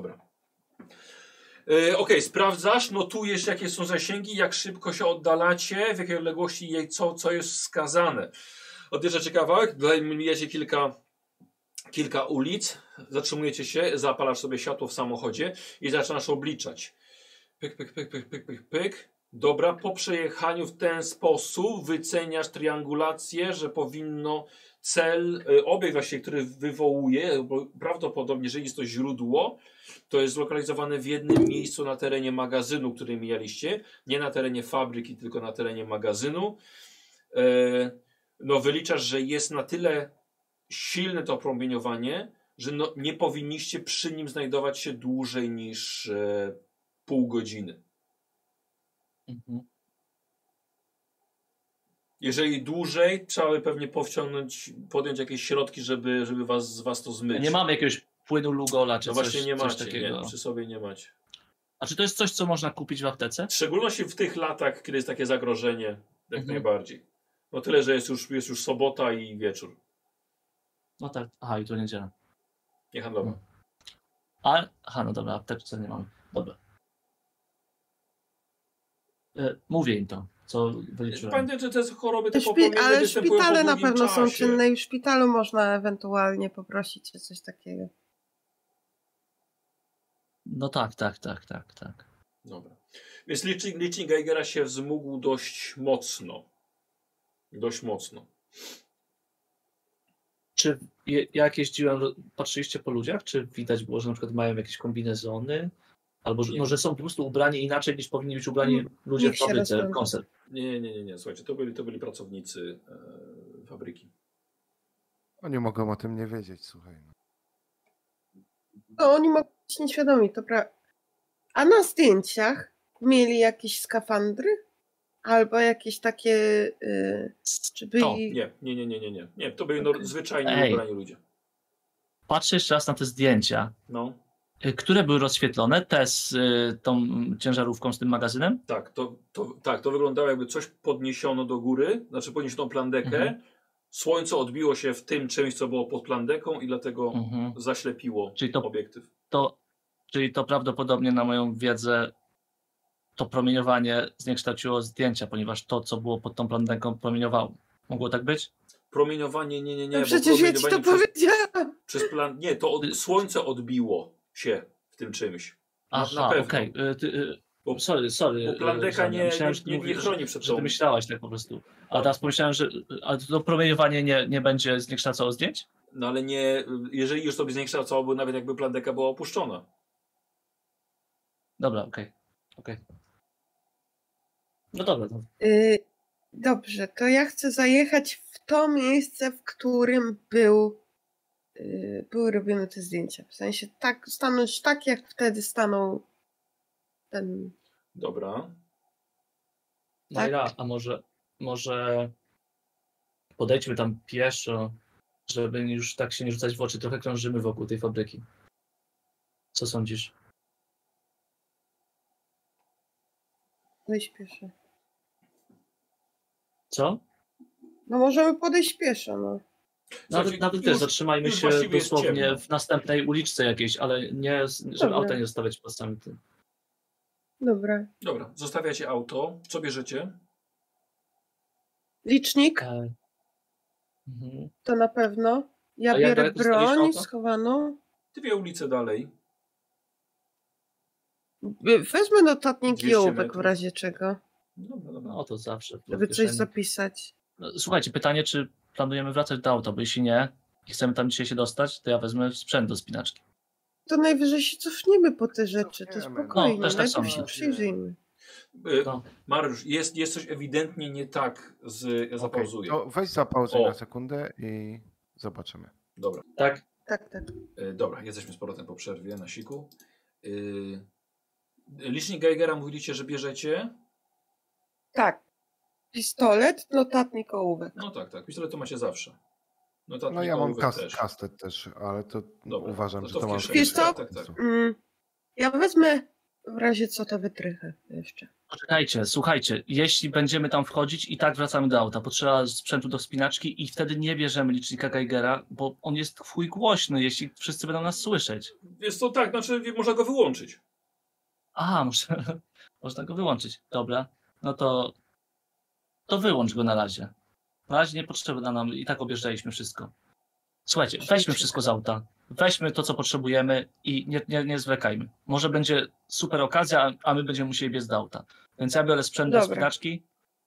Sprawdzasz, notujesz jakie są zasięgi, jak szybko się oddalacie, w jakiej odległości co jest wskazane. Odjeżdżacie kawałek, mijacie kilka ulic, zatrzymujecie się, zapalasz sobie światło w samochodzie i zaczynasz obliczać. Pyk. Dobra, po przejechaniu w ten sposób wyceniasz triangulację, że powinno obiekt właśnie, który wywołuje, bo prawdopodobnie, jeżeli jest to źródło, to jest zlokalizowane w jednym miejscu na terenie magazynu, który mijaliście, nie na terenie fabryki, tylko na terenie magazynu. Wyliczasz, że jest na tyle silne to promieniowanie, że nie powinniście przy nim znajdować się dłużej niż pół godziny. Mhm. Jeżeli dłużej, trzeba by pewnie podjąć jakieś środki, żeby z was to zmyć. Nie mamy jakiegoś płynu Lugola czy właśnie nie macie, takiego. Nie, przy sobie nie macie. A czy to jest coś, co można kupić w aptece? W szczególności w tych latach, kiedy jest takie zagrożenie, jak najbardziej. No tyle, że jest już sobota i wieczór. No tak, i to niedziela. Nie handlowa. No dobra, apteczce nie mamy. Dobra. Mówię im to, co wyliczyłem. Pamiętaj, że te choroby ale szpitale na pewno są czynne i w szpitalu można ewentualnie poprosić o coś takiego. No tak. Dobra. Więc licznik Geigera się wzmógł dość mocno. Czy jak jeździłem, patrzyliście po ludziach, czy widać było, że na przykład mają jakieś kombinezony? Albo że są po prostu ubrani inaczej, niż powinni być ubrani ludzie w fabryce, koncert. Nie. Słuchajcie, to byli pracownicy fabryki. Oni mogą o tym nie wiedzieć, słuchaj. No, oni mogą być nieświadomi, to prawda. A na zdjęciach mieli jakieś skafandry? Albo jakieś takie... czy byli... Nie, to byli zwyczajnie ubrani ludzie. Patrzę jeszcze raz na te zdjęcia. No. Które były rozświetlone? Te z tą ciężarówką, z tym magazynem? Tak, to wyglądało jakby coś podniesiono do góry, znaczy podniesiono plandekę. Słońce odbiło się w tym czymś, co było pod plandeką i dlatego zaślepiło obiektyw. Czyli to prawdopodobnie na moją wiedzę to promieniowanie zniekształciło zdjęcia, ponieważ to, co było pod tą plandeką, promieniowało. Mogło tak być? Promieniowanie, nie. No bo przecież ja ci to promieniowanie powiedziałam. przez plan... Nie, to słońce odbiło się w tym czymś. Na Aha, pewno. okej. Bo- Sorry. Bo plandeka Żania. nie Myślałem, że ty nie mówisz, chroni przed że ty tą... myślałaś tak po prostu. A teraz pomyślałem, że to promieniowanie nie będzie zniekształcało zdjęć? No ale nie, jeżeli już sobie zniekształcałoby, nawet jakby plandeka była opuszczona. Dobra, okej. No dobra. No. Dobrze, to ja chcę zajechać w to miejsce, w którym były robione te zdjęcia. W sensie tak, stanąć tak, jak wtedy stanął ten... Dobra. Majra, a może podejdźmy tam pieszo, żeby już tak się nie rzucać w oczy. Trochę krążymy wokół tej fabryki. Co sądzisz? Podejść pieszo. Co? No możemy podejść pieszo, no. Słuchajcie, Nawet już- też zatrzymajmy już się właściwie jest dosłownie ciemno. w następnej uliczce jakiejś, ale nie, żeby Dobra. auta nie zostawiać pod samym tym. Dobra. Dobra, zostawiacie auto. Co bierzecie? Licznik, Mhm. to na pewno. Ja A jak biorę daleko zostawiliśmy broń auto? schowaną. 2 ulice dalej. Wezmę notatnik i 200 ołówek w metrów. razie czego, Dobra. No to zawsze. w żeby coś kieszeni. zapisać. No, słuchajcie, pytanie, czy planujemy wracać do auta, bo jeśli nie i chcemy tam dzisiaj się dostać, to ja wezmę sprzęt do spinaczki. To najwyżej się cofniemy po te rzeczy, to Cofniemy, no. spokojnie, No, też tak najpierw sądzę. się przyjrzyjmy. No. Mariusz, jest coś ewidentnie nie tak z... Ja zapauzuję. To weź zapauzuj O. na sekundę i zobaczymy. Dobra. Tak? Tak. Dobra, jesteśmy z powrotem po przerwie na siku. Licznik Geigera mówiliście, że bierzecie? Tak. Pistolet, notatnik, ołówek. No tak. Pistolet to macie zawsze. Notatnik, No ja mam ołówek też. kastet też, ale to Dobra, uważam, to że w to mam... kieszeni. Wiesz co? Tak. Ja wezmę w razie co to wytrychę jeszcze. Poczekajcie, słuchajcie, jeśli będziemy tam wchodzić i tak wracamy do auta, potrzeba sprzętu do wspinaczki i wtedy nie bierzemy licznika Geigera, bo on jest w chuj głośny, jeśli wszyscy będą nas słyszeć. Jest to tak, znaczy można go wyłączyć. Aha, można go wyłączyć. Dobra, no to wyłącz go na razie. Na razie niepotrzebne nam, i tak objeżdżaliśmy wszystko. Słuchajcie, weźmy wszystko z auta, weźmy to, co potrzebujemy i nie zwlekajmy. Może będzie super okazja, a my będziemy musieli biec do auta. Więc ja biorę sprzęt do Dobra. spinaczki.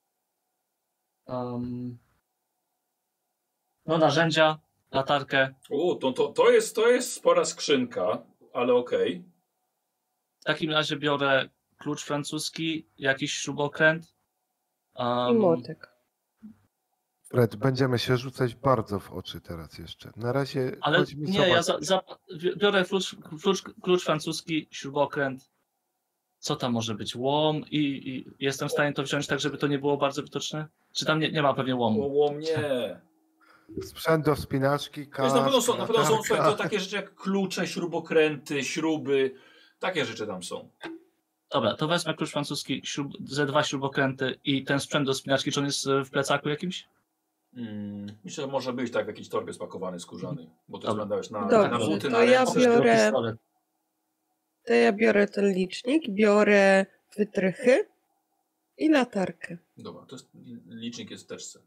No narzędzia, latarkę. To jest spora skrzynka, ale okej. W takim razie biorę klucz francuski, jakiś śrubokręt. I młotek. Fred, będziemy się rzucać bardzo w oczy teraz jeszcze. Na razie Ale chodźmy nie, ja zobaczyć. biorę klucz francuski, śrubokręt. Co tam może być? Łom i jestem w stanie to wziąć tak, żeby to nie było bardzo widoczne? Czy tam nie ma pewnie łomu? Łom nie. Sprzęt do wspinaczki, Wiesz, kask, na pewno są latarka. słuchaj, to takie rzeczy jak klucze, śrubokręty, śruby. Takie rzeczy tam są. Dobra, to wezmę klucz francuski, ze 2 śrubokręty i ten sprzęt do spinaczki, czy on jest w plecaku jakimś? Myślę, że może być tak w jakiejś torbie spakowany, skórzany. Bo to Dobra. wyglądałeś na Dobrze, buty, to na ja ręce. biorę- Pistolet. To ja biorę ten licznik, biorę wytrychy i latarkę. Dobra, to jest, licznik jest w teczce.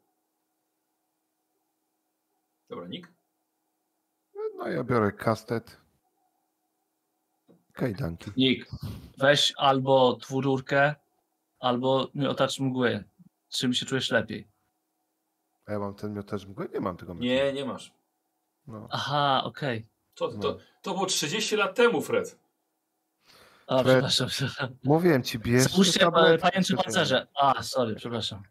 Dobra, Nick? No ja biorę kastet. Kajdanki. Nick, weź albo dwururkę, albo miotacz mgły. Czym się czujesz lepiej? A ja mam ten miotacz mgły? Nie mam tego miotacza. Nie masz. No. Aha, okej. To było 30 lat temu, Fred. A, Fred, przepraszam. Mówiłem ci, bierz Spójrzcie, tabletki. pajęczy pancerze. A, sorry, przepraszam.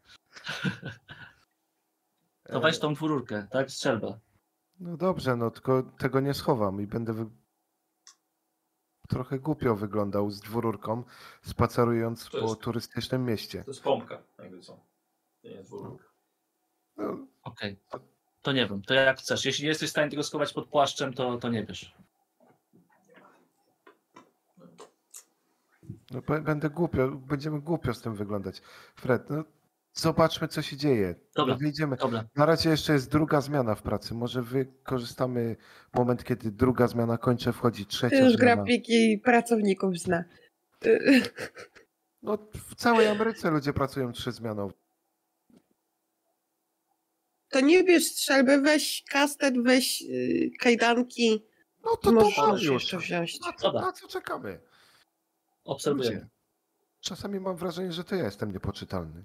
To weź tą dwururkę, tak? Strzelbę. No dobrze, no tylko tego nie schowam i będę trochę głupio wyglądał z dwururką, spacerując To po jest- turystycznym mieście. To jest pompka, jakby co. To nie jest dwururka. No, Okej. To nie wiem, to jak chcesz. Jeśli nie jesteś w stanie tego schować pod płaszczem, to nie bierz. no będziemy głupio z tym wyglądać. Fred, no zobaczmy co się dzieje. Dobra. Wyjdziemy. Dobra. Na razie jeszcze jest druga zmiana w pracy. Może wykorzystamy moment, kiedy druga zmiana kończy, wchodzi trzecia Ty już zmiana. grafiki pracowników zna. No w całej Ameryce ludzie pracują 3-zmianowo. To nie bierz strzelby, weź kastet, weź kajdanki. No to Możesz już. jeszcze wziąć. Na co czekamy? Obserwujemy. Ludzie. Czasami mam wrażenie, że to ja jestem niepoczytalny.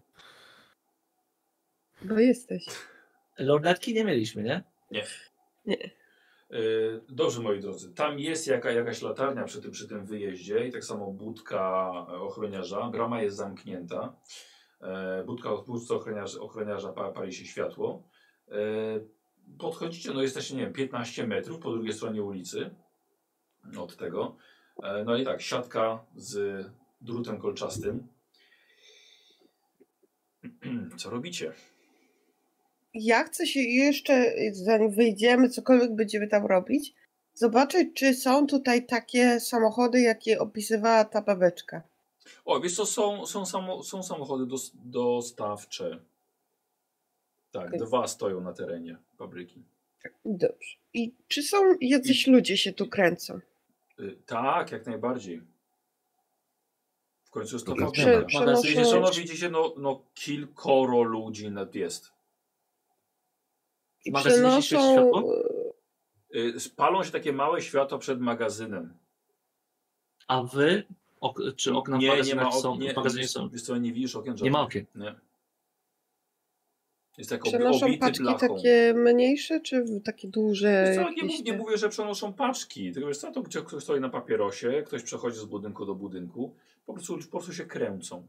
Bo jesteś. Lornetki nie mieliśmy, nie? Nie. Dobrze, moi drodzy. Tam jest jakaś latarnia przy tym wyjeździe i tak samo budka ochroniarza. Brama jest zamknięta. Budce ochroniarza pali się światło. Podchodzicie, no jesteście, nie wiem, 15 metrów po drugiej stronie ulicy od tego. No i tak, siatka z drutem kolczastym. Co robicie? Ja chcę się jeszcze, zanim wyjdziemy, cokolwiek będziemy tam robić, zobaczyć, czy są tutaj takie samochody, jakie opisywała ta babeczka. O, wiesz co, są samochody dostawcze. Tak, Okej. 2 stoją na terenie fabryki. Dobrze. I czy są jacyś ludzie się tu kręcą? Tak, jak najbardziej. W końcu jest to Dobra, fabryka. przenoszą- Widzicie, no widzicie, no kilkoro ludzi jest. I Magazyn mieści się przenoszą... światło? Spalą się takie małe światła przed magazynem. A wy? Czy okna w nie ma magazynach są? nie, W magazynie są? wiesz co, nie widzisz okien? Nie ma żadnych. okien. Nie. Jest tak Przenoszą obity paczki blachą. takie mniejsze, czy takie duże? Wiesz co, jakieś nie te- mówię, że przenoszą paczki, tylko wiesz co, to gdzie ktoś stoi na papierosie, ktoś przechodzi z budynku do budynku, po prostu się kręcą.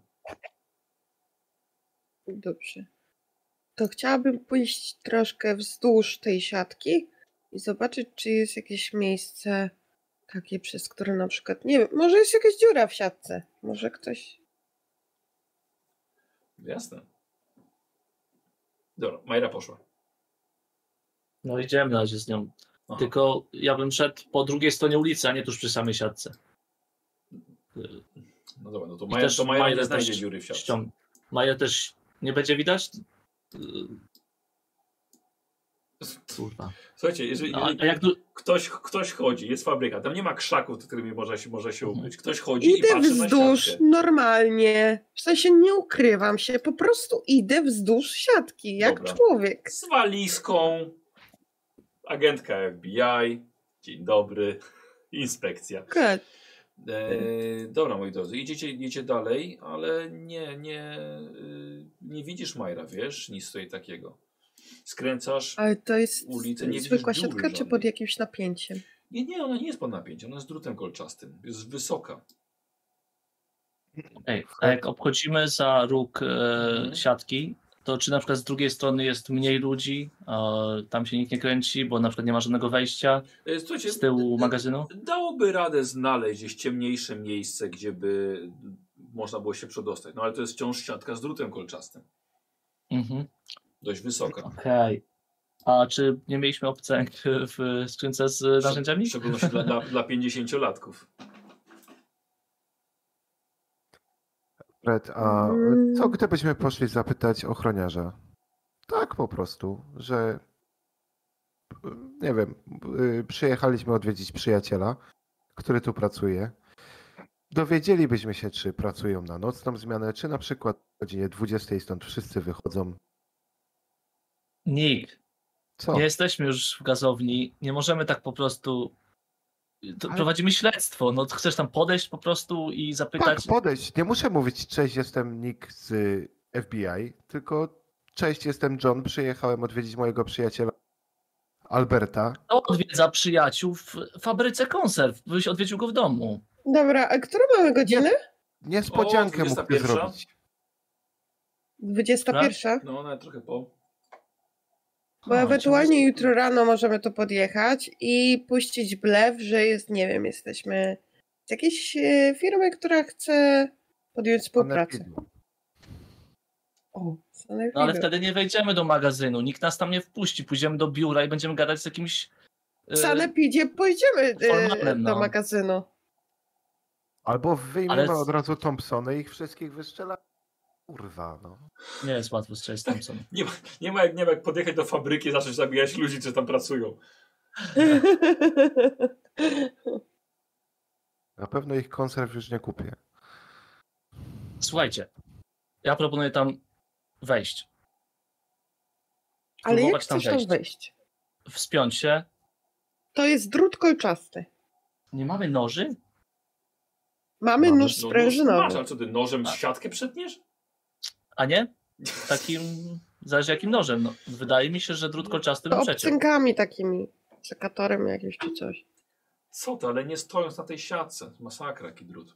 Dobrze. To chciałabym pójść troszkę wzdłuż tej siatki i zobaczyć, czy jest jakieś miejsce takie, przez które na przykład, nie wiem, może jest jakaś dziura w siatce. Może ktoś... Jasne. Dobra, Majra poszła. No idziemy na razie z nią. Aha. Tylko ja bym szedł po drugiej stronie ulicy, a nie tuż przy samej siatce. No dobra, no to I Maja, też to Maja nie Maję znajdzie też dziury w siatce. Maja też nie będzie widać? Kurwa. Słuchajcie, jeżeli A jak tu... ktoś chodzi, jest fabryka, tam nie ma krzaków, którymi może się ukryć. Ktoś chodzi i Idę patrzy wzdłuż na siatkę. normalnie. W sensie nie ukrywam się, po prostu idę wzdłuż siatki, jak Dobra. człowiek. Z walizką, agentka FBI, dzień dobry, inspekcja. Okej. Dobra, moi drodzy, idziecie dalej, ale nie widzisz Majra, wiesz, nic tutaj takiego. Skręcasz Ale to jest ulicę, nie zwykła widzisz dziury siatka, czy żadnej. pod jakimś napięciem? Nie, ona nie jest pod napięciem, ona jest drutem kolczastym, jest wysoka. Ej, a jak obchodzimy za róg Mhm. siatki, to czy na przykład z drugiej strony jest mniej ludzi, tam się nikt nie kręci, bo na przykład nie ma żadnego wejścia Słuchajcie, z tyłu magazynu? dałoby radę znaleźć gdzieś ciemniejsze miejsce, gdzie by można było się przedostać, no ale to jest wciąż siatka z drutem kolczastym, Mhm. dość wysoka. Okej. A czy nie mieliśmy obcęg w skrzynce z narzędziami? W szczególności dla 50-latków. Fred, a co gdybyśmy poszli zapytać ochroniarza? Tak po prostu, że nie wiem, przyjechaliśmy odwiedzić przyjaciela, który tu pracuje. Dowiedzielibyśmy się, czy pracują na nocną zmianę, czy na przykład o godzinie 20 stąd wszyscy wychodzą. Nikt. Co? Nie jesteśmy już w gazowni, nie możemy tak po prostu... Ale- Prowadzimy śledztwo, no chcesz tam podejść po prostu i Tak, zapytać... podejść. Nie muszę mówić, cześć, jestem Nick z FBI, tylko cześć, jestem John, przyjechałem odwiedzić mojego przyjaciela Alberta. Kto odwiedza przyjaciół w fabryce konserw? Byś odwiedził go w domu. Dobra, a którą mamy godzinę? Niespodziankę O, mógłby 21. zrobić. 21? No, nawet trochę po. Bo ewentualnie jutro rano możemy tu podjechać i puścić blef, że jest, nie wiem, jesteśmy z jakiejś firmy, która chce podjąć współpracę. Sanepidu. O, Sanepidu. No ale wtedy nie wejdziemy do magazynu, nikt nas tam nie wpuści, pójdziemy do biura i będziemy gadać z jakimś... W Sanepidzie pójdziemy Formalem, do no. magazynu. Albo wyjmiemy Ale- od razu Thompsony i ich wszystkich wystrzela. Kurwa, no. Nie jest łatwo strzelić Thompson. Nie ma jak podjechać do fabryki i zacząć zabijać ludzi, którzy tam pracują. Na pewno ich konserw już nie kupię. Słuchajcie, ja proponuję tam wejść. Ale jak Spróbować tam chcesz tam wejść? Wspiąć się. To jest drut kolczasty. Nie mamy noży? Mamy nóż Masz, sprężynowy. ale co ty, nożem siatkę przetniesz? A nie? Takim, zależy jakim nożem. No, wydaje mi się, że drut kolczasty To bym przeciął. obcynkami takimi. Sekatorem jakimś czy coś. Co to, ale nie stojąc na tej siatce. Masakra, jaki drut.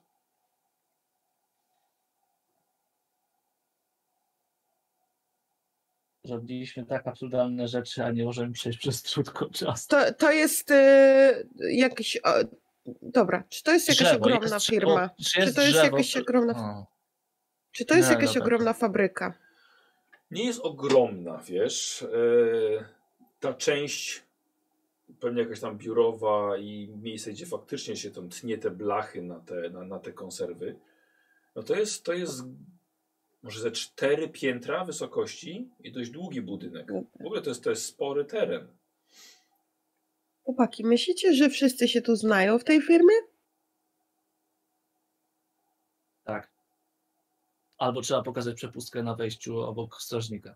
Zrobiliśmy tak absurdalne rzeczy, a nie możemy przejść przez drut kolczasty. To jest jakiś... dobra, czy to jest jakaś Drzewo, ogromna jest firma? Czy to jest drzewo, jakaś ogromna... O, Czy to jest Nie, jakaś dobra. ogromna fabryka? Nie jest ogromna, wiesz. Ta część pewnie jakaś tam biurowa i miejsce, gdzie faktycznie się tam tnie te blachy na te konserwy. No to jest może ze 4 piętra wysokości i dość długi budynek. W ogóle to jest spory teren. Chłopaki, myślicie, że wszyscy się tu znają w tej firmie? tak. Albo trzeba pokazać przepustkę na wejściu obok strażnika.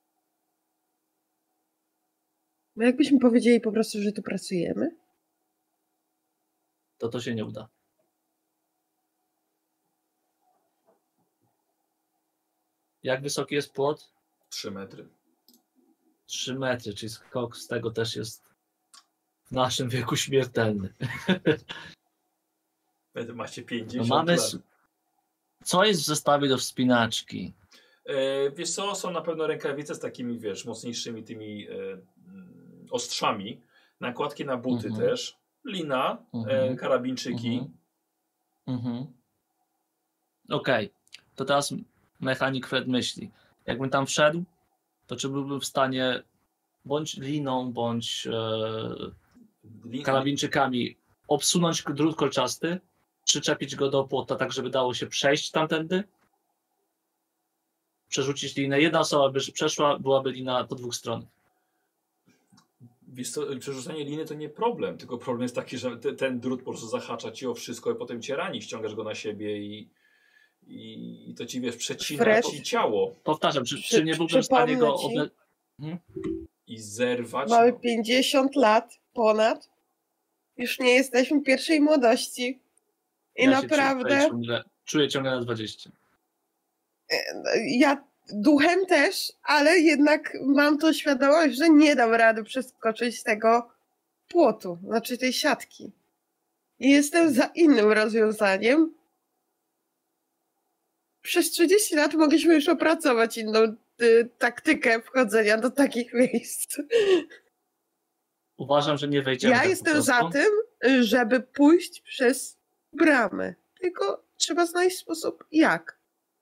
No jakbyśmy powiedzieli po prostu, że tu pracujemy? To się nie uda. Jak wysoki jest płot? 3 metry. 3 metry, czyli skok z tego też jest w naszym wieku śmiertelny. Wy macie No 50 mamy... lat. Co jest w zestawie do wspinaczki? Wiesz co, są na pewno rękawice z takimi, wiesz, mocniejszymi tymi ostrzami. Nakładki na buty też. Lina, karabinczyki. Okej. To teraz mechanik Fred myśli. Jakbym tam wszedł, to czy byłbym w stanie bądź liną, bądź karabinczykami obsunąć drut kolczasty, przyczepić go do płota, tak żeby dało się przejść tamtędy, przerzucić linę. Jedna osoba by przeszła, byłaby lina po 2 stronach. Wiesz co, przerzucanie liny to nie problem, tylko problem jest taki, że ten drut po prostu zahacza ci o wszystko i potem cię rani, ściągasz go na siebie i to ci, wiesz, przecina ci ciało. Powtarzam, czy nie byłbym w stanie go I zerwać. Mamy 50 lat ponad. Już nie jesteśmy pierwszej młodości. I Ja naprawdę... Czuję ciągle na 20. Ja duchem też, ale jednak mam tą świadomość, że nie dam rady przeskoczyć tego płotu, znaczy tej siatki. I jestem za innym rozwiązaniem. Przez 30 lat mogliśmy już opracować inną taktykę wchodzenia do takich miejsc. Uważam, że nie wejdziemy. Ja tak jestem po za prostu. tym, żeby pójść przez bramę. Tylko trzeba znaleźć sposób jak.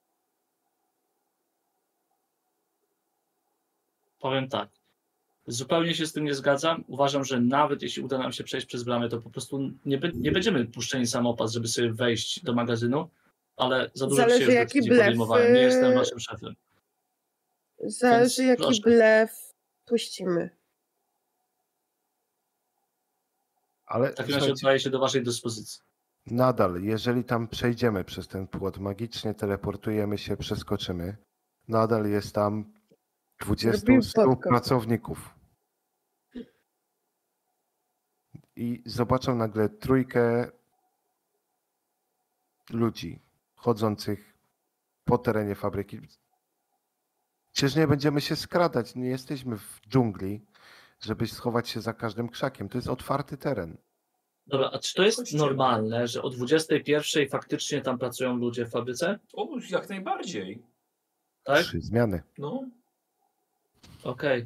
Powiem tak. Zupełnie się z tym nie zgadzam. Uważam, że nawet jeśli uda nam się przejść przez bramę, to po prostu nie będziemy puszczeni samopas, żeby sobie wejść do magazynu, ale za dużo Zależy, się jaki decyzji blef, podejmowałem. Nie jestem waszym szefem. Zależy, Więc jaki troszkę. blef puścimy. Ale W takim razie słuchajcie, oddaję się do waszej dyspozycji. nadal, jeżeli tam przejdziemy przez ten płot, magicznie teleportujemy się, przeskoczymy, nadal jest tam 20 Zrobimy współpracowników. I zobaczą nagle 3 ludzi chodzących po terenie fabryki. Przecież nie będziemy się skradać, nie jesteśmy w dżungli, żeby schować się za każdym krzakiem. To jest otwarty teren. Dobra, a czy to jest Chodźcie. normalne, że o 21 faktycznie tam pracują ludzie w fabryce? O, jak najbardziej. Tak? 3 zmiany. No. Okej.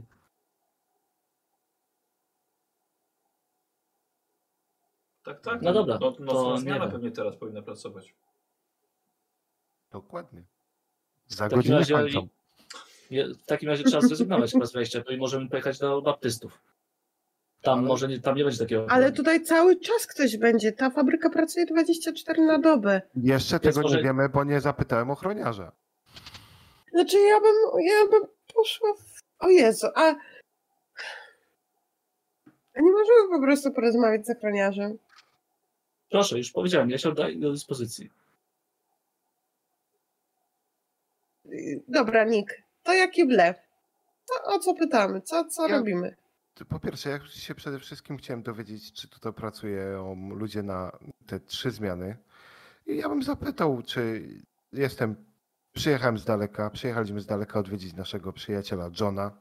Tak. No dobra, Nocna to nie zmiana wiem. pewnie teraz powinna pracować. Dokładnie. Za W takim godzinę razie- kończą. W takim razie trzeba zrezygnować chyba z wejścia, to i możemy pojechać do baptystów. Tam Ale- może tam nie będzie takiego. Ale tutaj cały czas ktoś będzie. Ta fabryka pracuje 24 na dobę. Jeszcze Więc tego może- nie wiemy, bo nie zapytałem ochroniarza. Znaczy ja bym poszła w... O Jezu, a nie możemy po prostu porozmawiać z ochroniarzem? Proszę, już powiedziałem, ja się oddaję do dyspozycji. Dobra, Nick, to jaki blef? O co pytamy? Co Ja- robimy? Po pierwsze, ja się przede wszystkim chciałem dowiedzieć, czy tutaj pracują ludzie na te 3 zmiany. I ja bym zapytał, czy przyjechaliśmy z daleka odwiedzić naszego przyjaciela Johna,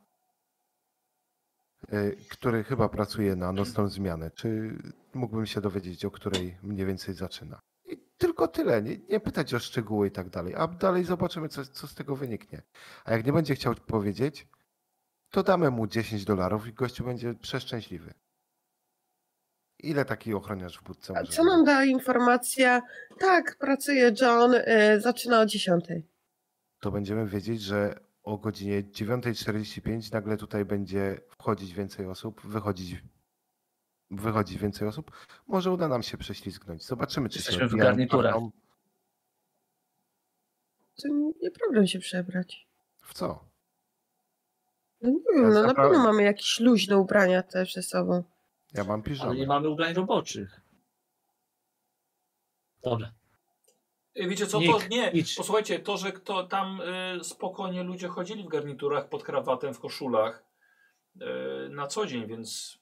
który chyba pracuje na nocną zmianę. Czy mógłbym się dowiedzieć, o której mniej więcej zaczyna? I tylko tyle, nie pytać o szczegóły i tak dalej. A dalej zobaczymy, co z tego wyniknie. A jak nie będzie chciał powiedzieć, to damy mu $10 i gościu będzie przeszczęśliwy. Ile taki ochroniarz w budce A może co nam da informacja? Tak, pracuje John, zaczyna o 10. To będziemy wiedzieć, że o godzinie 9:45 nagle tutaj będzie wchodzić więcej osób, wychodzić więcej osób. Może uda nam się prześlizgnąć. Zobaczymy, czy Jesteśmy się w odbijają garniturach. kartą. To nie problem się przebrać. W co? No nie wiem, no na Zapra- pewno mamy jakieś luźne ubrania też ze sobą. Ja mam Ale nie piżamę. mamy ubrań roboczych. Dobra. Wiecie co, Nick, to nie, idź. posłuchajcie, to, że tam spokojnie ludzie chodzili w garniturach, pod krawatem, w koszulach na co dzień, więc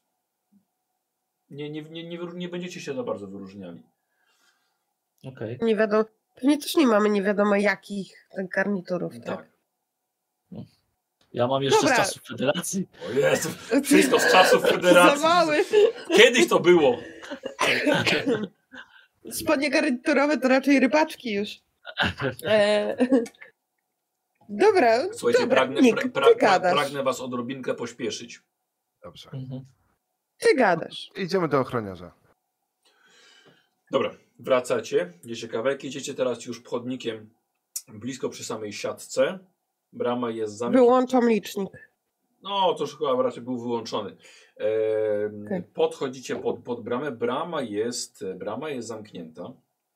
nie będziecie się za bardzo wyróżniali. Okej. Nie wiadomo, pewnie też nie mamy nie wiadomo jakich garniturów, tak? Tak. Ja mam jeszcze Dobra. z czasów Federacji. O Jezu, wszystko z czasów Za Federacji. mały. Kiedyś to było. Spodnie garniturowe to raczej rybaczki już. Dobra, Słuchajcie, dobra, Nick, ty gadasz. pragnę was odrobinkę pośpieszyć. Dobrze. Mhm. Ty gadasz. Idziemy do ochroniarza. Dobra, wracacie, idziecie kawałek, idziecie teraz już chodnikiem blisko przy samej siatce. Brama jest zamknięta. Wyłączam licznik. No, to już chyba raczej był wyłączony. Okej. Podchodzicie pod bramę. Brama jest zamknięta.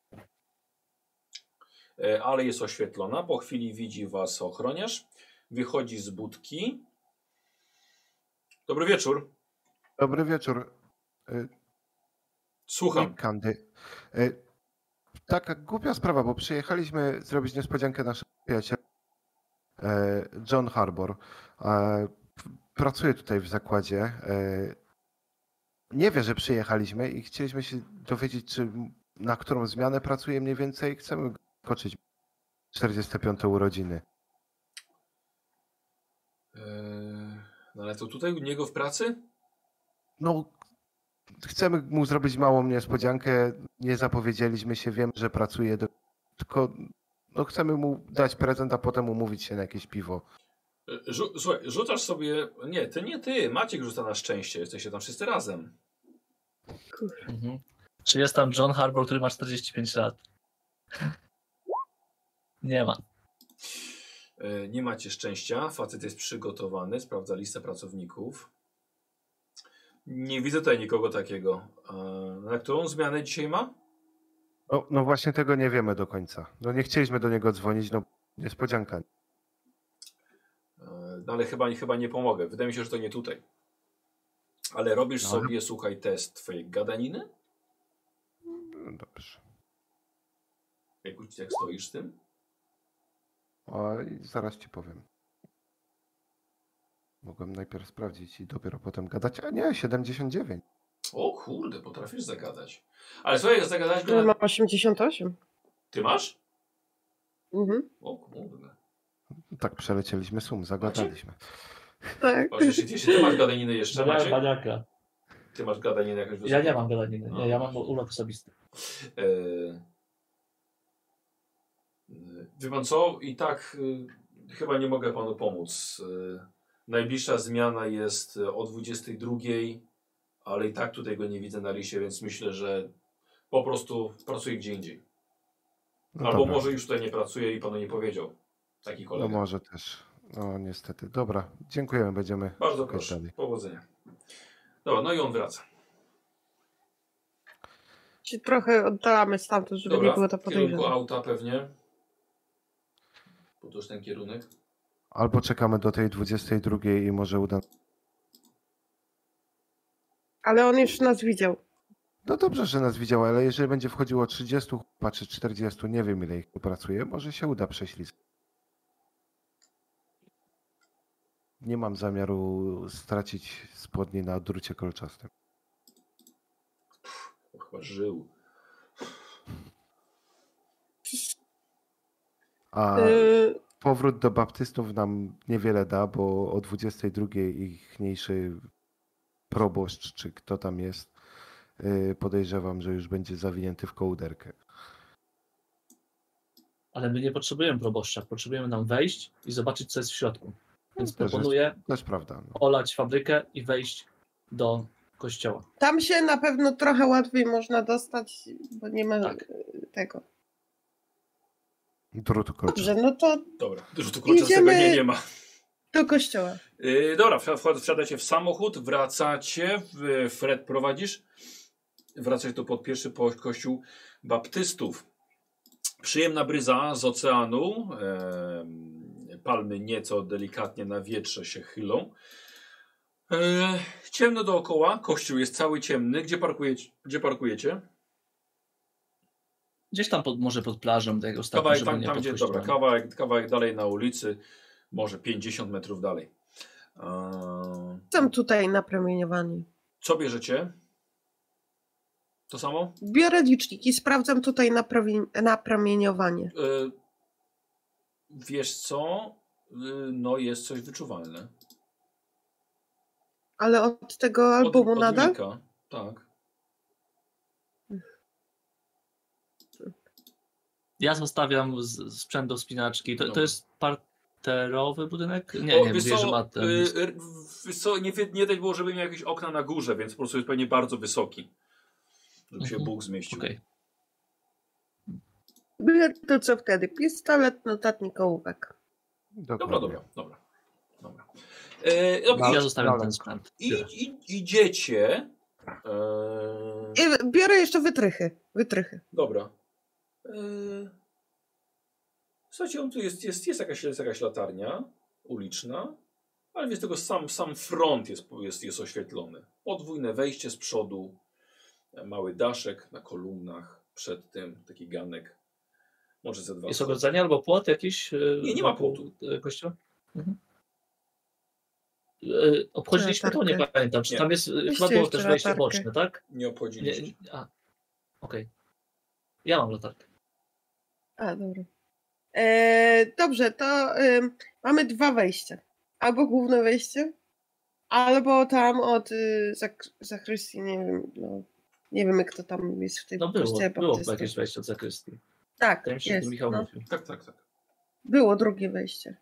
Ale jest oświetlona. Po chwili widzi was ochroniarz. Wychodzi z budki. Dobry wieczór. Dobry wieczór. Słucham. Nick Candy. Taka głupia sprawa, bo przyjechaliśmy zrobić niespodziankę naszemu przyjacielowi John Harbour. Pracuje tutaj w zakładzie. Nie wie, że przyjechaliśmy i chcieliśmy się dowiedzieć, czy na którą zmianę pracuje mniej więcej. Chcemy koczyć 45. urodziny. No ale to tutaj u niego w pracy? No, chcemy mu zrobić małą niespodziankę. Nie zapowiedzieliśmy się, wiem, że pracuje, tylko no, chcemy mu dać prezent, a potem umówić się na jakieś piwo. Słuchaj, rzucasz sobie... Nie, ty. Maciek rzuca na szczęście. Jesteście tam wszyscy razem. Mhm. Czy jest tam John Harbour, który ma 45 lat? Nie ma. Nie macie szczęścia. Facet jest przygotowany. Sprawdza listę pracowników. Nie widzę tutaj nikogo takiego. Na którą zmianę dzisiaj ma? No właśnie tego nie wiemy do końca. No nie chcieliśmy do niego dzwonić, no niespodzianka. No ale chyba nie pomogę. Wydaje mi się, że to nie tutaj. Ale robisz No. sobie, słuchaj, test twojej gadaniny? No dobrze. Jak stoisz z tym? I zaraz ci powiem. Mogłem najpierw sprawdzić i dopiero potem gadać, a nie, 79. O kurde, potrafisz zagadać. Ale słuchaj, zagadać go Mam na... 88. Ty masz? Mhm. O kurde. Tak przelecieliśmy zagadaliśmy. Tak. O, jeśli ty masz gadaninę jeszcze, Ja mam Maciek? baniaka. Ty masz gadaninę jakoś Ja wysoką? nie mam gadaniny. Nie, ja mam urlop osobisty. Wie pan co? I tak chyba nie mogę panu pomóc. Najbliższa zmiana jest o 22, ale i tak tutaj go nie widzę na liście, więc myślę, że po prostu pracuje gdzie indziej. No Albo dobra. może już tutaj nie pracuje i panu nie powiedział. Taki No kolega. może też. No niestety. Dobra, dziękujemy, będziemy Bardzo szukać proszę. dalej. Powodzenia. Dobra, no i on wraca. Się trochę oddalamy stamtąd, żeby Dobra, nie było to w kierunku podejrzane. auta pewnie. Bo to już ten kierunek. Albo czekamy do tej 22 i może uda. Ale on już nas widział. No dobrze, że nas widział, ale jeżeli będzie wchodziło 30 czy 40, nie wiem ile ich tu pracuje, może się uda prześlizgnąć. nie mam zamiaru stracić spodni na drucie kolczastym. Chyba żył. A powrót do baptystów nam niewiele da, bo o 22 ichniejszy proboszcz, czy kto tam jest, podejrzewam, że już będzie zawinięty w kołderkę. Ale my nie potrzebujemy proboszcza. Potrzebujemy nam wejść i zobaczyć, co jest w środku. Więc Też proponuję jest prawda. No. olać fabrykę i wejść do kościoła. Tam się na pewno trochę łatwiej można dostać, bo nie ma Tak. tego. Drutu kolczastego. Dobrze, no to Dobra, rzutu kolczastego nie ma. do kościoła. Dobra, wsiadacie w samochód, wracacie. Fred, prowadzisz? Wracacie tu pod pierwszy kościół baptystów. Przyjemna bryza z oceanu. Palmy nieco delikatnie na wietrze się chylą. Ciemno dookoła. Kościół jest cały ciemny. Gdzie parkujecie? Gdzieś tam może pod plażą, tak jak ostatnio, Kawałek, żeby nie pod gdzie, kościołem. dobra, kawałek dalej na ulicy. Może 50 metrów dalej. Są tutaj napromieniowani. Co bierzecie? To samo? Biorę licznik i sprawdzam tutaj napromieniowanie. Wiesz co? No jest coś wyczuwalne. Ale od tego albumu od nadal? Unika. Tak. Ja zostawiam sprzęt do wspinaczki. To Dobra. jest parterowy budynek? Nie, O, nie, wiesz mówię, co, że ma ten... wiesz co, nie dać było, żeby miał jakieś okna na górze, więc po prostu jest pewnie bardzo wysoki. Żeby się Bóg zmieścił. Okej. Biorę to co wtedy? Pistolet, notatnik, ołówek. Dobra. Ja zostawiam ten sprzęt. Idziecie. I biorę jeszcze wytrychy. Dobra. Słuchajcie, on tu jest jakaś latarnia uliczna, ale jest tego sam front jest oświetlony. Podwójne wejście z przodu, mały daszek na kolumnach, przed tym taki ganek. Może ze dwa. Jest ogrodzenie albo płot jakiś? Nie ma płotu. Kościoła? Mhm. Obchodziliśmy to? Nie pamiętam. Czy Nie. tam jest, Weźcie chyba było jeszcze też wejście latarkę. boczne, tak? Nie obchodziliście. Okej. Ja mam latarkę. A, dobra. Dobrze, to mamy dwa wejścia. Albo główne wejście, albo tam od zakrystii, nie wiem, no, nie wiem jak to tam jest w tym No kościele było baptystów. jakieś wejście od zakrystii. Tak, Tam się jest, Michał no. mówił. Tak. Było drugie wejście.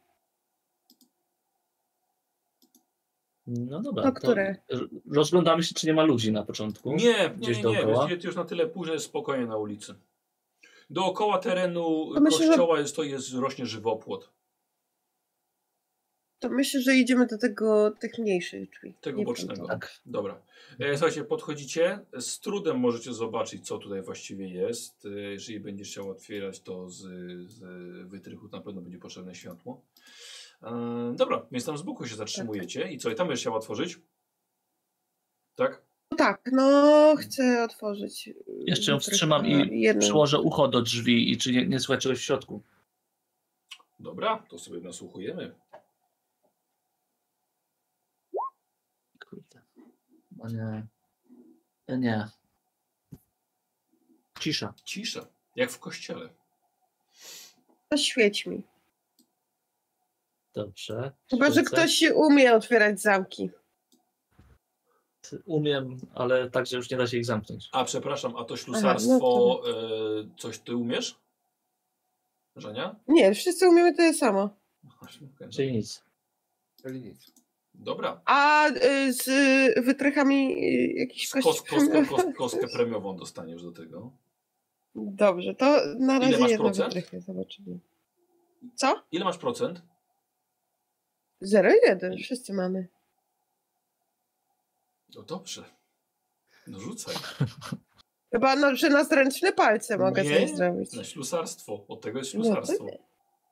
No dobra. To które? Rozglądamy się, czy nie ma ludzi na początku. Nie, Gdzieś nie. dookoła? Jest już na tyle późno, jest spokojnie na ulicy. Dookoła terenu To myślę, kościoła rośnie żywopłot. To myślę, że idziemy do tych mniejszych drzwi. Tego Nie bocznego. wiem, Tak. Dobra. Słuchajcie, podchodzicie. Z trudem możecie zobaczyć, co tutaj właściwie jest. Jeżeli będziesz chciał otwierać to z wytrychu, na pewno będzie potrzebne światło. Dobra, więc tam z boku się zatrzymujecie. I co? I tam będziesz chciał otworzyć? Tak? Tak, no chcę otworzyć. Jeszcze ją wytrych wstrzymam na i jedną. przyłożę ucho do drzwi i czy nie słychać czegoś w środku. Dobra, to sobie nasłuchujemy. Kurde. No nie. Nie. Cisza. Cisza, jak w kościele. To świeć mi. Dobrze. Chyba, że Świecę. ktoś umie otwierać zamki. Umiem, ale tak, że już nie da się ich zamknąć. A przepraszam, a to ślusarstwo, coś ty umiesz? Żenia? Nie, wszyscy umiemy tyle samo. Czyli nic. Czyli nic. Dobra. A z wytrychami jakiś Kostkę premiową dostaniesz do tego. Dobrze, to na Ile razie masz jedno procent? wytrychy, zobaczymy. Co? Ile masz procent? 0,1, wszyscy mamy. No dobrze. No rzucaj. Chyba, no, że na zręczne palce mogę Nie, coś zrobić. Na ślusarstwo. Od tego jest No to ślusarstwo. nie.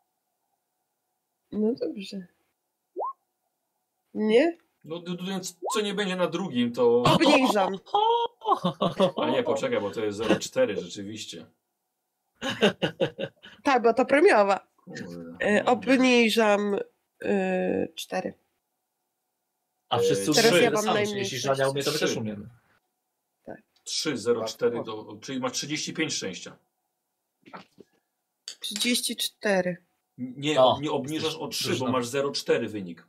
No dobrze. Nie? No co nie będzie na drugim, to... Obniżam. A nie, poczekaj, bo to jest 0,4 rzeczywiście. Tak, bo to premiowa. Kurde. Obniżam 4. A wszyscy Teraz umiemy ja tyle mam samo, czyli najmniej jeśli Żania umie, to my też 3. umiemy. 3, 0, 4, czyli masz 35 szczęścia. 34. Nie, O, nie obniżasz o 3, bo drużyna. masz 0,4 wynik.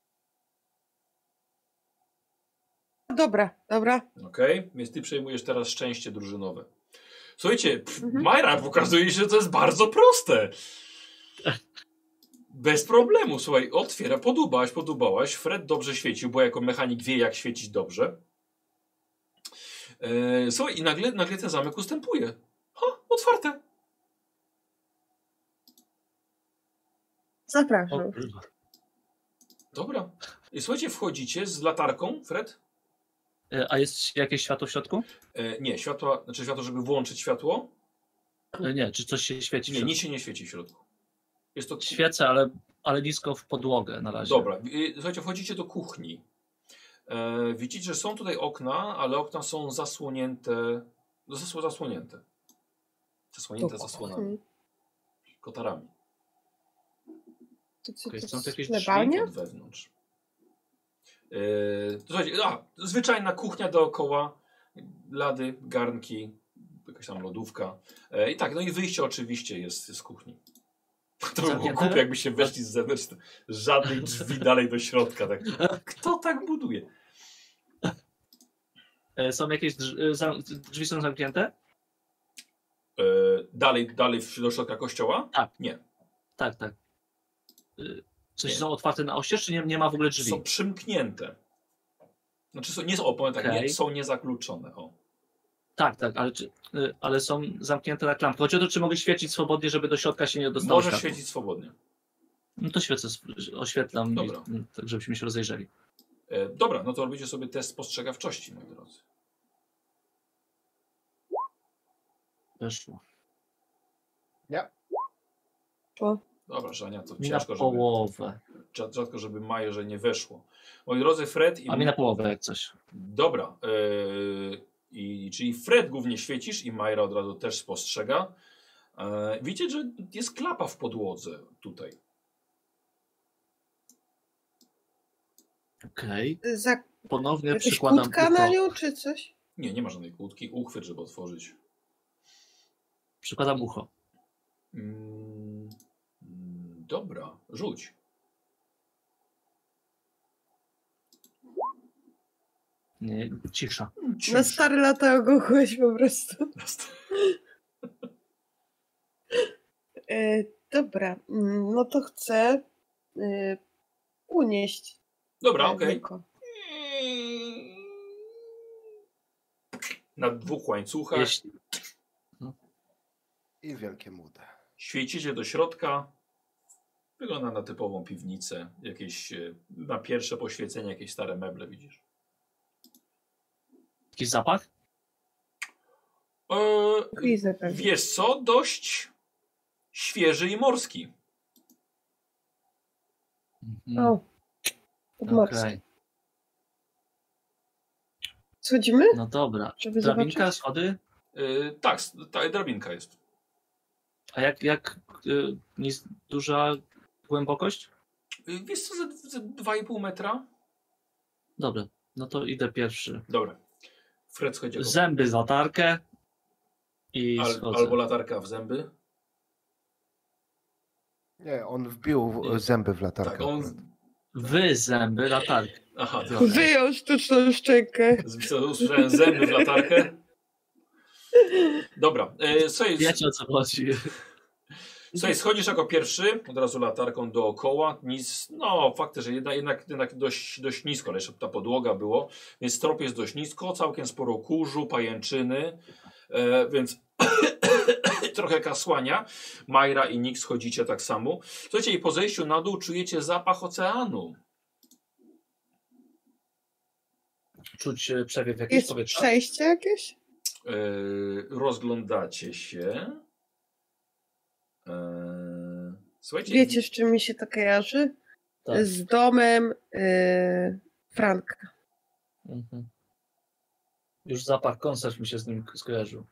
Dobra. Okej? Więc ty przejmujesz teraz szczęście drużynowe. Słuchajcie, Mhm. Majra pokazuje się, że to jest bardzo proste. Bez problemu, słuchaj, otwiera, podobałaś. Fred dobrze świecił, bo jako mechanik wie, jak świecić dobrze. Słuchaj, i nagle ten zamek ustępuje. Otwarte. Zapraszam. Dobra. I słuchajcie, wchodzicie z latarką, Fred? A jest jakieś światło w środku? Nie, światło, żeby włączyć światło. Nie, czy coś się świeci w Nie, środku? nic się nie świeci w środku. Jest to... Świecę, ale nisko w podłogę na razie. Dobra, słuchajcie, wchodzicie do kuchni. Widzicie, że są tutaj okna, ale okna są zasłonięte. Zasłonięte zasłonami. Kotarami. To co, Okej, to są to jakieś plebania? Od wewnątrz. Słuchajcie, zwyczajna kuchnia dookoła. Lady, garnki, jakaś tam lodówka. I tak, no i wyjście oczywiście jest z kuchni. To by było Zamknięte? głupie, jakbyście weszli z zewnątrz. Żadnej drzwi dalej do środka. Tak. Kto tak buduje? Są jakieś drzwi są zamknięte? Dalej do środka kościoła? Tak. Nie. Tak. Coś Nie. są otwarte na oścież, czy nie ma w ogóle drzwi? Są przymknięte. Znaczy nie są, powiem tak, Okej. nie, są niezakluczone. O. Tak, ale są zamknięte na klamkę. Chodzi o to, czy mogę świecić swobodnie, żeby do środka się nie dostało Możesz światło. świecić swobodnie. No to świecę, oświetlam, Dobra. tak żebyśmy się rozejrzeli. Dobra, no to robicie sobie test spostrzegawczości, moi drodzy. Weszło. Dobra, Żania, to Mi na ciężko, połowę. rzadko, żeby Majerze nie weszło. Moi drodzy, Fred i... A mi na połowę jak coś. Dobra. Czyli Fred głównie świecisz i Majra od razu też spostrzega. Widzicie, że jest klapa w podłodze tutaj. Okej. Za Ponownie jakaś przykładam kłódka na ucho. nią, czy coś? Nie ma żadnej kłódki. Uchwyt, żeby otworzyć. Przykładam ucho. Dobra, rzuć. Nie, cisza. Na stare lata ogłuchłeś po prostu. Dobra, no to chcę unieść. Dobra, okej. Tylko. Na 2 łańcuchach. Jeśli... I wielkie mude. Świecicie do środka. Wygląda na typową piwnicę. Jakieś, na pierwsze poświecenie jakieś stare meble widzisz. Jakiś zapach? Widzę pewnie. Wiesz co? Dość świeży i morski. O, podmorskie. Okej. Schodzimy? No dobra. Żeby Drabinka, zobaczyć? schody? Tak, ta drabinka jest. A jak duża głębokość? Wiesz co, ze 2,5 metra? Dobra, no to idę pierwszy. Dobra. Fred schodzi. Zęby z latarkę i schodzę. Albo latarka w zęby. Nie, on wbił zęby w latarkę. Tak, on... akurat. Wy zęby, latarkę. Aha, dobra. Wyjął sztuczną szczękę. Usłyszałem zęby w latarkę. Dobra, słuchaj, Wiecie o co chodzi. słuchaj, schodzisz jako pierwszy, od razu latarką dookoła. No, faktycznie, jednak dość nisko, ale jeszcze ta podłoga było, więc strop jest dość nisko, całkiem sporo kurzu, pajęczyny, więc trochę kasłania. Majra i Nick schodzicie tak samo. Słuchajcie, i po zejściu na dół czujecie zapach oceanu. Czuć przewiew jakiś Jest powietrza? przejście jakieś? Rozglądacie się. Słuchajcie, Wiecie, z czym mi się to kojarzy? Tak. Z domem Franka. Mhm. Już zapach konserw mi się z nim skojarzył.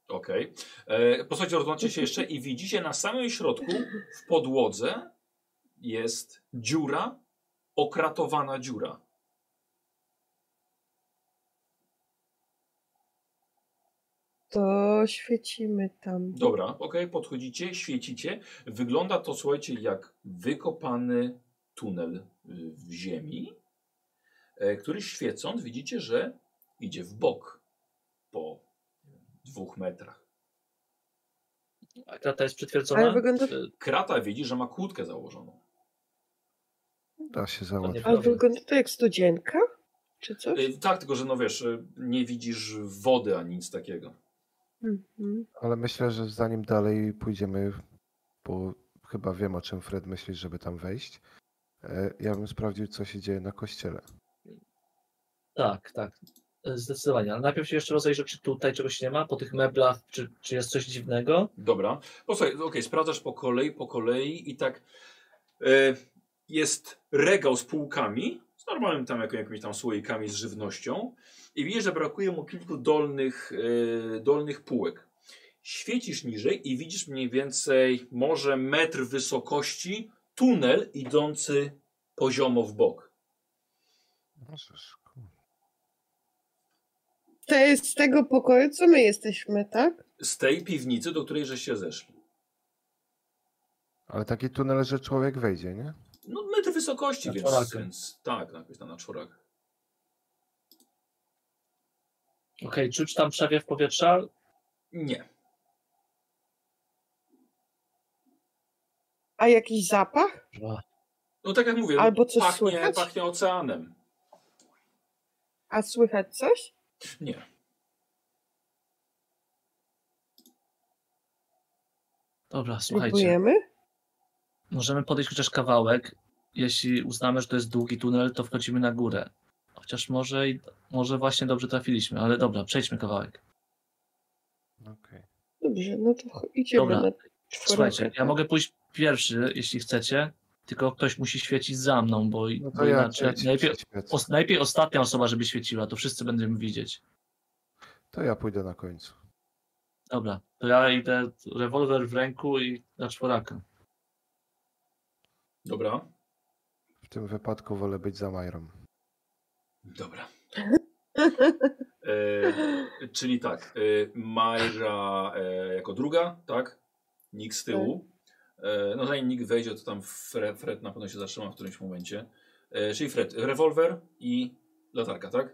Okej. Posłuchajcie, rozglądacie się jeszcze i widzicie na samym środku w podłodze jest dziura, okratowana dziura. To świecimy tam. Dobra, okej, podchodzicie, świecicie. Wygląda to, słuchajcie, jak wykopany tunel w ziemi, który świecąc widzicie, że idzie w bok po 2 metrach. A krata jest przytwierdzona? Ale wygląda- Czy... Krata widzi, że ma kłódkę założoną. Da się nie załatwić. Ale wygląda to jak studzienka? Czy coś? Tak, tylko że no wiesz, nie widzisz wody ani nic takiego. Mhm. Ale myślę, że zanim dalej pójdziemy, bo chyba wiem, o czym Fred myśli, żeby tam wejść, ja bym sprawdził, co się dzieje na kościele. Tak, tak. Zdecydowanie. Ale najpierw się jeszcze rozejrzę, czy tutaj czegoś nie ma, po tych meblach, czy jest coś dziwnego. Dobra. Posłuchaj, okej, sprawdzasz po kolei i tak jest regał z półkami, z normalnym tam jakimiś tam słoikami z żywnością i widzisz, że brakuje mu kilku dolnych półek. Świecisz niżej i widzisz mniej więcej może metr wysokości tunel idący poziomo w bok. To jest z tego pokoju, co my jesteśmy, tak? Z tej piwnicy, do której żeście zeszli. Ale taki tunel, że człowiek wejdzie, nie? No metr wysokości, Na więc tak, jakoś tam na czworak. Okej, czuć tam przewiew powietrza? Nie. A jakiś zapach? No tak jak mówię, Albo coś pachnie, słychać? pachnie oceanem. A słychać coś? Nie. Dobra, słuchajcie. Próbujemy? Możemy podejść chociaż kawałek. Jeśli uznamy, że to jest długi tunel, to wchodzimy na górę. Chociaż może właśnie dobrze trafiliśmy, ale dobra, przejdźmy kawałek. Okej. Dobrze, no to idziemy Dobra. na Słuchajcie, czwórkę. ja mogę pójść pierwszy, jeśli chcecie, tylko ktoś musi świecić za mną, bo, No bo to ja inaczej. ci Najpierw, przyświecę. najpierw ostatnia osoba, żeby świeciła, to wszyscy będziemy widzieć. To ja pójdę na końcu. Dobra, to ja idę rewolwer w ręku i na czworaka. Dobra. W tym wypadku wolę być za Majrą. Dobra. Czyli tak, Majra jako druga, tak? Nick z tyłu. No zanim Nick wejdzie, to tam Fred na pewno się zatrzyma w którymś momencie. Czyli Fred, rewolwer i latarka, tak?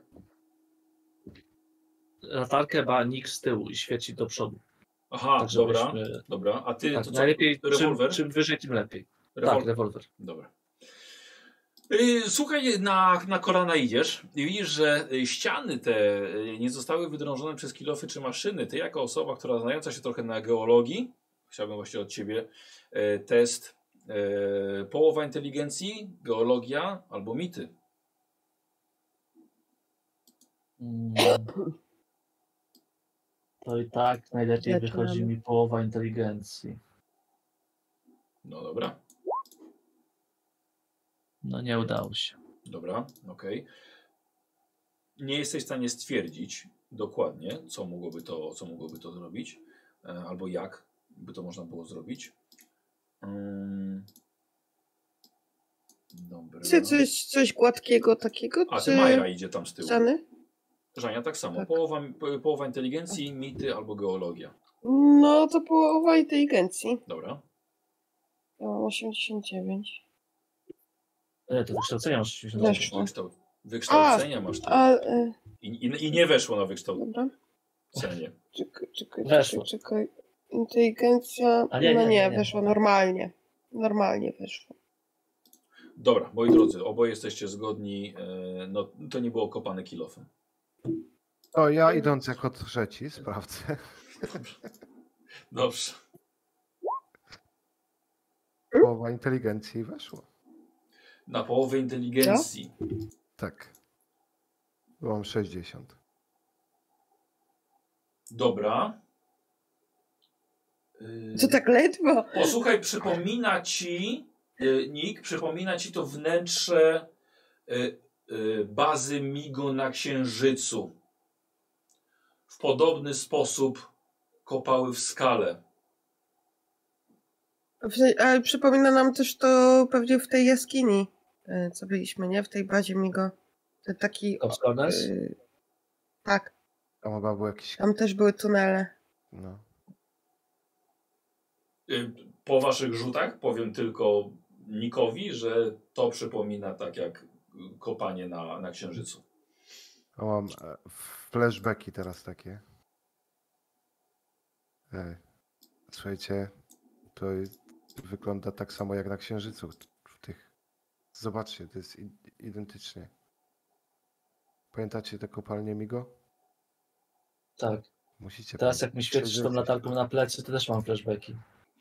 Latarkę ma Nick z tyłu i świeci do przodu. Aha, Tak, dobra, żebyśmy- dobra. A ty Tak, to co? najlepiej, Rewolwer? czym wyżej, tym lepiej. Rewol- Tak, rewolwer. Dobra. Słuchaj, na kolana idziesz i widzisz, że ściany te nie zostały wydrążone przez kilofy czy maszyny. Ty jako osoba, która znająca się trochę na geologii, chciałbym właśnie od ciebie test połowa inteligencji, geologia albo mity. Mm. To i tak najlepiej Zaczynamy. wychodzi mi połowa inteligencji. No dobra, No nie udało się. dobra, okej. Nie jesteś w stanie stwierdzić dokładnie, co mogłoby to zrobić, albo jak by to można było zrobić. Dobra. Czy coś gładkiego takiego? A czy ty Majra idzie tam z tyłu. Zany? Żania tak samo. Tak. Połowa inteligencji, mity albo geologia. No to połowa inteligencji. Dobra. Ja mam 89. To wykształcenia masz 80. Weszło. Wykształcenia masz tu. I nie weszło na wykształcenie. Dobra. Weszło. Czekaj. Inteligencja. A nie, no nie, nie, nie. weszło normalnie. Normalnie weszło. Dobra, moi drodzy, oboje jesteście zgodni. No, to nie było kopane kilofem. O, ja idąc jako trzeci sprawdzę. Dobrze. Połowa inteligencji weszło. Na połowę inteligencji. Tak. Mam 60. Dobra. Co tak ledwo? Posłuchaj, przypomina ci, Nick, przypomina ci to wnętrze bazy MIGO na Księżycu. W podobny sposób kopały w skale. Ale przypomina nam też to pewnie w tej jaskini, co byliśmy, nie? W tej bazie Migo. To taki... Obskurnes? Tak, Tam chyba był jakiś... tam też były tunele. No. Po waszych rzutach powiem tylko Nikowi, że to przypomina tak jak kopanie na Księżycu. O, mam flashbacki teraz takie. Słuchajcie, to wygląda tak samo jak na Księżycu. W tych... Zobaczcie, to jest identycznie. Pamiętacie te kopalnie Migo? Tak. Musicie Teraz jak mi pamiętać. świecisz tą latarką na plecy, to też mam flashbacki.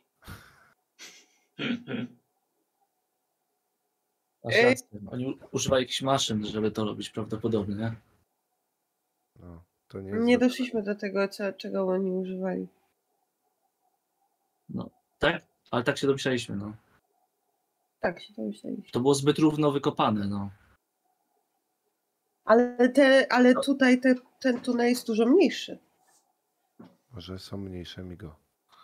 Masz rację. Oni używają jakichś maszyn, żeby to robić prawdopodobnie, nie? No, to nie Nie jest doszliśmy do tego, czego oni używali. No, tak? Ale tak się domyślaliśmy, no. Tak się to myśleliśmy. To było zbyt równo wykopane, no. Ale tutaj ten tunel jest dużo mniejszy. Może są mniejsze Migo.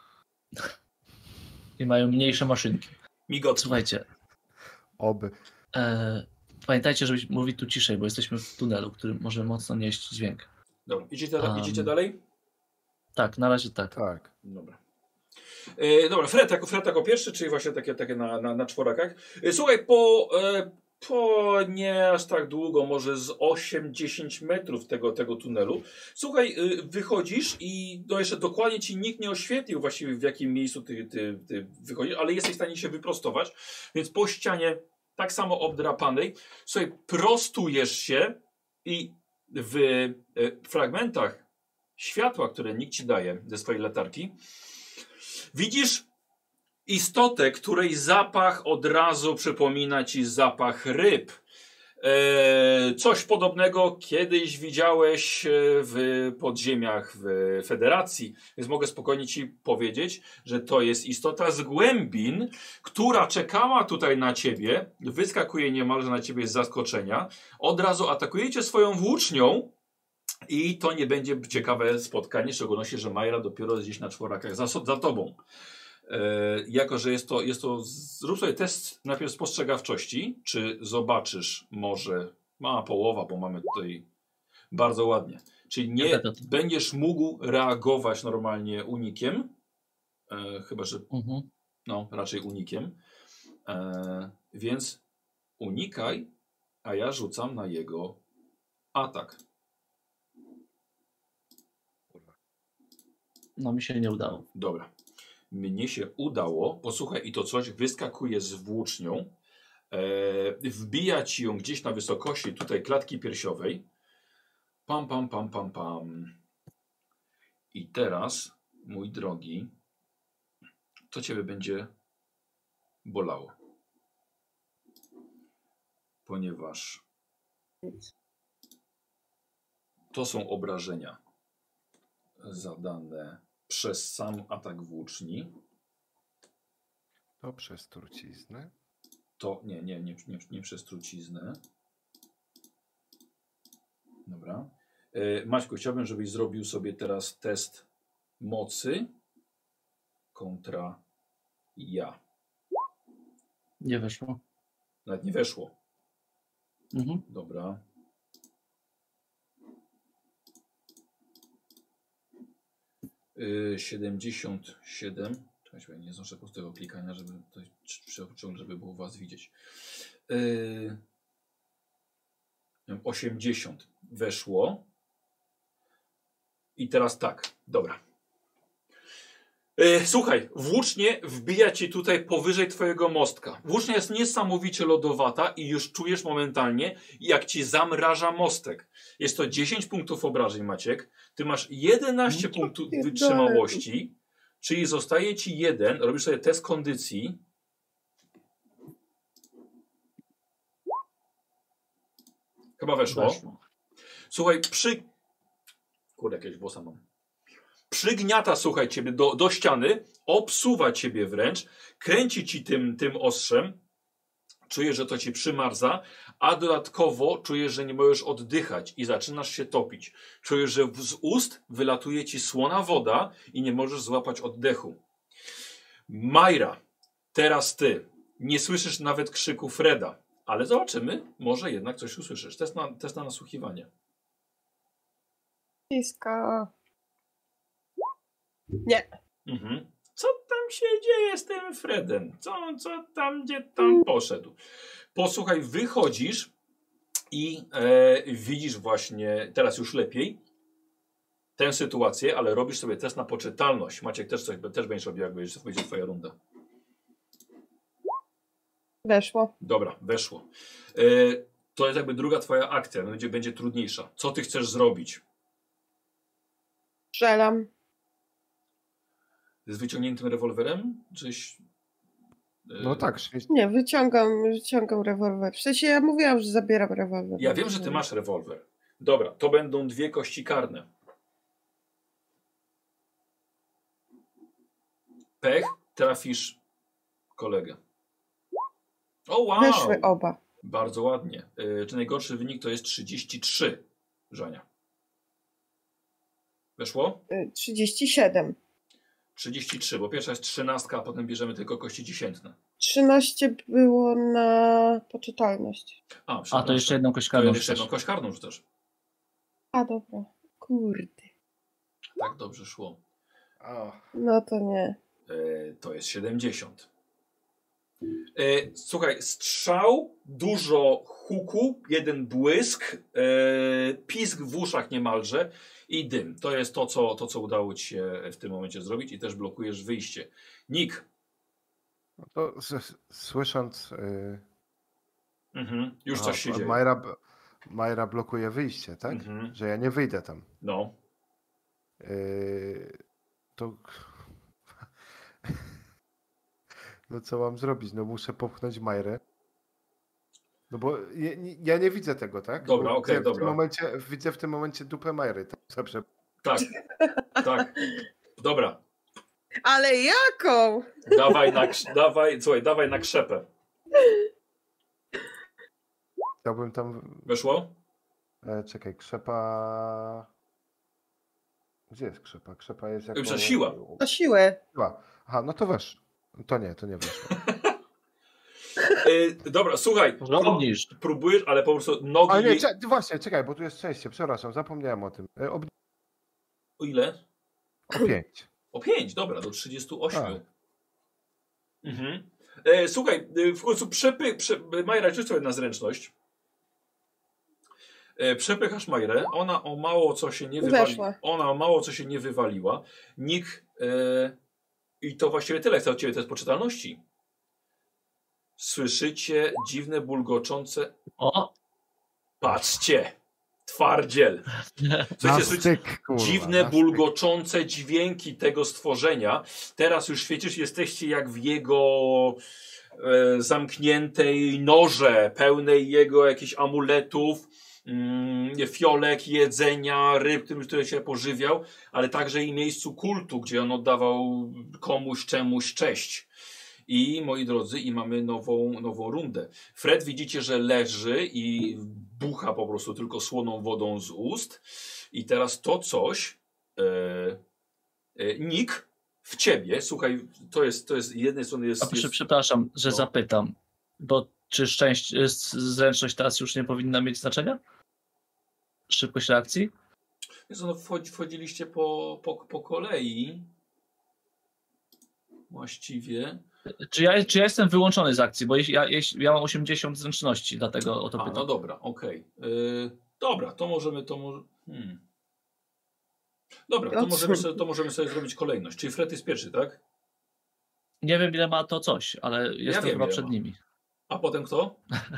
I mają mniejsze maszynki. Migot. Słuchajcie, Oby. pamiętajcie, żeby mówić tu ciszej, bo jesteśmy w tunelu, który może mocno nieść dźwięk. Dobra, idziecie dalej? Tak, na razie tak. Tak. Dobra. Dobra, Fred jako pierwszy, czyli właśnie takie na czworakach. Słuchaj, po nie aż tak długo, może z 8-10 metrów tego tunelu. Słuchaj, wychodzisz i no jeszcze dokładnie ci nikt nie oświetlił właściwie w jakim miejscu ty wychodzisz, ale jesteś w stanie się wyprostować, więc po ścianie tak samo obdrapanej, słuchaj, prostujesz się i w fragmentach światła, które nikt ci daje ze swojej latarki, widzisz istotę, której zapach od razu przypomina ci zapach ryb. Coś podobnego kiedyś widziałeś w podziemiach w Federacji, więc mogę spokojnie ci powiedzieć, że to jest istota z głębin, która czekała tutaj na ciebie, wyskakuje niemalże na ciebie z zaskoczenia, od razu atakuje cię swoją włócznią i to nie będzie ciekawe spotkanie, w szczególności, że Majra dopiero jest gdzieś na czworakach za tobą. Jako, że jest to, zrób sobie test najpierw spostrzegawczości, czy zobaczysz może, mała połowa, bo mamy tutaj bardzo ładnie, czyli nie będziesz mógł reagować normalnie unikiem, chyba, że no, raczej unikiem, więc unikaj, a ja rzucam na jego atak. No mi się nie udało. Dobra. Mnie się udało. Posłuchaj, i to coś wyskakuje z włócznią. Wbija ci ją gdzieś na wysokości tutaj klatki piersiowej. Pam, pam, pam, pam, pam. I teraz, mój drogi, to ciebie będzie bolało. Ponieważ to są obrażenia zadane przez sam atak włóczni. To przez truciznę. To nie przez truciznę. Dobra. Maćku, chciałbym, żebyś zrobił sobie teraz test mocy kontra ja. Nie weszło. Nawet nie weszło. Mhm. Dobra. Yy, 77. Czekajcie, nie zdążę po prostu tego klikania, żeby to żeby było was widzieć. 80 weszło. I teraz tak, dobra. Słuchaj, włócznie wbija ci tutaj powyżej twojego mostka. Włócznia jest niesamowicie lodowata i już czujesz momentalnie, jak ci zamraża mostek. Jest to 10 punktów obrażeń, Maciek. Ty masz 11 punktów wytrzymałości, czyli zostaje ci 1. Robisz sobie test kondycji. Chyba weszło. Słuchaj, kurde, jakiegoś bossa mam. Przygniata, słuchaj, ciebie do ściany, obsuwa ciebie wręcz, kręci ci tym ostrzem, czujesz, że to ci przymarza, a dodatkowo czujesz, że nie możesz oddychać i zaczynasz się topić. Czujesz, że z ust wylatuje ci słona woda i nie możesz złapać oddechu. Majra, Teraz ty. Nie słyszysz nawet krzyku Freda, ale zobaczymy, może jednak coś usłyszysz. Test na nasłuchiwanie. Blisko. Nie. Mhm. Co tam się dzieje z tym Fredem? Co tam, gdzie tam poszedł? Posłuchaj, wychodzisz i widzisz właśnie teraz już lepiej tę sytuację, ale robisz sobie test na poczytalność. Maciek też będziesz robił, jak będzie twoja runda. Weszło. Dobra, weszło. To jest jakby druga twoja akcja, będzie trudniejsza. Co ty chcesz zrobić? Strzelam. Z wyciągniętym rewolwerem? Czyś... No tak, Nie, wyciągam rewolwer. W sensie ja mówiłam, że zabieram rewolwer. Ja wiem, że ty masz rewolwer. Dobra, to będą 2 kości karne. Pech, trafisz kolegę. O wow! Weszły oba. Bardzo ładnie. Czy najgorszy wynik to jest 33, Żania? Weszło? 37. 33, bo pierwsza jest 13, a potem bierzemy tylko kości dziesiętne. 13 było na poczytalność. A to jeszcze jedną kość karną. To jeszcze jedną kość karną rzucasz. A dobra. Kurde. Tak dobrze szło. No to nie. To jest 70. Słuchaj, strzał, dużo huku, jeden błysk, pisk w uszach niemalże i dym. To jest to, co udało ci się w tym momencie zrobić i też blokujesz wyjście. Nick. No to słysząc... Już coś się dzieje. Majra blokuje wyjście, tak? Że ja nie wyjdę tam. No. To... No co mam zrobić? No muszę popchnąć Majrę. No bo ja nie widzę tego, tak? Dobra, okej, dobra. Widzę w tym momencie dupę Majry. Tak, tak. Dobra. Ale jaką? Dawaj na krzepę. Chciałbym tam... Weszło? Czekaj, krzepa... Gdzie jest krzepa? Krzepa jest jako... Siła. To siłę. Aha, no to wesz. To nie weszło. Dobra, słuchaj. Próbujesz, ale po prostu nogi... Ale nie, właśnie, czekaj, bo tu jest przejście. Przepraszam, zapomniałem o tym. O ile? O 5. O 5, dobra, do 38. Słuchaj, w końcu Majra, rzuć sobie na zręczność. Przepychasz Majrę, ona o mało co się nie wywaliła. Ona o mało co się nie wywaliła. Nick, i to właściwie tyle chcę od ciebie, to jest poczytalności. Słyszycie dziwne, bulgoczące... O! Patrzcie! Twardziel. Słuchajcie, dziwne, bulgoczące dźwięki tego stworzenia. Teraz już świecisz, jesteście jak w jego zamkniętej norze, pełnej jego jakichś amuletów, fiolek, jedzenia, ryb, który się pożywiał, ale także i miejscu kultu, gdzie on oddawał komuś, czemuś cześć. I moi drodzy, i mamy nową rundę. Fred widzicie, że leży i bucha po prostu tylko słoną wodą z ust. I teraz to coś, Nick, w ciebie, słuchaj, to jest z jednej strony jest... Przepraszam, że zapytam, bo czy zręczność teraz już nie powinna mieć znaczenia? Szybkość reakcji? Więc wchodziliście po kolei. Właściwie. Czy ja jestem wyłączony z akcji? Bo ja mam 80 zręczności, dlatego o to pytam. No dobra, okej. Dobra, to możemy... Dobra, to możemy sobie zrobić kolejność. Czyli Fred jest pierwszy, tak? Nie wiem, ile ma to coś, ale jestem chyba przed nimi. A potem kto?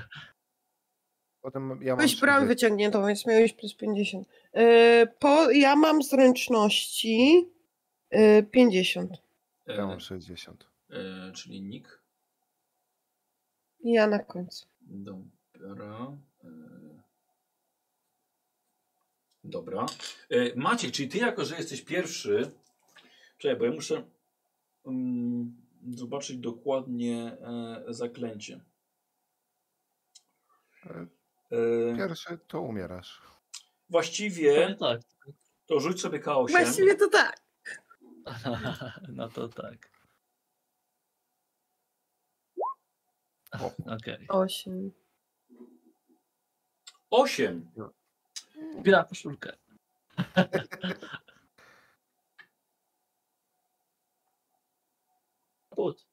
Potem ja mam... Byś broń wyciągniętą, więc miałeś plus 50. Ja mam zręczności 50. Ja mam 60. Czyli Nick. Ja na końcu. Dobra. Dobra. Maciek, czyli ty jako, że jesteś pierwszy... Czekaj, bo ja muszę zobaczyć dokładnie zaklęcie. Pierwszy to umierasz. Właściwie tak. To rzuć sobie K8. Właściwie to tak. No to tak. Okej. 8. 8. Zbieram koszulkę. But.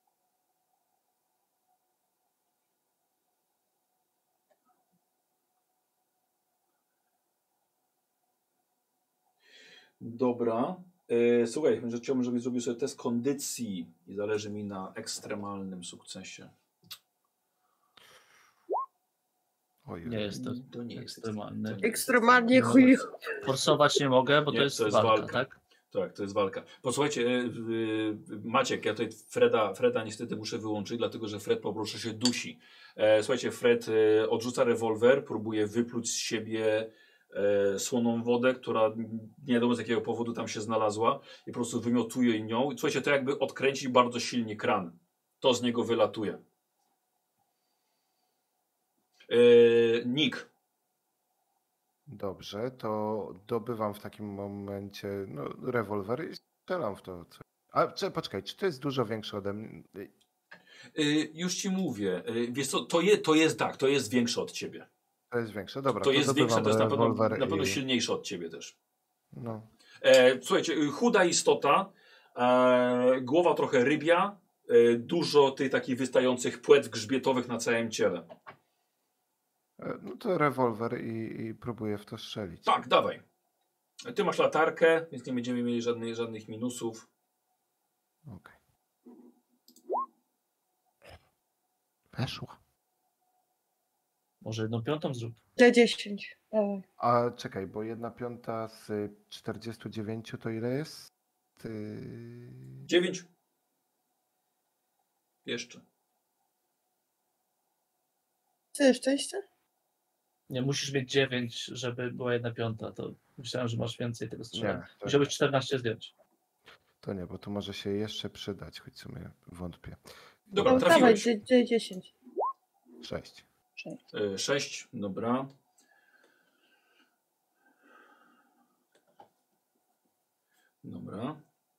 Dobra. Słuchaj, chciałbym, żebyś zrobił sobie test kondycji i zależy mi na ekstremalnym sukcesie. Ojej. Nie jest to nie jest ekstremalny. to nie jest Ekstremalnie ekstremalny. chuj. Forsować nie mogę, bo Nie, to jest to jest walka, walka. tak? Tak, to jest walka. Posłuchajcie, Maciek, ja tutaj Freda niestety muszę wyłączyć, dlatego że Fred po prostu się dusi. Słuchajcie, Fred odrzuca rewolwer, próbuje wypluć z siebie słoną wodę, która nie wiadomo z jakiego powodu tam się znalazła i po prostu wymiotuje nią. I słuchajcie, to jakby odkręcić bardzo silnie kran. To z niego wylatuje. Nick. Dobrze, to dobywam w takim momencie rewolwer i strzelam w to. Poczekaj, czy to jest dużo większe ode mnie? Już ci mówię. Wiesz co, to jest większe od ciebie. To jest większe, dobra. To jest większe, to jest na rewolwer pewno silniejsze od ciebie też. No. Słuchajcie, chuda istota, głowa trochę rybia, dużo tych takich wystających płetw grzbietowych na całym ciele. No to rewolwer i próbuję w to strzelić. Tak, dawaj. Ty masz latarkę, więc nie będziemy mieli żadnych minusów. Okej. Weszła. Może 1/5 zrób. D10. Dawaj. A czekaj, bo 1/5 z 49 to ile jest? 9. Jeszcze. Co szczęście? Nie, musisz mieć 9, żeby była 1/5. To myślałem, że masz więcej tego strzelania. Nie, to Musiałbyś 14 zdjąć. To nie, bo to może się jeszcze przydać, choć w sumie wątpię. Dobra, No, dawaj, trafiłeś. D10. 6. 6, dobra. Dobra.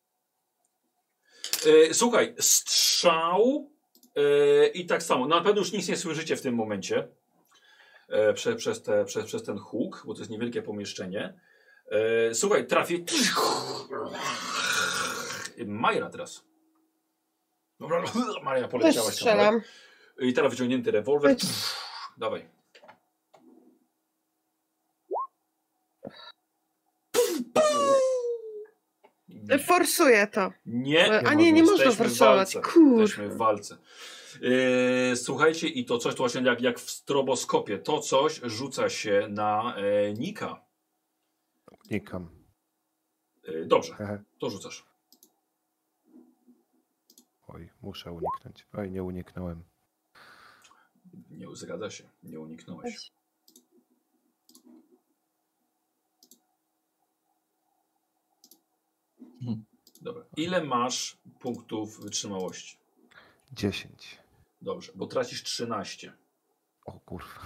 Słuchaj, strzał i tak samo. Na pewno już nic nie słyszycie w tym momencie przez ten huk, bo to jest niewielkie pomieszczenie. Słuchaj, trafię. Majra teraz. Dobra, Maja Też poleciałaś. strzelam. I teraz wyciągnięty rewolwer. Dawaj. Forsuję to. Nie, A nie można jesteśmy w forsować. walce. Kur. Jesteśmy w walce. Słuchajcie, i to coś to właśnie jak w stroboskopie. To coś rzuca się na Nika. Unikam. Dobrze, to rzucasz. Oj, muszę uniknąć. Oj, nie uniknąłem. Nie zgadza się, nie uniknąłeś. Dobra. Ile masz punktów wytrzymałości? 10. Dobrze, bo tracisz 13. O kurwa.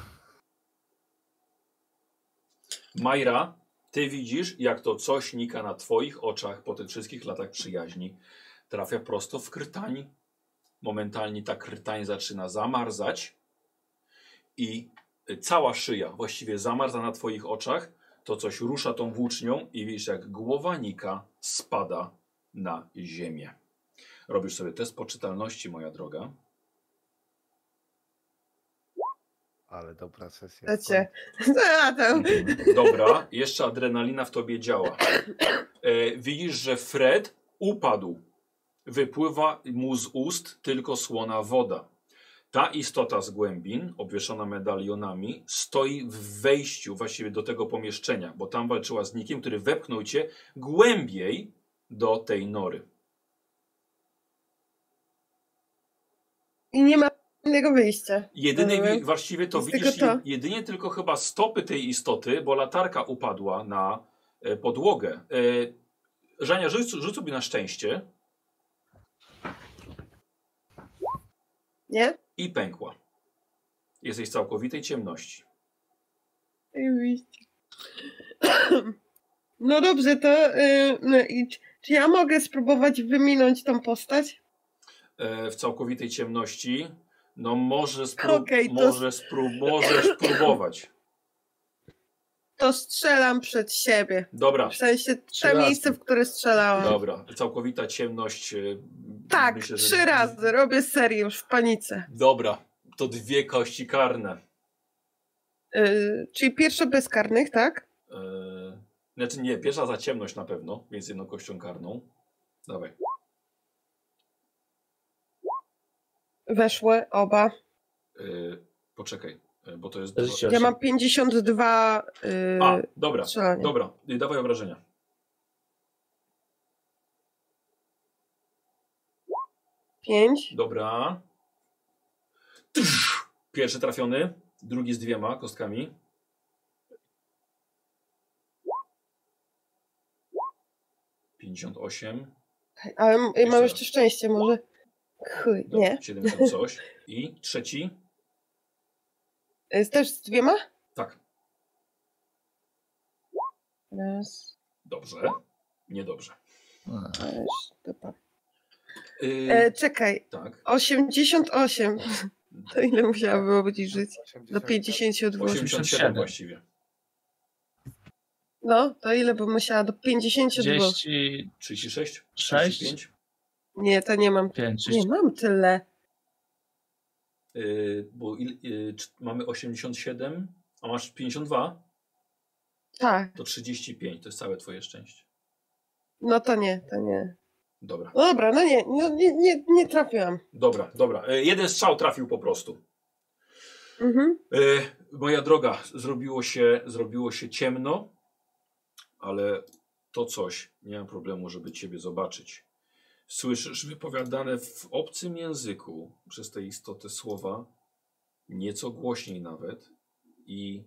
Majra, ty widzisz, jak to coś Nika na twoich oczach po tych wszystkich latach przyjaźni trafia prosto w krtań. Momentalnie ta krtań zaczyna zamarzać i cała szyja właściwie zamarza na twoich oczach. To coś rusza tą włócznią i widzisz, jak głowa Nika spada na ziemię. Robisz sobie test poczytalności, moja droga. Ale dobra sesja. Dacie. A, to. Dobra, jeszcze adrenalina w tobie działa. Widzisz, że Fred upadł. Wypływa mu z ust tylko słona woda. Ta istota z głębin, obwieszona medalionami, stoi w wejściu właściwie do tego pomieszczenia, bo tam walczyła z Nikiem, który wepchnął cię głębiej do tej nory. I nie ma innego wyjścia. Jedynie właściwie to Jest widzisz tylko to. jedynie tylko chyba stopy tej istoty, bo latarka upadła na podłogę. Żania, rzuć sobie na szczęście Nie? i pękła. Jesteś w całkowitej ciemności. Oczywiście. No dobrze, to czy ja mogę spróbować wyminąć tą postać? W całkowitej ciemności No może Okej, możesz spróbować. To strzelam przed siebie. Dobra, W sensie Trzy te razy. miejsce, w które strzelałam. dobra. Całkowita ciemność. Tak, myślę, że 3 razy. Robię serię już w panice. Dobra, to 2 kości karne. Czyli pierwsze bez karnych, tak? Znaczy nie, pierwsza za ciemność na pewno, więc 1 kością karną. Dawaj. Weszły oba. Poczekaj, bo to jest... 48. Ja mam 52 dobra, strzelanie. dobra. Dawaj obrażenia. Pięć. Dobra. Pierwszy trafiony, drugi z 2 kostkami. ...58. Ale Jeszcze mam raz. jeszcze szczęście może. Chuj, Dobra, nie. 70 coś. I trzeci. Też z 2? Tak, Raz. dobrze. Niedobrze. Dobra. Yy, Czekaj. tak. 88. To ile musiało być żyć? Do 52. 87 właściwie. No, to ile by musiała? Do 52. 36? 6? 35? Nie, to nie mam. 5, Nie mam tyle. Bo mamy 87, a masz 52, Tak. to 35. To jest całe twoje szczęście. No to nie, to nie. Dobra. No dobra, no nie trafiłam. Dobra. Jeden strzał trafił po prostu. Mhm. Moja droga, zrobiło się ciemno, ale to coś, nie mam problemu, żeby ciebie zobaczyć. Słyszysz wypowiadane w obcym języku przez te istoty słowa, nieco głośniej nawet i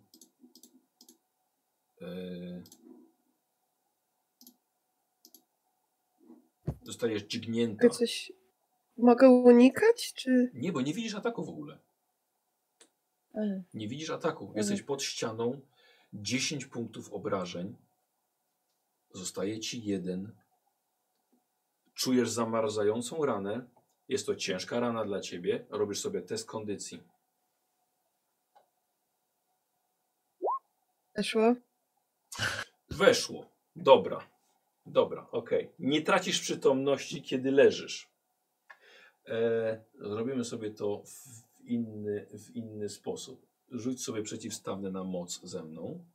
zostajesz dźgnięta. Coś mogę unikać, czy... Nie, bo nie widzisz ataku w ogóle. Nie widzisz ataku. Jesteś pod ścianą. 10 punktów obrażeń. Zostaje ci 1. Czujesz zamarzającą ranę. Jest to ciężka rana dla ciebie. Robisz sobie test kondycji. Weszło? Weszło. Dobra, okej. Nie tracisz przytomności, kiedy leżysz. Zrobimy sobie to w inny sposób. Rzuć sobie przeciwstawne na moc ze mną.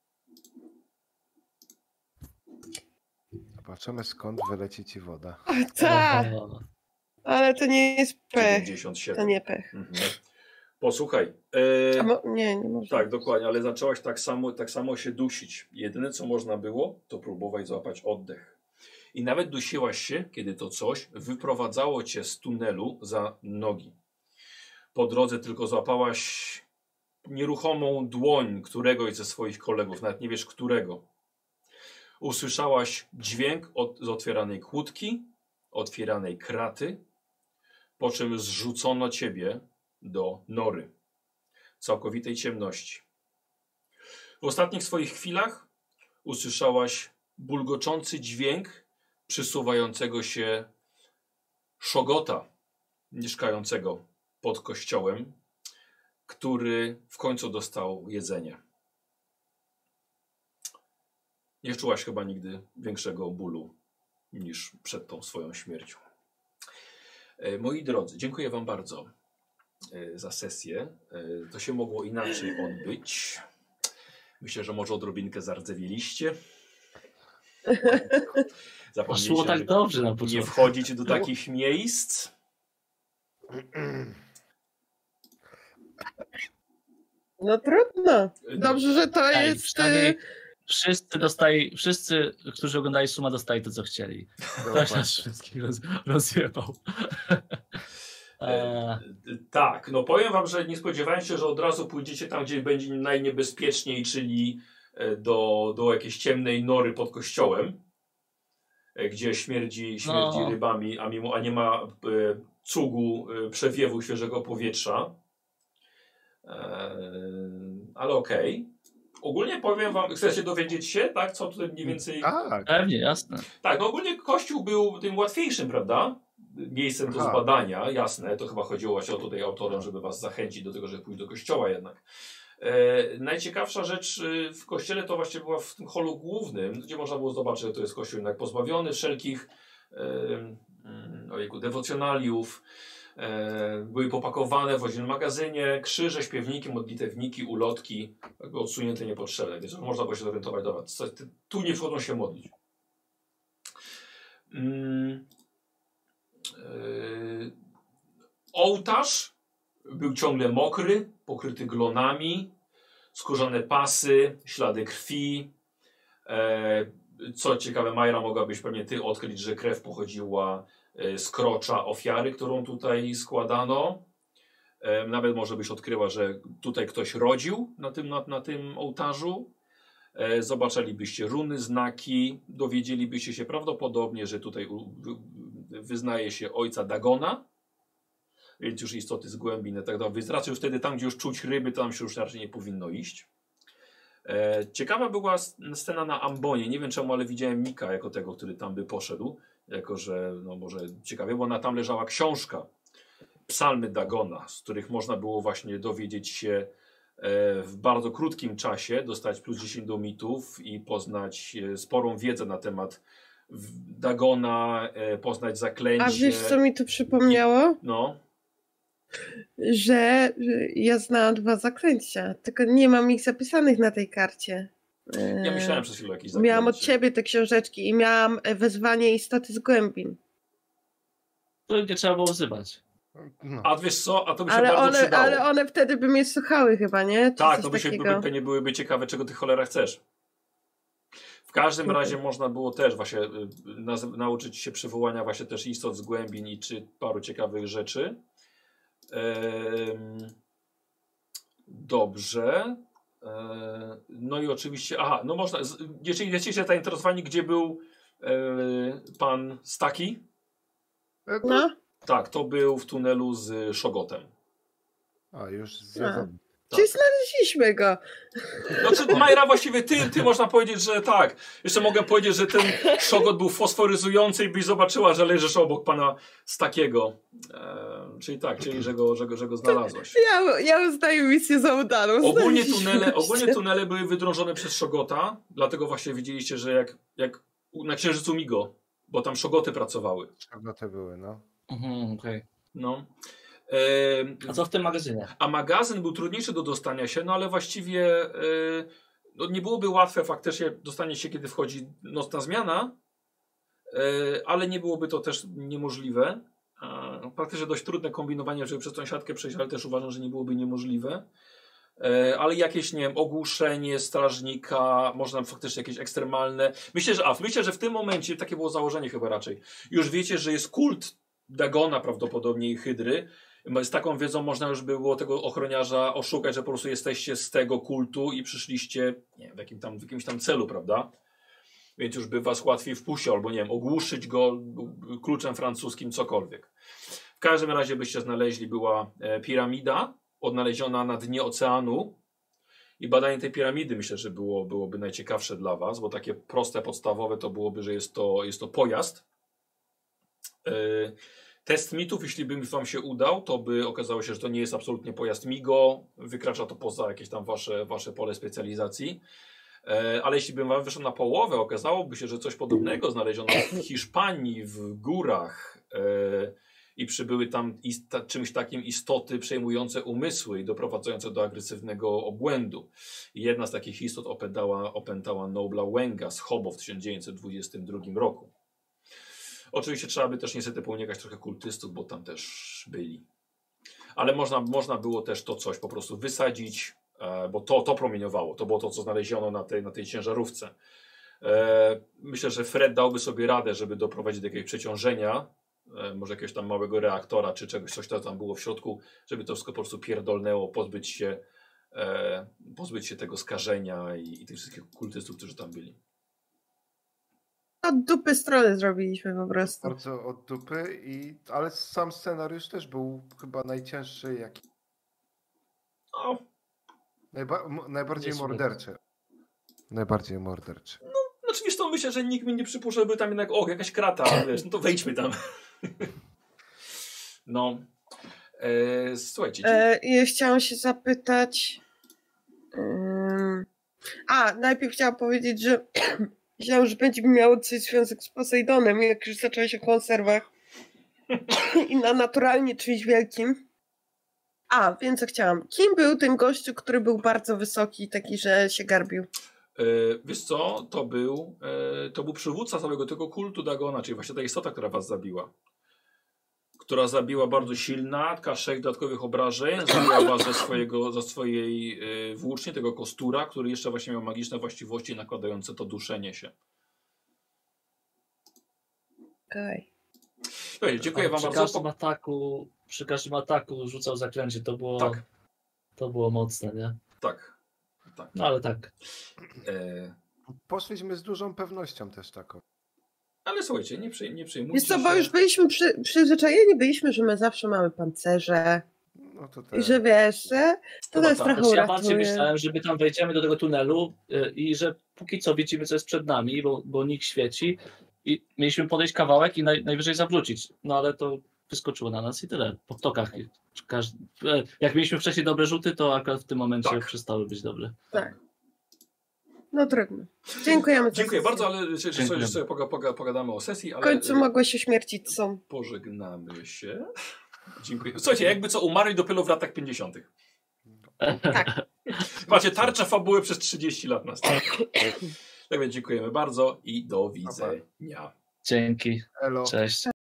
Zobaczymy, skąd wyleci ci woda. Tak, ale to nie jest pech. 97. To nie pech. Mhm. Posłuchaj. Nie można. Tak, dokładnie, ale zaczęłaś tak samo się dusić. Jedyne, co można było, to próbować złapać oddech. I nawet dusiłaś się, kiedy to coś wyprowadzało cię z tunelu za nogi. Po drodze tylko złapałaś nieruchomą dłoń któregoś ze swoich kolegów, nawet nie wiesz którego. Usłyszałaś dźwięk z otwieranej kłódki, otwieranej kraty, po czym zrzucono ciebie do nory, całkowitej ciemności. W ostatnich swoich chwilach usłyszałaś bulgoczący dźwięk przysuwającego się szogota mieszkającego pod kościołem, który w końcu dostał jedzenie. Nie czułaś chyba nigdy większego bólu niż przed tą swoją śmiercią. Moi drodzy, dziękuję wam bardzo za sesję. To się mogło inaczej odbyć. Myślę, że może odrobinkę zardzewieliście. Szło tak dobrze na nie początku. wchodzić do takich miejsc. No trudno. Dobrze, że to Ej, jest... przynajmniej wszyscy, którzy oglądali Suma, dostali to, co chcieli. Ktoś nas wszystkich rozjebał. Tak, no powiem wam, że nie spodziewałem się, że od razu pójdziecie tam, gdzie będzie najniebezpieczniej, czyli do jakiejś ciemnej nory pod kościołem, gdzie śmierdzi rybami, a nie ma cugu, przewiewu świeżego powietrza. Ale okej. Ogólnie powiem wam, chcecie dowiedzieć się, tak, co tutaj mniej więcej... Tak. Pewnie, jasne. Tak, no ogólnie kościół był tym łatwiejszym, prawda? miejscem do zbadania, jasne, to chyba chodziło właśnie o tutaj autorem, żeby was zachęcić do tego, żeby pójść do kościoła jednak. Najciekawsza rzecz w kościele to właśnie była w tym holu głównym, gdzie można było zobaczyć, że to jest kościół jednak pozbawiony wszelkich dewocjonaliów. Były popakowane w oddzielnym magazynie krzyże, śpiewniki, modlitewniki, ulotki, jakby odsunięte niepotrzebne, więc można było się zorientować, dobra, tu nie wchodzą się modlić. Ołtarz był ciągle mokry, pokryty glonami, skórzane pasy, ślady krwi. Co ciekawe, Majra, mogłabyś pewnie ty odkryć, że krew pochodziła z krocza ofiary, którą tutaj składano. Nawet może byś odkryła, że tutaj ktoś rodził na tym ołtarzu. Zobaczylibyście runy, znaki, dowiedzielibyście się prawdopodobnie, że tutaj wyznaje się ojca Dagona, więc już istoty z głębin i tak dalej. Więc raczej już wtedy tam, gdzie już czuć ryby, to tam się już raczej nie powinno iść. Ciekawa była scena na Ambonie. Nie wiem czemu, ale widziałem Mika jako tego, który tam by poszedł. Jako, że no może ciekawie, bo tam leżała książka Psalmy Dagona, z których można było właśnie dowiedzieć się w bardzo krótkim czasie, dostać plus 10 do mitów i poznać sporą wiedzę na temat Dagona, poznać zaklęcie. A wiesz, co mi to przypomniało? No. Że ja znałam 2 zaklęcia, tylko nie mam ich zapisanych na tej karcie. Ja myślałem przez chwilę o jakichś zaklęciach. Miałam od ciebie te książeczki i miałam wezwanie istoty z głębin. To nie trzeba było wzywać. No. A wiesz co? A to by się bardzo przydało. Ale one wtedy by mnie słuchały chyba, nie? Czy tak, to pewnie byłyby ciekawe, czego ty cholera chcesz. W każdym razie można było też właśnie nauczyć się przywołania właśnie też istot z głębin i czy paru ciekawych rzeczy. Dobrze. No i oczywiście, no można, jeżeli jesteście zainteresowani, gdzie był pan Staki? No. Tak, to był w tunelu z Szogotem. A, już zjadłem. Tak. Czyli znaleźliśmy go. Znaczy, Majra, właściwie ty można powiedzieć, że tak. Jeszcze mogę powiedzieć, że ten Szogot był fosforyzujący i byś zobaczyła, że leżysz obok pana Stakiego. Czyli że go znalazłaś. Ja uznaję misję za udaną. Ogólnie tunele były wydrążone przez Szogota, dlatego właśnie widzieliście, że jak na Księżycu Migo, bo tam Szogoty pracowały. Szogoty były, no. Okej. No. A co w tym magazynie? A magazyn był trudniejszy do dostania się, no ale właściwie nie byłoby łatwe faktycznie dostanie się, kiedy wchodzi nocna zmiana, ale nie byłoby to też niemożliwe. Praktycznie dość trudne kombinowanie, żeby przez tą siatkę przejść, ale też uważam, że nie byłoby niemożliwe. Ale jakieś, nie wiem, ogłuszenie strażnika, można faktycznie jakieś ekstremalne. Myślę, że w tym momencie, takie było założenie chyba raczej, już wiecie, że jest kult Dagona prawdopodobnie i Hydry. Z taką wiedzą można już by było tego ochroniarza oszukać, że po prostu jesteście z tego kultu i przyszliście nie wiem, w jakimś tam celu, prawda? Więc już by was łatwiej wpuścił, albo nie wiem, ogłuszyć go kluczem francuskim, cokolwiek. W każdym razie byście znaleźli, była piramida odnaleziona na dnie oceanu i badanie tej piramidy myślę, że byłoby najciekawsze dla was, bo takie proste, podstawowe to byłoby, że jest to pojazd. Test mitów, jeśli by wam się udał, to by okazało się, że to nie jest absolutnie pojazd Migo, wykracza to poza jakieś tam wasze pole specjalizacji. Ale jeśli bym wam wyszedł na połowę, okazałoby się, że coś podobnego znaleziono w Hiszpanii, w górach i przybyły tam czymś takim istoty przejmujące umysły i doprowadzające do agresywnego obłędu. I jedna z takich istot opętała Nobla Łęga z Hobo w 1922 roku. Oczywiście trzeba by też niestety pounikać trochę kultystów, bo tam też byli. Ale można było też to coś po prostu wysadzić, bo to promieniowało. To było to, co znaleziono na tej ciężarówce. Myślę, że Fred dałby sobie radę, żeby doprowadzić do jakiegoś przeciążenia, może jakiegoś tam małego reaktora, czy czegoś, coś tam było w środku, żeby to wszystko po prostu pierdolnęło, pozbyć się tego skażenia i tych wszystkich kultystów, którzy tam byli. Od dupy strony zrobiliśmy po prostu. Bardzo od dupy, ale sam scenariusz też był chyba najcięższy jaki. No. Najbardziej morderczy. Najbardziej morderczy. No, znaczy wiesz to myślę, że nikt mi nie przypuszczał, by tam jednak, jakaś krata, wiesz, no to wejdźmy tam. No. Słuchajcie. Ja chciałam się zapytać... najpierw chciałam powiedzieć, że myślałam, że będzie miało coś związek z Posejdonem, jak już zaczęłaś o konserwach i na naturalnie czymś wielkim. Więc co chciałam. Kim był ten gościu, który był bardzo wysoki, taki, że się garbił? Wiesz co, to był przywódca całego tego kultu Dagona, czyli właśnie ta istota, która was zabiła. Która zabiła bardzo silna, taka 6 dodatkowych obrażeń, zabiła was ze swojej włóczni, tego kostura, który jeszcze właśnie miał magiczne właściwości nakładające to duszenie się. Okej. Dziękuję wam bardzo. Przy każdym ataku rzucał zaklęcie, to było mocne, nie? Tak. No ale tak. Poszliśmy z dużą pewnością też taką. Ale słuchajcie, nie przejmujcie Wiesz co, się. bo już byliśmy przyzwyczajeni, że my zawsze mamy pancerze. No to I że wiesz, to nas trochę Ja bardziej uratuje. myślałem, że my tam wejdziemy do tego tunelu i że póki co widzimy, co jest przed nami, bo nikt świeci i mieliśmy podejść kawałek i najwyżej zawrócić. No ale to wyskoczyło na nas i tyle. Po tokach. Jak mieliśmy wcześniej dobre rzuty, to akurat w tym momencie przestały być dobre. Tak. No trudno. Dziękujemy. Dziękuję bardzo, ale sobie pogadamy o sesji. Ale w końcu mogłeś ośmiercić są. Pożegnamy się. Dziękuję. Słuchajcie, jakby co umarli dopiero w latach 50. Tak. Macie tarczę fabuły przez 30 lat na start. Tak więc dziękujemy bardzo i do widzenia. Dzięki. Elo. Cześć.